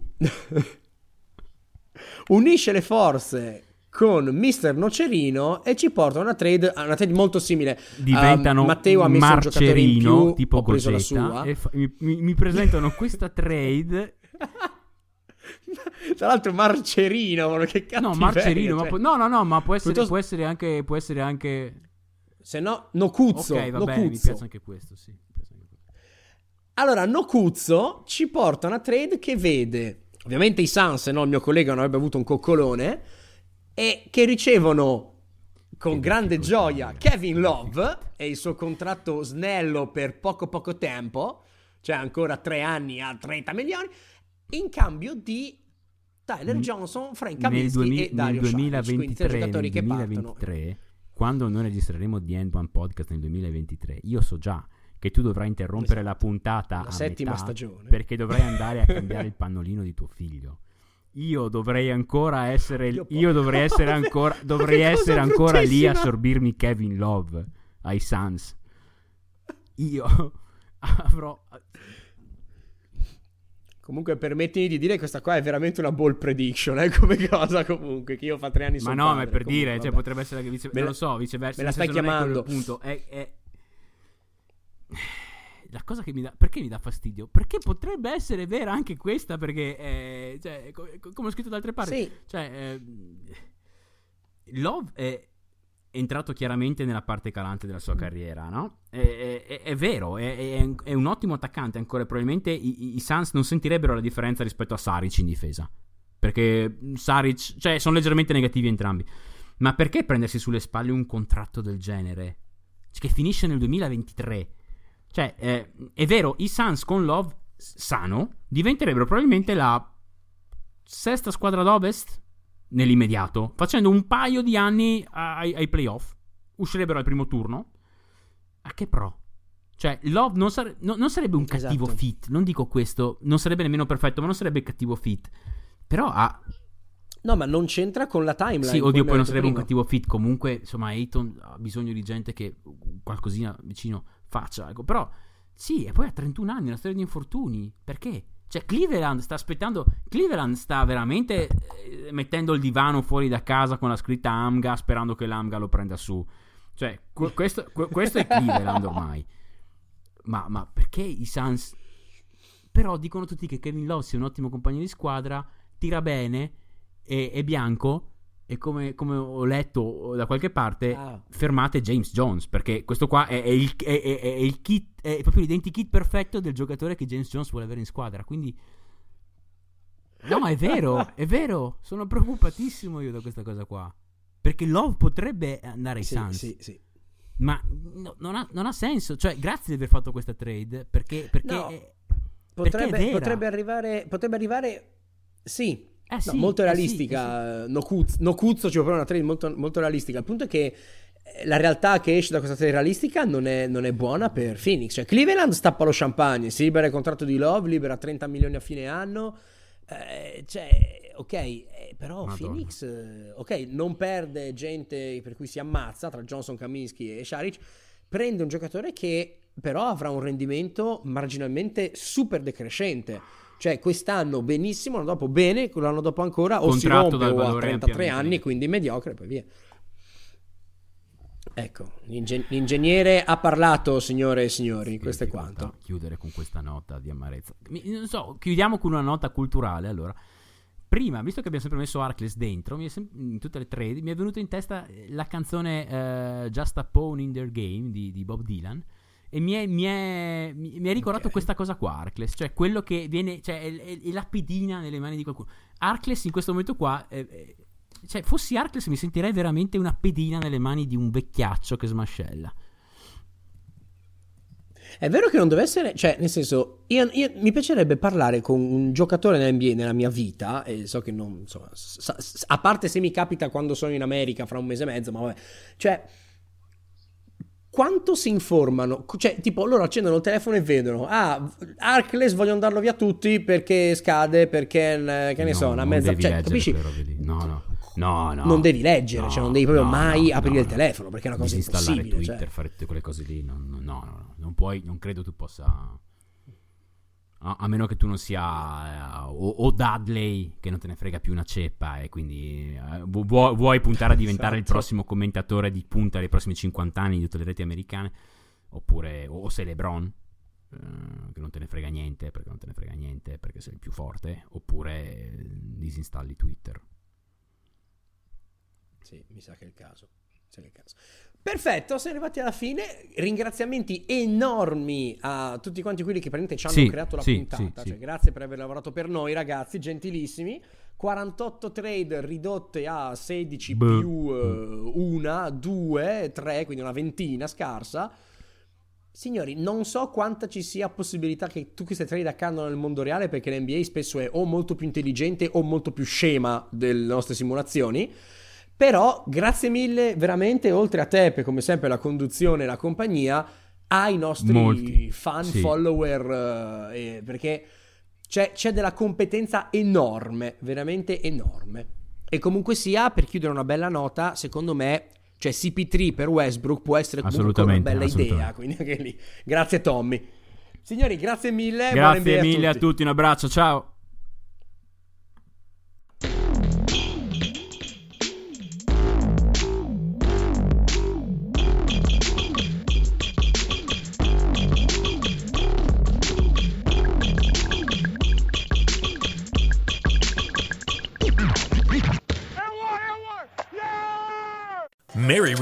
S1: unisce le forze con mister Nocerino e ci porta una trade, una trade molto simile.
S2: Diventano
S1: um, Matteo ha messo un giocatore in più,
S2: tipo
S1: ho preso la
S2: Gogetta,
S1: sua.
S2: E fa- mi, mi, mi presentano questa trade.
S1: Tra l'altro Marcerino, che cazzo.
S2: No, Marcerino, cioè. ma pu- no, no, no, ma può essere,
S1: Piuttosto...
S2: può essere anche può essere anche
S1: se no Nocuzzo.
S2: Ok, va
S1: Nocuzzo.
S2: bene, mi piace anche questo, sì. Mi piace anche questo.
S1: Allora, Nocuzzo ci porta una trade che vede, ovviamente i Suns, se no il mio collega non avrebbe avuto un coccolone, e che ricevono con che grande gioia Kevin Love e il suo contratto snello per poco poco tempo, cioè ancora tre anni a trenta milioni, in cambio di Tyler Johnson, Frank Kaminsky
S2: nel duemila,
S1: e Dario
S2: nel
S1: duemilaventitré, quindi tre giocatori
S2: nel
S1: che
S2: duemilaventitré,
S1: partono.
S2: Quando noi registreremo The End One Podcast nel duemilaventitré, io so già che tu dovrai interrompere esatto. la puntata la a
S1: settima
S2: metà
S1: stagione,
S2: perché dovrai andare a cambiare il pannolino di tuo figlio. Io dovrei ancora essere io, io dovrei essere ancora dovrei essere ancora lì a sorbirmi Kevin Love ai Suns. Io avrò...
S1: Comunque permettimi di dire che questa qua è veramente una ball prediction, eh, come cosa comunque, che io fa tre anni sono
S2: ma no,
S1: padre,
S2: ma è per
S1: comunque,
S2: dire,
S1: vabbè.
S2: cioè potrebbe essere che vice...
S1: me
S2: non
S1: la,
S2: lo so, viceversa.
S1: Me la stai chiamando.
S2: È, è... la cosa che mi dà, perché mi dà fastidio? Perché potrebbe essere vera anche questa, perché eh, cioè, co- come ho scritto da altre parti,
S1: sì.
S2: cioè eh, Love è entrato chiaramente nella parte calante della sua carriera, no? È, è, è vero, è, è, è un ottimo attaccante ancora, probabilmente i, i Suns non sentirebbero la differenza rispetto a Saric in difesa, perché Saric, cioè sono leggermente negativi entrambi, ma perché prendersi sulle spalle un contratto del genere che finisce nel duemilaventitré? Cioè eh, è vero, i Suns con Love sano diventerebbero probabilmente la sesta squadra d'Ovest nell'immediato, facendo un paio di anni ai, ai playoff, uscirebbero al primo turno. A che pro? Cioè Love non, sare- no, non sarebbe un cattivo
S1: esatto.
S2: fit, non dico questo, non sarebbe nemmeno perfetto, ma non sarebbe cattivo fit, però ha...
S1: No, ma non c'entra con la timeline.
S2: Sì, oddio, poi non sarebbe
S1: prima.
S2: un cattivo fit, comunque insomma Ayton ha bisogno di gente che qualcosina vicino faccia, ecco. Però sì, e poi ha trentuno anni, una storia di infortuni, perché? Cioè Cleveland sta aspettando, Cleveland sta veramente eh, mettendo il divano fuori da casa con la scritta Amga, sperando che l'Amga lo prenda su. Cioè que- questo, que- questo è Cleveland ormai. Ma, ma perché i Suns? Però dicono tutti che Kevin Love sia un ottimo compagno di squadra, tira bene, è, è bianco, e come, come ho letto da qualche parte,
S1: ah.
S2: fermate James Jones, perché questo qua è, è, il, è, è, è il kit, è proprio l'identikit perfetto del giocatore che James Jones vuole avere in squadra. Quindi no, è vero, è vero, sono preoccupatissimo io da questa cosa qua, perché Love potrebbe andare ai
S1: sì,
S2: Suns,
S1: sì, sì.
S2: ma no, non, ha, non ha senso. Cioè grazie di aver fatto questa trade, perché, perché,
S1: no,
S2: è,
S1: potrebbe,
S2: perché è vera.
S1: potrebbe arrivare potrebbe arrivare sì.
S2: Eh
S1: No,
S2: sì,
S1: molto
S2: eh
S1: realistica,
S2: sì, eh sì.
S1: no, cuz, no cuzzo ci vuole una trade molto, molto realistica. Il punto è che la realtà che esce da questa trade realistica non è, non è buona per Phoenix. Cioè Cleveland stappa lo champagne, si libera il contratto di Love, libera trenta milioni a fine anno, eh, cioè ok, eh, però
S2: Madonna.
S1: Phoenix eh, ok, non perde gente per cui si ammazza tra Johnson, Kaminsky e Saric, prende un giocatore che però avrà un rendimento marginalmente super decrescente. Cioè quest'anno benissimo, l'anno dopo bene, l'anno dopo ancora o
S2: Contratto
S1: si rompe
S2: dal
S1: o ha
S2: valore
S1: trentatré
S2: ampiamente
S1: anni, quindi mediocre e poi via. Ecco, l'ingen- l'ingegnere ha parlato, signore e signori,
S2: Sì,
S1: questo è
S2: difficoltà
S1: quanto.
S2: Chiudere con questa nota di amarezza. Mi, non so, chiudiamo con una nota culturale. Allora, prima, visto che abbiamo sempre messo Arkless dentro, mi è sem- in tutte le trade, mi è venuta in testa la canzone uh, Just a Pawn in Their Game di, di Bob Dylan. E mi è, mi è, mi mi è ricordato
S1: Okay.
S2: questa cosa qua, Arkless, cioè quello che viene, cioè è, è, è la pedina nelle mani di qualcuno. Arkless in questo momento qua, è, è, cioè fossi Arkless mi sentirei veramente una pedina nelle mani di un vecchiaccio che smascella.
S1: È vero che non deve essere, cioè nel senso, io, io- mi piacerebbe parlare con un giocatore nell'N B A nella mia vita, e so che non, insomma, sa- s- a parte se mi capita quando sono in America fra un mese e mezzo, ma vabbè, cioè quanto si informano, cioè tipo loro accendono il telefono e vedono, ah, Arkless vogliono darlo via tutti perché scade, perché eh, che ne
S2: No,
S1: so, una
S2: non
S1: mezza,
S2: devi
S1: cioè
S2: leggere
S1: capisci?
S2: quelle robe lì. No, no. No, no.
S1: Non devi leggere,
S2: no,
S1: cioè non devi proprio
S2: no,
S1: mai
S2: no,
S1: aprire
S2: no,
S1: il telefono, perché è una cosa
S2: disinstallare
S1: impossibile,
S2: Twitter,
S1: cioè.
S2: fare tutte quelle cose lì. No, no, no, no, non puoi, non credo tu possa. A, a meno che tu non sia uh, o, o Dudley, che non te ne frega più una ceppa, e quindi uh, vuoi, vuoi puntare a diventare
S1: Esatto.
S2: il prossimo commentatore di punta dei prossimi cinquanta anni di tutte le reti americane, oppure o, o sei LeBron, uh, che non te ne frega niente, perché non te ne frega niente, perché sei il più forte, oppure disinstalli Twitter.
S1: Sì, mi sa che è il caso. Sì, è il caso. Perfetto, siamo arrivati alla fine. Ringraziamenti enormi a tutti quanti quelli che praticamente ci hanno
S2: Sì,
S1: creato la
S2: sì,
S1: puntata.
S2: sì,
S1: Cioè,
S2: sì.
S1: grazie per aver lavorato per noi, ragazzi, gentilissimi. quarantotto trade ridotte a sedici
S2: Beh.
S1: più uh, una, due, tre, quindi una ventina scarsa. Signori, non so quanta ci sia possibilità che tu queste trade accadano nel mondo reale, perché l'N B A spesso è o molto più intelligente o molto più scema delle nostre simulazioni. Però grazie mille veramente, oltre a te per come sempre la conduzione e la compagnia, ai nostri
S2: Molti,
S1: fan,
S2: sì.
S1: follower, eh, eh, perché c'è, c'è della competenza enorme, veramente enorme. E comunque sia, per chiudere una bella nota, secondo me, cioè C P tre per Westbrook può essere comunque una
S2: Assolutamente,
S1: bella idea,
S2: assolutamente.
S1: quindi anche lì. Grazie Tommy. Signori, grazie mille. buon N B A
S2: Grazie mille a tutti, un abbraccio, ciao.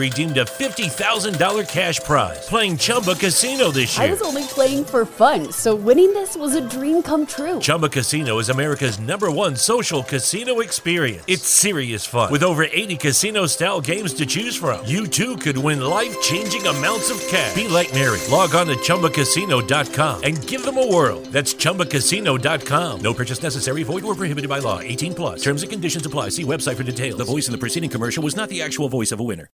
S3: redeemed a fifty thousand dollars cash prize playing Chumba Casino this year.
S4: I was only playing for fun, so winning this was a dream come true.
S3: Chumba Casino is America's number one social casino experience. It's serious fun. With over eighty casino-style games to choose from, you too could win life-changing amounts of cash. Be like Mary. Log on to Chumba Casino dot com and give them a whirl. That's Chumba Casino dot com. No purchase necessary. Void or prohibited by law. eighteen plus. Terms and conditions apply. See website for details. The voice in the preceding commercial was not the actual voice of a winner.